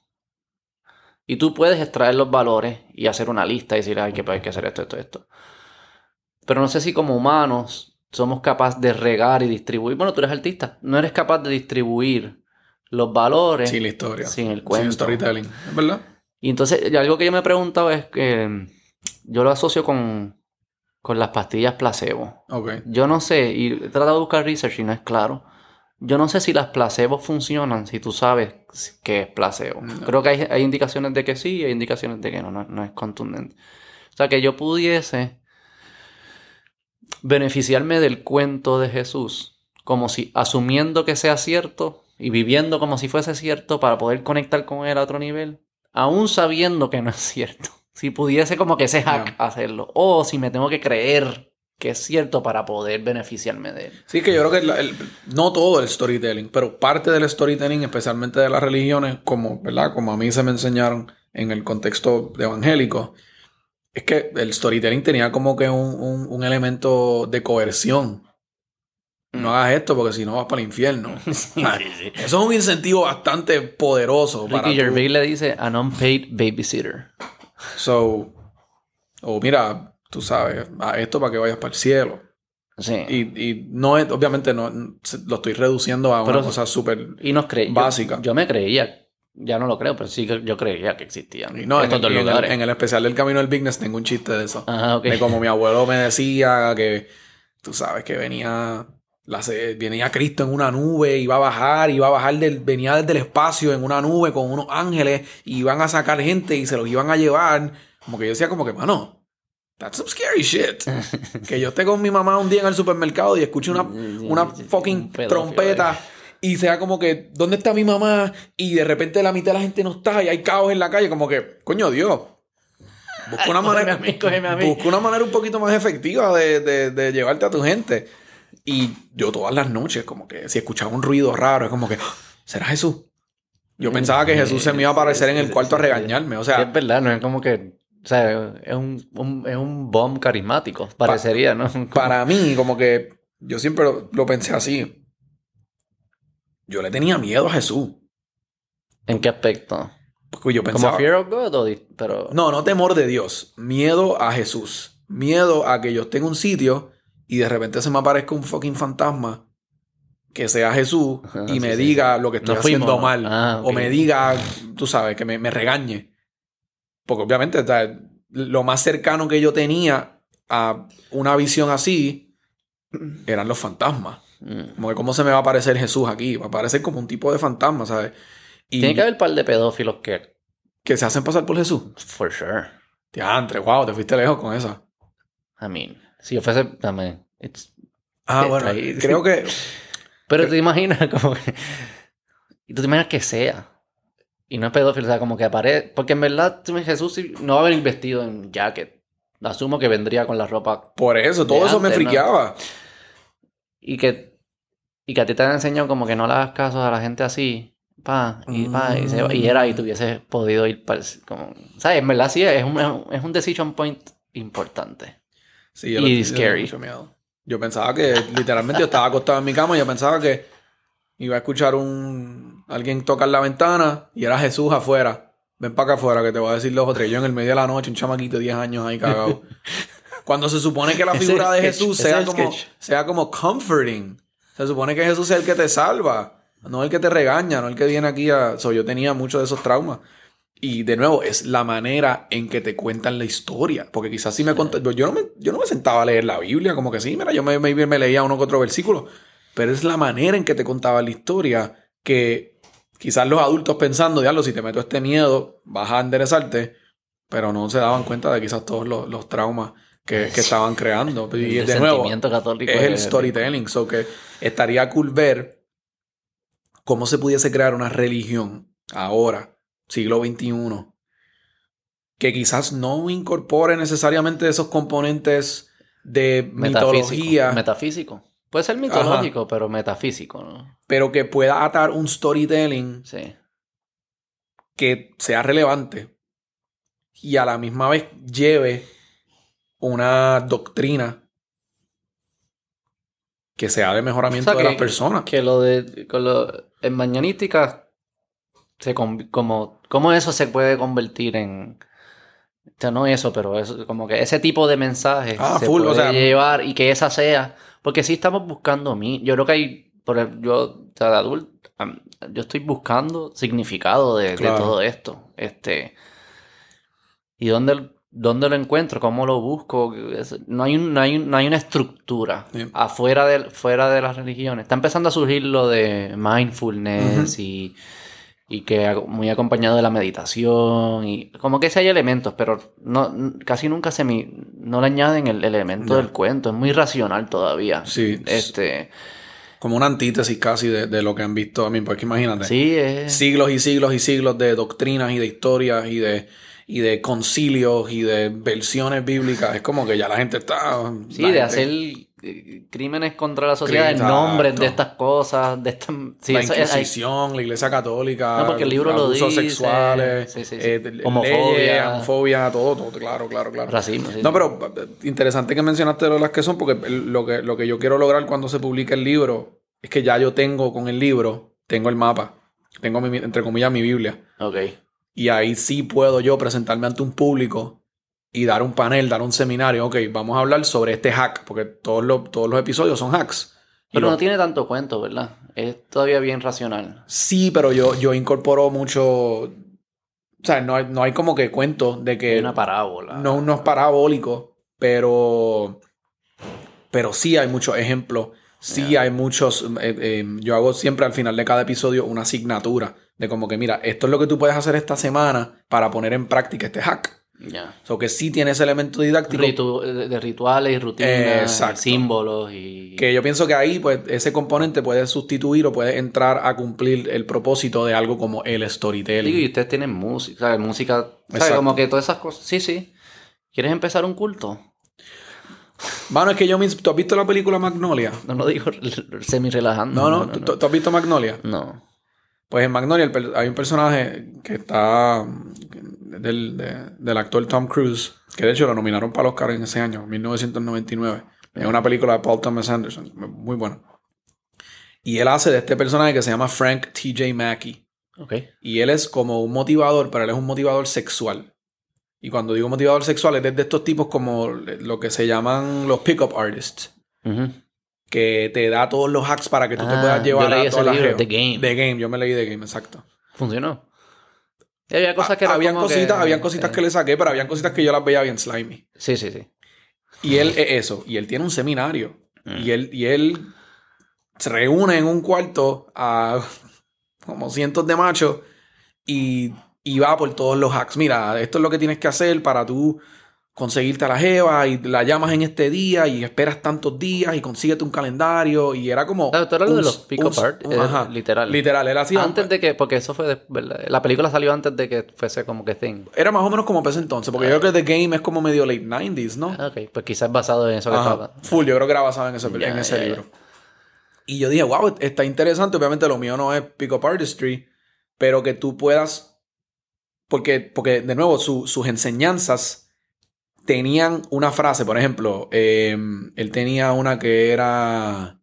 Y tú puedes extraer los valores y hacer una lista y decir, ay, que hay que hacer esto, esto, esto. Pero no sé si como humanos somos capaces de regar y distribuir. Bueno, tú eres artista, no eres capaz de distribuir los valores sin la historia, sin el cuento. sin storytelling, ¿es verdad? Y entonces, algo que yo me he preguntado es que yo lo asocio con, con las pastillas placebo. Okay. Yo no sé, y he tratado de buscar research y no es claro. Yo no sé si las placebos funcionan si tú sabes qué es placebo. No. Creo que hay, hay indicaciones de que sí y hay indicaciones de que no, no, no es contundente. O sea, que yo pudiese beneficiarme del cuento de Jesús, como si asumiendo que sea cierto y viviendo como si fuese cierto para poder conectar con él a otro nivel, aún sabiendo que no es cierto. Si pudiese como que ese hack yeah. hacerlo. O si me tengo que creer que es cierto para poder beneficiarme de él. Sí, que yo creo que el, el, no todo el storytelling, pero parte del storytelling, especialmente de las religiones, como, ¿verdad? Como a mí se me enseñaron en el contexto evangélico, es que el storytelling tenía como que un, un, un elemento de coerción. No hagas esto porque si no vas para el infierno. Sí, sí, sí. Eso es un incentivo bastante poderoso. Ricky para Gervais tu... le dice an unpaid babysitter. So, o oh, mira, tú sabes, a esto para que vayas para el cielo. Sí. Y, y no es, obviamente, no lo estoy reduciendo a pero, una cosa súper básica. Yo, yo me creía, ya no lo creo, pero sí que yo creía que existían. Y no, estos en, el, en, el, en el especial del Camino del Business tengo un chiste de eso. Ajá, okay. De como mi abuelo me decía que, tú sabes, que venía, la, venía Cristo en una nube, iba a bajar, iba a bajar, del, venía desde el espacio en una nube con unos ángeles, y iban a sacar gente y se los iban a llevar. Como que yo decía como que, mano, that's some scary shit. Que yo esté con mi mamá un día en el supermercado y escuche una, una fucking trompeta y sea como que, ¿dónde está mi mamá? Y de repente la mitad de la gente no está y hay caos en la calle. Como que, coño Dios, busca una, manera, a mí, a mí. busca una manera un poquito más efectiva de, de, de llevarte a tu gente. Y yo todas las noches, como que si escuchaba un ruido raro, es como que, ¿será Jesús? Yo pensaba que Jesús se me iba a aparecer en el cuarto a regañarme, o sea... Sí, es verdad, no es como que... O sea, es un, un, es un bomb carismático, parecería, ¿no? Como... Para mí, como que yo siempre lo, lo pensé así. Yo le tenía miedo a Jesús. ¿En qué aspecto? Porque yo pensaba... ¿Como fear of God o...? Pero... No, no temor de Dios. Miedo a Jesús. Miedo a que yo esté en un sitio y de repente se me aparezca un fucking fantasma que sea Jesús Ah, y sí, me sí, diga sí. lo que estoy No haciendo fuimos. mal. Ah, o ok. me diga, tú sabes, que me, me regañe. Porque obviamente o sea, lo más cercano que yo tenía a una visión así eran los fantasmas. Mm. Como que cómo se me va a aparecer Jesús aquí. Va a aparecer como un tipo de fantasma, ¿sabes? Y Tiene que haber un par de pedófilos que... que se hacen pasar por Jesús. For sure. Diantre, wow, te fuiste lejos con esa. I mean, si yo fuese... También... It's... Ah, Está bueno, ahí. creo que... Pero te imaginas como que... Y tú te imaginas que sea. Y no es pedófilo, o sea, como que aparece... Porque en verdad Jesús no va a venir vestido en jacket. Asumo que vendría con la ropa... Por eso, todo de eso me antes, ¿no? friqueaba. Y que... Y que a ti te han enseñado como que no le hagas caso a la gente así. Pa, y pa, y, se, y era y tú hubieses podido ir para el... Como, ¿sabes? En verdad sí, es un, es un decision point importante. Sí, yo Y lo- yo scary. tenía mucho miedo. Yo pensaba que, literalmente, yo estaba acostado en mi cama y yo pensaba que iba a escuchar un... alguien tocar la ventana y era Jesús afuera. Ven para acá afuera que te voy a decir dos o tres. Yo en el medio de la noche, un chamaquito de diez años ahí cagado. Cuando se supone que la Ese figura de sketch, Jesús ese sea es el como, sketch. sea como comforting. Se supone que Jesús es el que te salva, no el que te regaña, no el que viene aquí a... So, yo tenía muchos de esos traumas. Y de nuevo, es la manera en que te cuentan la historia. Porque quizás si me cont... yo, no me, yo no me sentaba a leer la Biblia, como que sí, mira, yo me, me, me leía uno que otro versículo. Pero es la manera en que te contaban la historia que quizás los adultos pensando, diablo, si te meto este miedo, vas a enderezarte. Pero no se daban cuenta de quizás todos los, los traumas que, que estaban creando. Y El de nuevo, sentimiento católico es de- el storytelling. So que estaría cool ver cómo se pudiese crear una religión ahora, siglo veintiuno, que quizás no incorpore necesariamente esos componentes de Metafísico. mitología, Metafísico. Puede ser mitológico, pero metafísico, ¿no? pero que pueda atar un storytelling Sí. que sea relevante y a la misma vez lleve una doctrina que sea de mejoramiento O sea, de que- las personas. Que lo de... Con lo, en Mañanística... Se, con- como, ¿Cómo eso se puede convertir en... O sea, no eso, pero eso, como que ese tipo de mensajes Ah, se full, o puede sea, llevar y que esa sea... Porque sí estamos buscando mí. Yo creo que hay... Por el- yo, o sea, de adulto, am- yo estoy buscando significado de, de Claro. todo esto. Este... ¿Y dónde, dónde lo encuentro? ¿Cómo lo busco? Es- no, hay un, no, hay un- no hay una estructura Sí. afuera de, fuera de las religiones. Está empezando a surgir lo de mindfulness y, y que ac- muy acompañado de la meditación. Y como que sí hay elementos, pero no, n- casi nunca se mi, no le añaden el elemento Ya. del cuento. Es muy racional todavía. Sí. Este, Como una antítesis casi de, de lo que han visto a mí, porque imagínate. sí, es... Siglos y siglos y siglos de doctrinas y de historias y de, y de concilios y de versiones bíblicas. Es como que ya la gente está... Sí, la de gente- hacer eh, crímenes contra la sociedad en Exacto. nombre de estas cosas, de estas... Sí, la eso es- hay- Inquisición, la Iglesia Católica, No, porque el libro lo abusos dice. sexuales, Sí, sí, sí. eh, Homofobia. leyes, homofobia, todo, todo, claro, claro, claro. Racismo, sí, No, sí. pero eh, interesante que mencionaste lo de las que son, porque el- lo que, lo que yo quiero lograr cuando se publique el libro es que ya yo tengo con el libro, tengo el mapa, tengo, mi, entre comillas, mi Biblia. Ok. Y ahí sí puedo yo presentarme ante un público y dar un panel, dar un seminario. Ok, vamos a hablar sobre este hack, porque todos los, todos los episodios son hacks. Y Pero lo- no tiene tanto cuento, ¿verdad? Es todavía bien racional. Sí, pero yo, yo incorporo mucho... O sea, no hay, no hay como que cuento de que... Hay una parábola. No, no es parabólico, pero... Pero sí hay muchos ejemplos. Sí Yeah. hay muchos... eh, eh, yo hago siempre al final de cada episodio una asignatura de como que, mira, esto es lo que tú puedes hacer esta semana para poner en práctica este hack. Ya. O sea, que sí tiene ese elemento didáctico. Ritu- de, de rituales y rutinas, Exacto. símbolos y... Que yo pienso que ahí, pues, ese componente puede sustituir o puede entrar a cumplir el propósito de algo como el storytelling. Digo, y ustedes tienen música, ¿sabes? Música, ¿sabes? Exacto. Como que todas esas cosas. Sí, sí. ¿Quieres empezar un culto? Mano, es que yo mis... ¿Tú has visto la película Magnolia? No lo digo semi-relajando. No, no. no, no, no. ¿Tú has visto Magnolia? No. Pues en Magnolia el per... hay un personaje que está... Del, de, del actor Tom Cruise, que de hecho lo nominaron para el Oscar en ese año, mil novecientos noventa y nueve. Es una película de Paul Thomas Anderson. Muy buena. Y él hace de este personaje que se llama Frank T J Mackey. Okay. Y él es como un motivador, pero él es un motivador sexual. Y cuando digo motivador sexual es de estos tipos como lo que se llaman los pick-up artists. Uh-huh. Que te da todos los hacks para que tú ah, te puedas llevar yo leí a todas las libro, The Game. The Game, yo me leí The Game, exacto. Funcionó. Y había cosas que... Ah, habían cositas, que, habían cositas eh, que le saqué, pero habían cositas que yo las veía bien slimy. Sí, sí, sí. Y él es eso. Y él tiene un seminario. Mm. Y él... Y él se reúne en un cuarto a como cientos de machos y, y va por todos los hacks. Mira, esto es lo que tienes que hacer para tú conseguirte a la jeva y la llamas en este día y esperas tantos días y consíguete un calendario y era como... Claro, tú eras lo de los pick-up art, eh, literal. Literal, era así. Antes de que... Porque eso fue... De, ¿verdad? La película salió antes de que fuese como que thing. Era más o menos como para ese entonces, porque ah, yo creo que The Game es como medio late nineties, ¿no? Ok, pues quizás basado en eso que estaba... Full, yo creo que era basado en ese, yeah, en ese yeah, libro. Yeah. Y yo dije, wow, está interesante. Obviamente lo mío no es pick-up artistry, pero que tú puedas... Porque, porque de nuevo, su, sus enseñanzas tenían una frase. Por ejemplo, eh, él tenía una que era...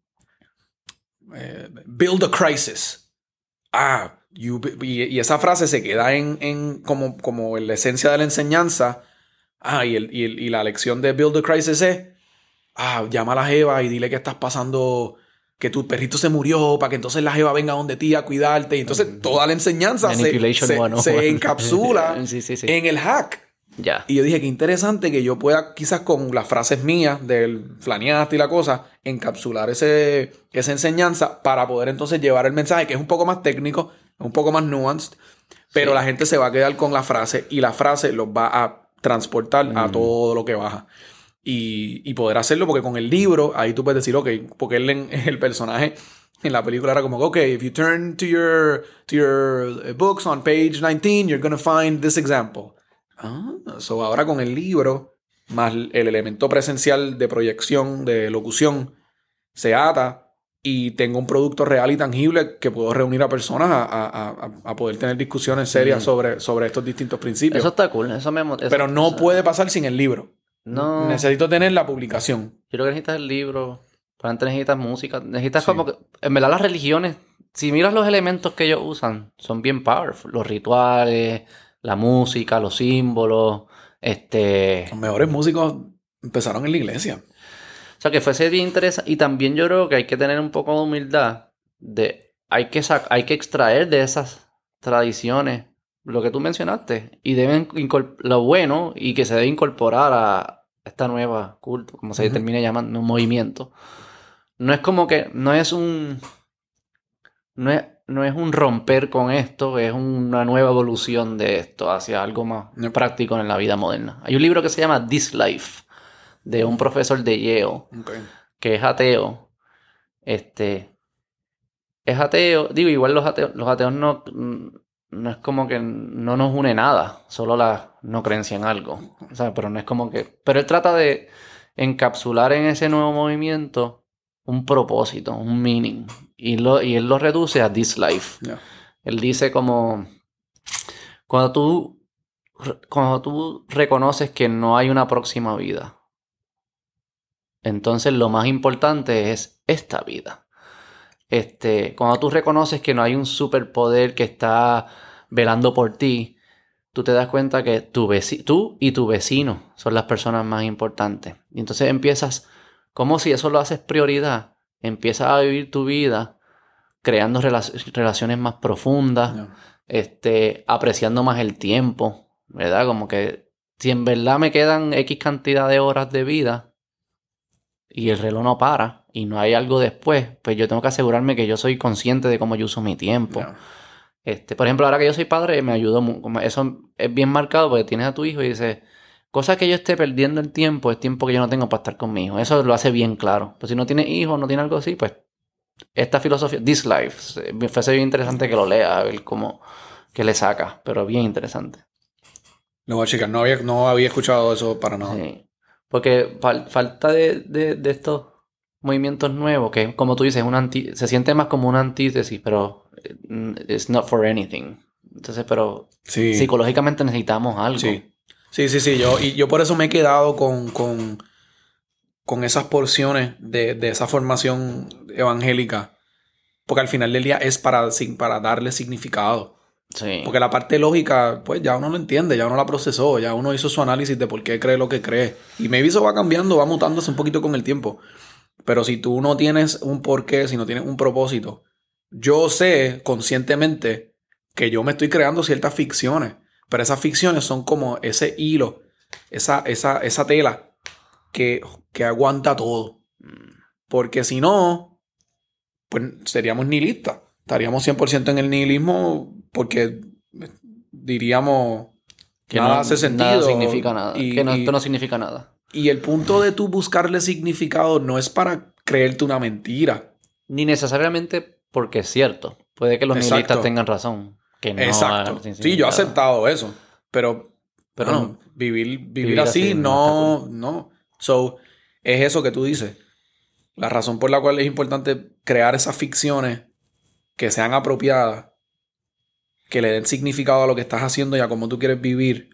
Eh, build a crisis. Ah, you, y, y esa frase se queda en, en como, como en la esencia de la enseñanza. Ah, y, el, y, el, y la lección de build a crisis es... Ah, llama a la jeva y dile que estás pasando... que tu perrito se murió para que entonces la jeva venga donde ti a cuidarte. Y entonces toda la enseñanza se, se, se encapsula sí, sí, sí. en el hack. Yeah. Y yo dije, qué interesante que yo pueda quizás con las frases mías del flaneaste y la cosa, encapsular ese, esa enseñanza para poder entonces llevar el mensaje, que es un poco más técnico, un poco más nuanced, pero sí. La gente se va a quedar con la frase y la frase los va a transportar mm. a todo lo que baja. Y, y poder hacerlo, porque con el libro, ahí tú puedes decir, ok, porque él en, el personaje en la película era como, ok, if you turn to your, to your books on page nineteen, you're going to find this example. Ah, so ahora con el libro, más el elemento presencial de proyección, de locución, se ata y tengo un producto real y tangible que puedo reunir a personas a, a, a, a poder tener discusiones serias mm. sobre, sobre estos distintos principios. Eso está cool, eso me eso, Pero no o sea, puede pasar sin el libro. No. Necesito tener la publicación. Yo creo que necesitas el libro. Para antes necesitas música. Necesitas sí. como que... En verdad las religiones... Si miras los elementos que ellos usan, son bien powerful. Los rituales, la música, los símbolos. Este... Los mejores músicos empezaron en la iglesia. O sea, que fuese bien interesante. Y también yo creo que hay que tener un poco de humildad. De... Hay que, sac... hay que extraer de esas tradiciones lo que tú mencionaste. Y deben incorpor- lo bueno y que se debe incorporar a esta nueva culto, como se uh-huh. termine llamando, un movimiento. No es como que, no es un, no es, no es un romper con esto, es una nueva evolución de esto hacia algo más uh-huh. práctico en la vida moderna. Hay un libro que se llama This Life, de un profesor de Yale, okay. que es ateo. Este, es ateo, digo, igual los ateos, los ateos no... No es como que no nos une nada, solo la no creencia en algo. O sea, pero no es como que... Pero él trata de encapsular en ese nuevo movimiento un propósito, un meaning. Y, lo, y él lo reduce a this life. Yeah. Él dice como... Cuando tú, cuando tú reconoces que no hay una próxima vida, entonces lo más importante es esta vida. Este, cuando tú reconoces que no hay un superpoder que está velando por ti, tú te das cuenta que tu veci- tú y tu vecino son las personas más importantes. Y entonces empiezas, como si eso lo haces prioridad, empiezas a vivir tu vida creando relac- relaciones más profundas, no. este, apreciando más el tiempo, ¿verdad? Como que si en verdad me quedan X cantidad de horas de vida y el reloj no para y no hay algo después, pues yo tengo que asegurarme que yo soy consciente de cómo yo uso mi tiempo. No. Este, por ejemplo, ahora que yo soy padre, me ayudó mucho. Eso es bien marcado porque tienes a tu hijo y dices, cosa que yo esté perdiendo el tiempo, es tiempo que yo no tengo para estar con mi hijo. Eso lo hace bien claro. Pues si no tienes hijos, no tienes algo así, pues esta filosofía, This Life, me parece bien interesante que lo lea, a ver cómo, qué le saca, pero bien interesante. No, chicas, no había, no había escuchado eso para nada. Sí. Porque fal- falta de, de, de estos movimientos nuevos, que como tú dices, un anti, se siente más como una antítesis, pero mm, it's not for anything. Entonces, pero Sí. psicológicamente necesitamos algo. Sí. Sí, sí, sí. Yo, y yo por eso me he quedado con, con, con esas porciones de, de esa formación evangélica. Porque al final del día es para, sin- para darle significado. Sí. Porque la parte lógica, pues ya uno lo entiende, ya uno la procesó, ya uno hizo su análisis de por qué cree lo que cree. Y maybe eso va cambiando, va mutándose un poquito con el tiempo. Pero si tú no tienes un porqué, si no tienes un propósito, yo sé conscientemente que yo me estoy creando ciertas ficciones. Pero esas ficciones son como ese hilo, esa, esa, esa tela que, que aguanta todo. Porque si no, pues seríamos nihilistas. Estaríamos cien por ciento en el nihilismo porque diríamos Que nada no, hace sentido. nada significa nada. Y, que no, y- esto no significa nada. y el punto de tú buscarle significado no es para creerte una mentira. Ni necesariamente porque es cierto. Puede que los Exacto. nihilistas tengan razón. Que no Exacto. hagan sin Sí, yo he significado. aceptado eso. Pero, Pero bueno, vivir, vivir, vivir así, así no, no no. So, es eso que tú dices. La razón por la cual es importante crear esas ficciones que sean apropiadas, que le den significado a lo que estás haciendo y a cómo tú quieres vivir,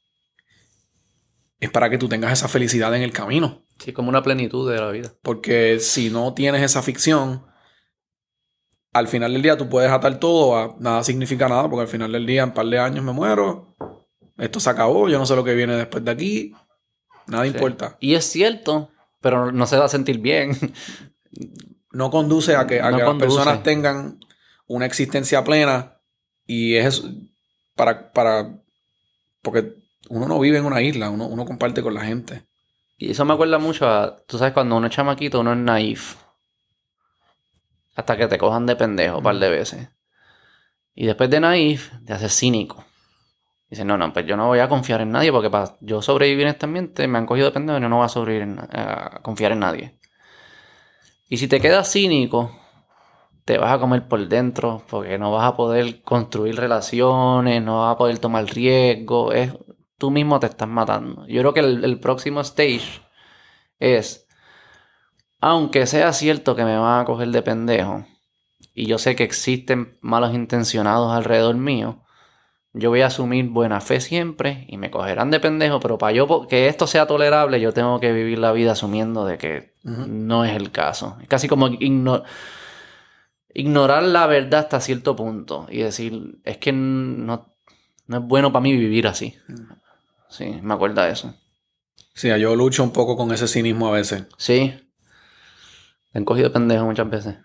es para que tú tengas esa felicidad en el camino. Sí, como una plenitud de la vida. Porque si no tienes esa ficción, al final del día tú puedes atar todo a nada significa nada, porque al final del día en un par de años me muero, esto se acabó, yo no sé lo que viene después de aquí, nada Sí. importa. Y es cierto, pero no se va a sentir bien. No conduce a que, a No que conduce. las personas tengan una existencia plena y es para, para porque uno no vive en una isla, uno, uno comparte con la gente. Y eso me acuerda mucho a... Tú sabes, cuando uno es chamaquito, uno es naif. Hasta que te cojan de pendejo un par de veces. Y después de naif, te haces cínico. Dices, no, no, pues yo no voy a confiar en nadie porque para yo sobrevivir en este ambiente me han cogido de pendejo y yo no voy a sobrevivir en, a confiar en nadie. Y si te quedas cínico, te vas a comer por dentro porque no vas a poder construir relaciones, no vas a poder tomar riesgo. Es, tú mismo te estás matando. Yo creo que el, el próximo stage es, aunque sea cierto que me van a coger de pendejo y yo sé que existen malos intencionados alrededor mío, yo voy a asumir buena fe siempre y me cogerán de pendejo, pero para yo po- que esto sea tolerable, yo tengo que vivir la vida asumiendo de que Ujú. no es el caso. Es casi como igno- ignorar la verdad hasta cierto punto y decir, es que no, no es bueno para mí vivir así. Sí, me acuerdo de eso. Sí, yo lucho un poco con ese cinismo a veces. Sí. Me han cogido de pendejo muchas veces.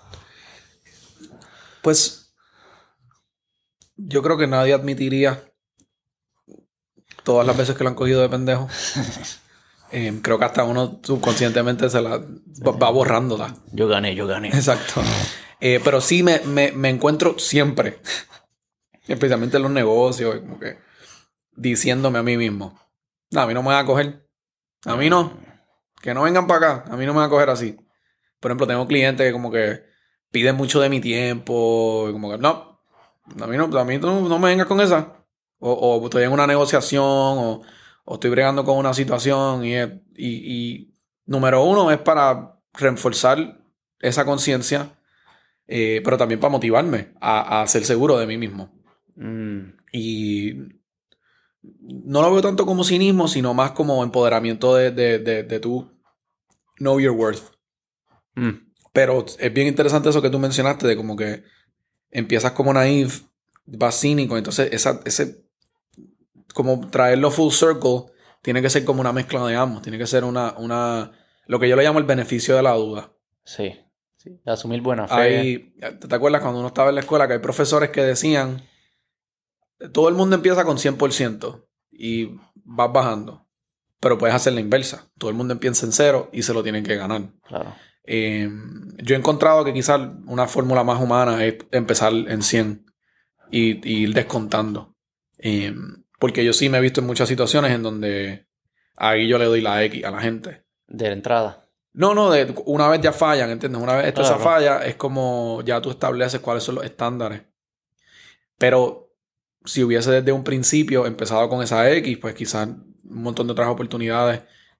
Pues yo creo que nadie admitiría todas las veces que lo han cogido de pendejo. Eh, creo que hasta uno subconscientemente se la va, va borrándola. Yo gané, yo gané. Exacto. Eh, pero sí me, me, me encuentro siempre, especialmente en los negocios, como que diciéndome a mí mismo, no, a mí no me van a coger. A mí no. Que no vengan para acá. A mí no me van a coger así. Por ejemplo, tengo clientes que como que piden mucho de mi tiempo. Y como que no. A mí no, a mí no, no me vengas con esa. O, o estoy en una negociación. O, o estoy bregando con una situación. Y, es- y, y número uno es para reforzar esa conciencia. eh, pero también para motivarme a, a ser seguro de mí mismo. Mm, Y no lo veo tanto como cinismo, sino más como empoderamiento de, de, de, de tu know your worth. mm. Pero es bien interesante eso que tú mencionaste de como que empiezas como naif, vas cínico, entonces esa, ese como traerlo full circle tiene que ser como una mezcla de ambos, tiene que ser una, una lo que yo le llamo el beneficio de la duda. Sí. Sí. Asumir buena fe. Hay, ¿te acuerdas cuando uno estaba en la escuela que hay profesores que decían todo el mundo empieza con cien por ciento y vas bajando, pero puedes hacer la inversa, todo el mundo empieza en cero y se lo tienen que ganar. Claro. Eh, yo he encontrado que quizás una fórmula más humana es empezar en cien y, y ir descontando. Eh, porque yo sí me he visto en muchas situaciones en donde ahí yo le doy la X a la gente. De la entrada. No, no, de, una vez ya fallan, ¿entiendes? Una vez está Claro. esa falla, es como ya tú estableces cuáles son los estándares. Pero si hubiese desde un principio empezado con esa X, pues quizás un montón de otras oportunidades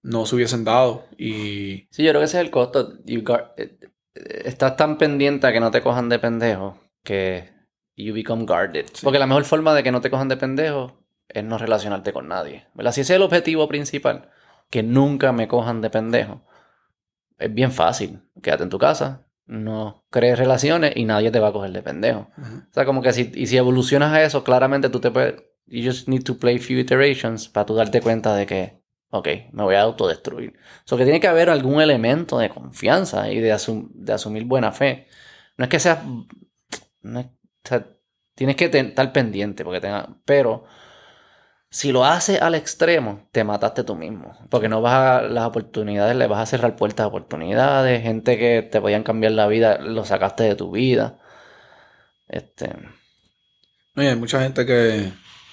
no se hubiesen dado. Y... Sí, yo creo que ese es el costo. You got, eh, eh, estás tan pendiente a que no te cojan de pendejo que you become guarded. Sí. Porque la mejor forma de que no te cojan de pendejo es no relacionarte con nadie, ¿verdad? Si ese es el objetivo principal, que nunca me cojan de pendejo, es bien fácil. Quédate en tu casa, no crees relaciones y nadie te va a coger de pendejo. Uh-huh. O sea, como que si, y si evolucionas a eso, claramente tú te puedes... You just need to play few iterations para tú darte cuenta de que, ok, me voy a autodestruir. O sea, que tiene que haber algún elemento de confianza y de, asum- de asumir buena fe. No es que seas... No es, o sea, tienes que ten, estar pendiente, porque tenga, pero si lo haces al extremo, te mataste tú mismo. Porque no vas a las oportunidades, le vas a cerrar puertas a oportunidades. Gente que te podían cambiar la vida, lo sacaste de tu vida. Este... Oye, hay mucha gente que...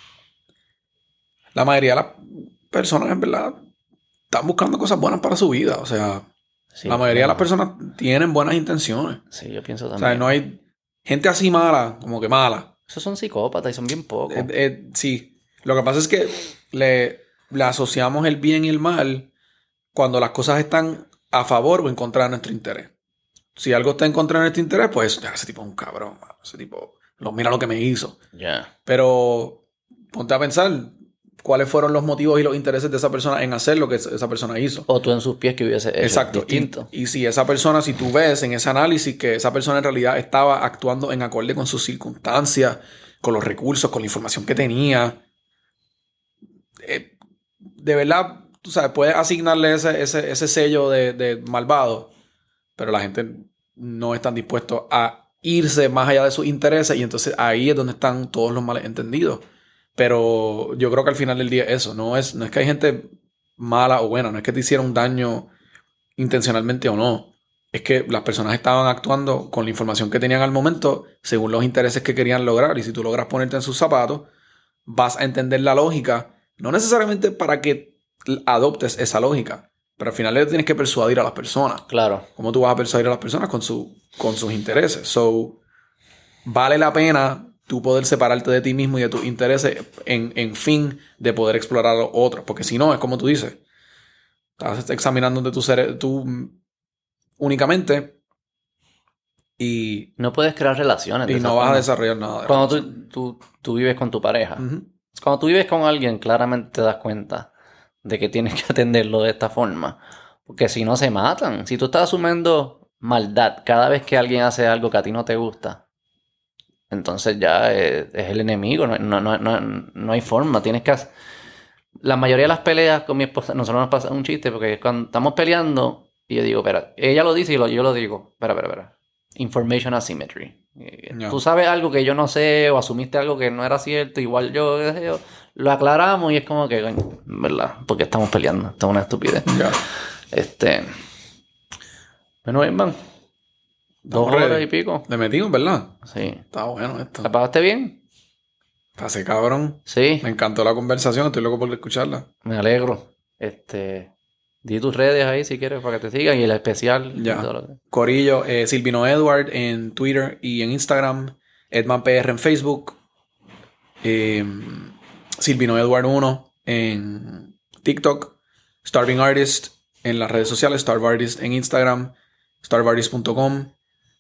La mayoría de las personas, en verdad, están buscando cosas buenas para su vida. O sea, sí, la mayoría claro. de las personas tienen buenas intenciones. Sí, yo pienso también. O sea, no hay gente así mala, como que mala. Esos son psicópatas y son bien pocos. Eh, eh, sí. Lo que pasa es que le, le asociamos el bien y el mal cuando las cosas están a favor o en contra de nuestro interés. Si algo está en contra de nuestro interés, pues ese tipo es un cabrón. Ese tipo, lo, mira lo que me hizo. Yeah. Pero ponte a pensar cuáles fueron los motivos y los intereses de esa persona en hacer lo que esa persona hizo. O tú en sus pies que hubiese hecho Exacto. distinto. Y, y si esa persona, si tú ves en ese análisis que esa persona en realidad estaba actuando en acorde con sus circunstancias, con los recursos, con la información que tenía, eh, de verdad, tú sabes, puedes asignarle ese, ese, ese sello de, de malvado, pero la gente no está dispuesta a irse más allá de sus intereses y entonces ahí es donde están todos los malentendidos. Pero yo creo que al final del día eso, no es, no es que hay gente mala o buena, no es que te hicieron daño intencionalmente o no. Es que las personas estaban actuando con la información que tenían al momento según los intereses que querían lograr. Y si tú logras ponerte en sus zapatos, vas a entender la lógica. No necesariamente para que adoptes esa lógica, pero al final le tienes que persuadir a las personas. Claro. ¿Cómo tú vas a persuadir a las personas con, su, con sus intereses? So, vale la pena tú poder separarte de ti mismo y de tus intereses en, en fin de poder explorar a los otros. Porque si no, es como tú dices. Estás examinando de tu ser tú únicamente y... No puedes crear relaciones. Y no vas forma. a desarrollar nada. Cuando tú, tú, tú vives con tu pareja. Uh-huh. Cuando tú vives con alguien, claramente te das cuenta de que tienes que atenderlo de esta forma. Porque si no, se matan. Si tú estás asumiendo maldad cada vez que alguien hace algo que a ti no te gusta, entonces ya es, es el enemigo. No, no, no, no, no hay forma. Tienes que hacer... La mayoría de las peleas con mi esposa, nosotros nos pasa un chiste, porque cuando estamos peleando, y yo digo, espera, ella lo dice y lo, yo lo digo, espera, espera, espera. Information asymmetry. No. Tú sabes algo que yo no sé, o asumiste algo que no era cierto, igual yo, yo lo aclaramos y es como que, coño, ¿verdad? Porque estamos peleando. Esto es una estupidez. Yeah. Este. Bueno, hermano. Dos horas y pico. Le metimos, ¿verdad? Sí. Está bueno esto. ¿La pagaste bien? Pase cabrón. Sí. Me encantó la conversación. Estoy loco por escucharla. Me alegro. Este... Di tus redes ahí si quieres para que te sigan y el especial. Ya. Que... Corillo, eh, Silvino Edward en Twitter y en Instagram. Edman P R en Facebook. Eh, Silvino Edward uno en TikTok. Starving Artist en las redes sociales. Starve Artist en Instagram. starve artist punto com.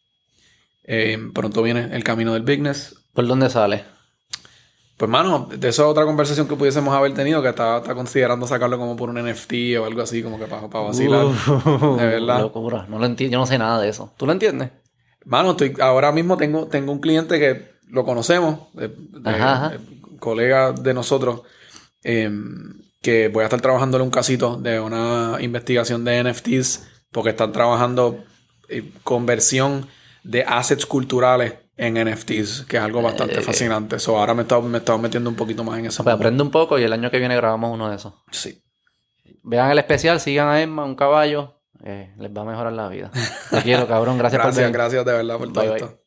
Eh, pronto viene El Camino del Bigness. ¿Por dónde sale? Pues, mano, de eso es otra conversación que pudiésemos haber tenido, que está, está considerando sacarlo como por un N F T o algo así, como que para, para vacilar. Uh, de verdad. Locura. No lo entiendo. Yo no sé nada de eso. ¿Tú lo entiendes? Mano, estoy, ahora mismo tengo, tengo un cliente que lo conocemos, de, de, ajá, ajá. De, colega de nosotros, eh, que voy a estar trabajándole un casito de una investigación de N F Ts, porque están trabajando eh, conversión de assets culturales en N F Ts, que es algo bastante eh, fascinante. So, ahora me he, estado, me he estado metiendo un poquito más en eso. Pues aprende un poco y el año que viene grabamos uno de esos. Sí. Vean el especial, sigan a Emma, un caballo. Eh, les va a mejorar la vida. Te quiero, cabrón. Gracias, gracias por venir. Gracias de verdad por todo bye, esto. Bye.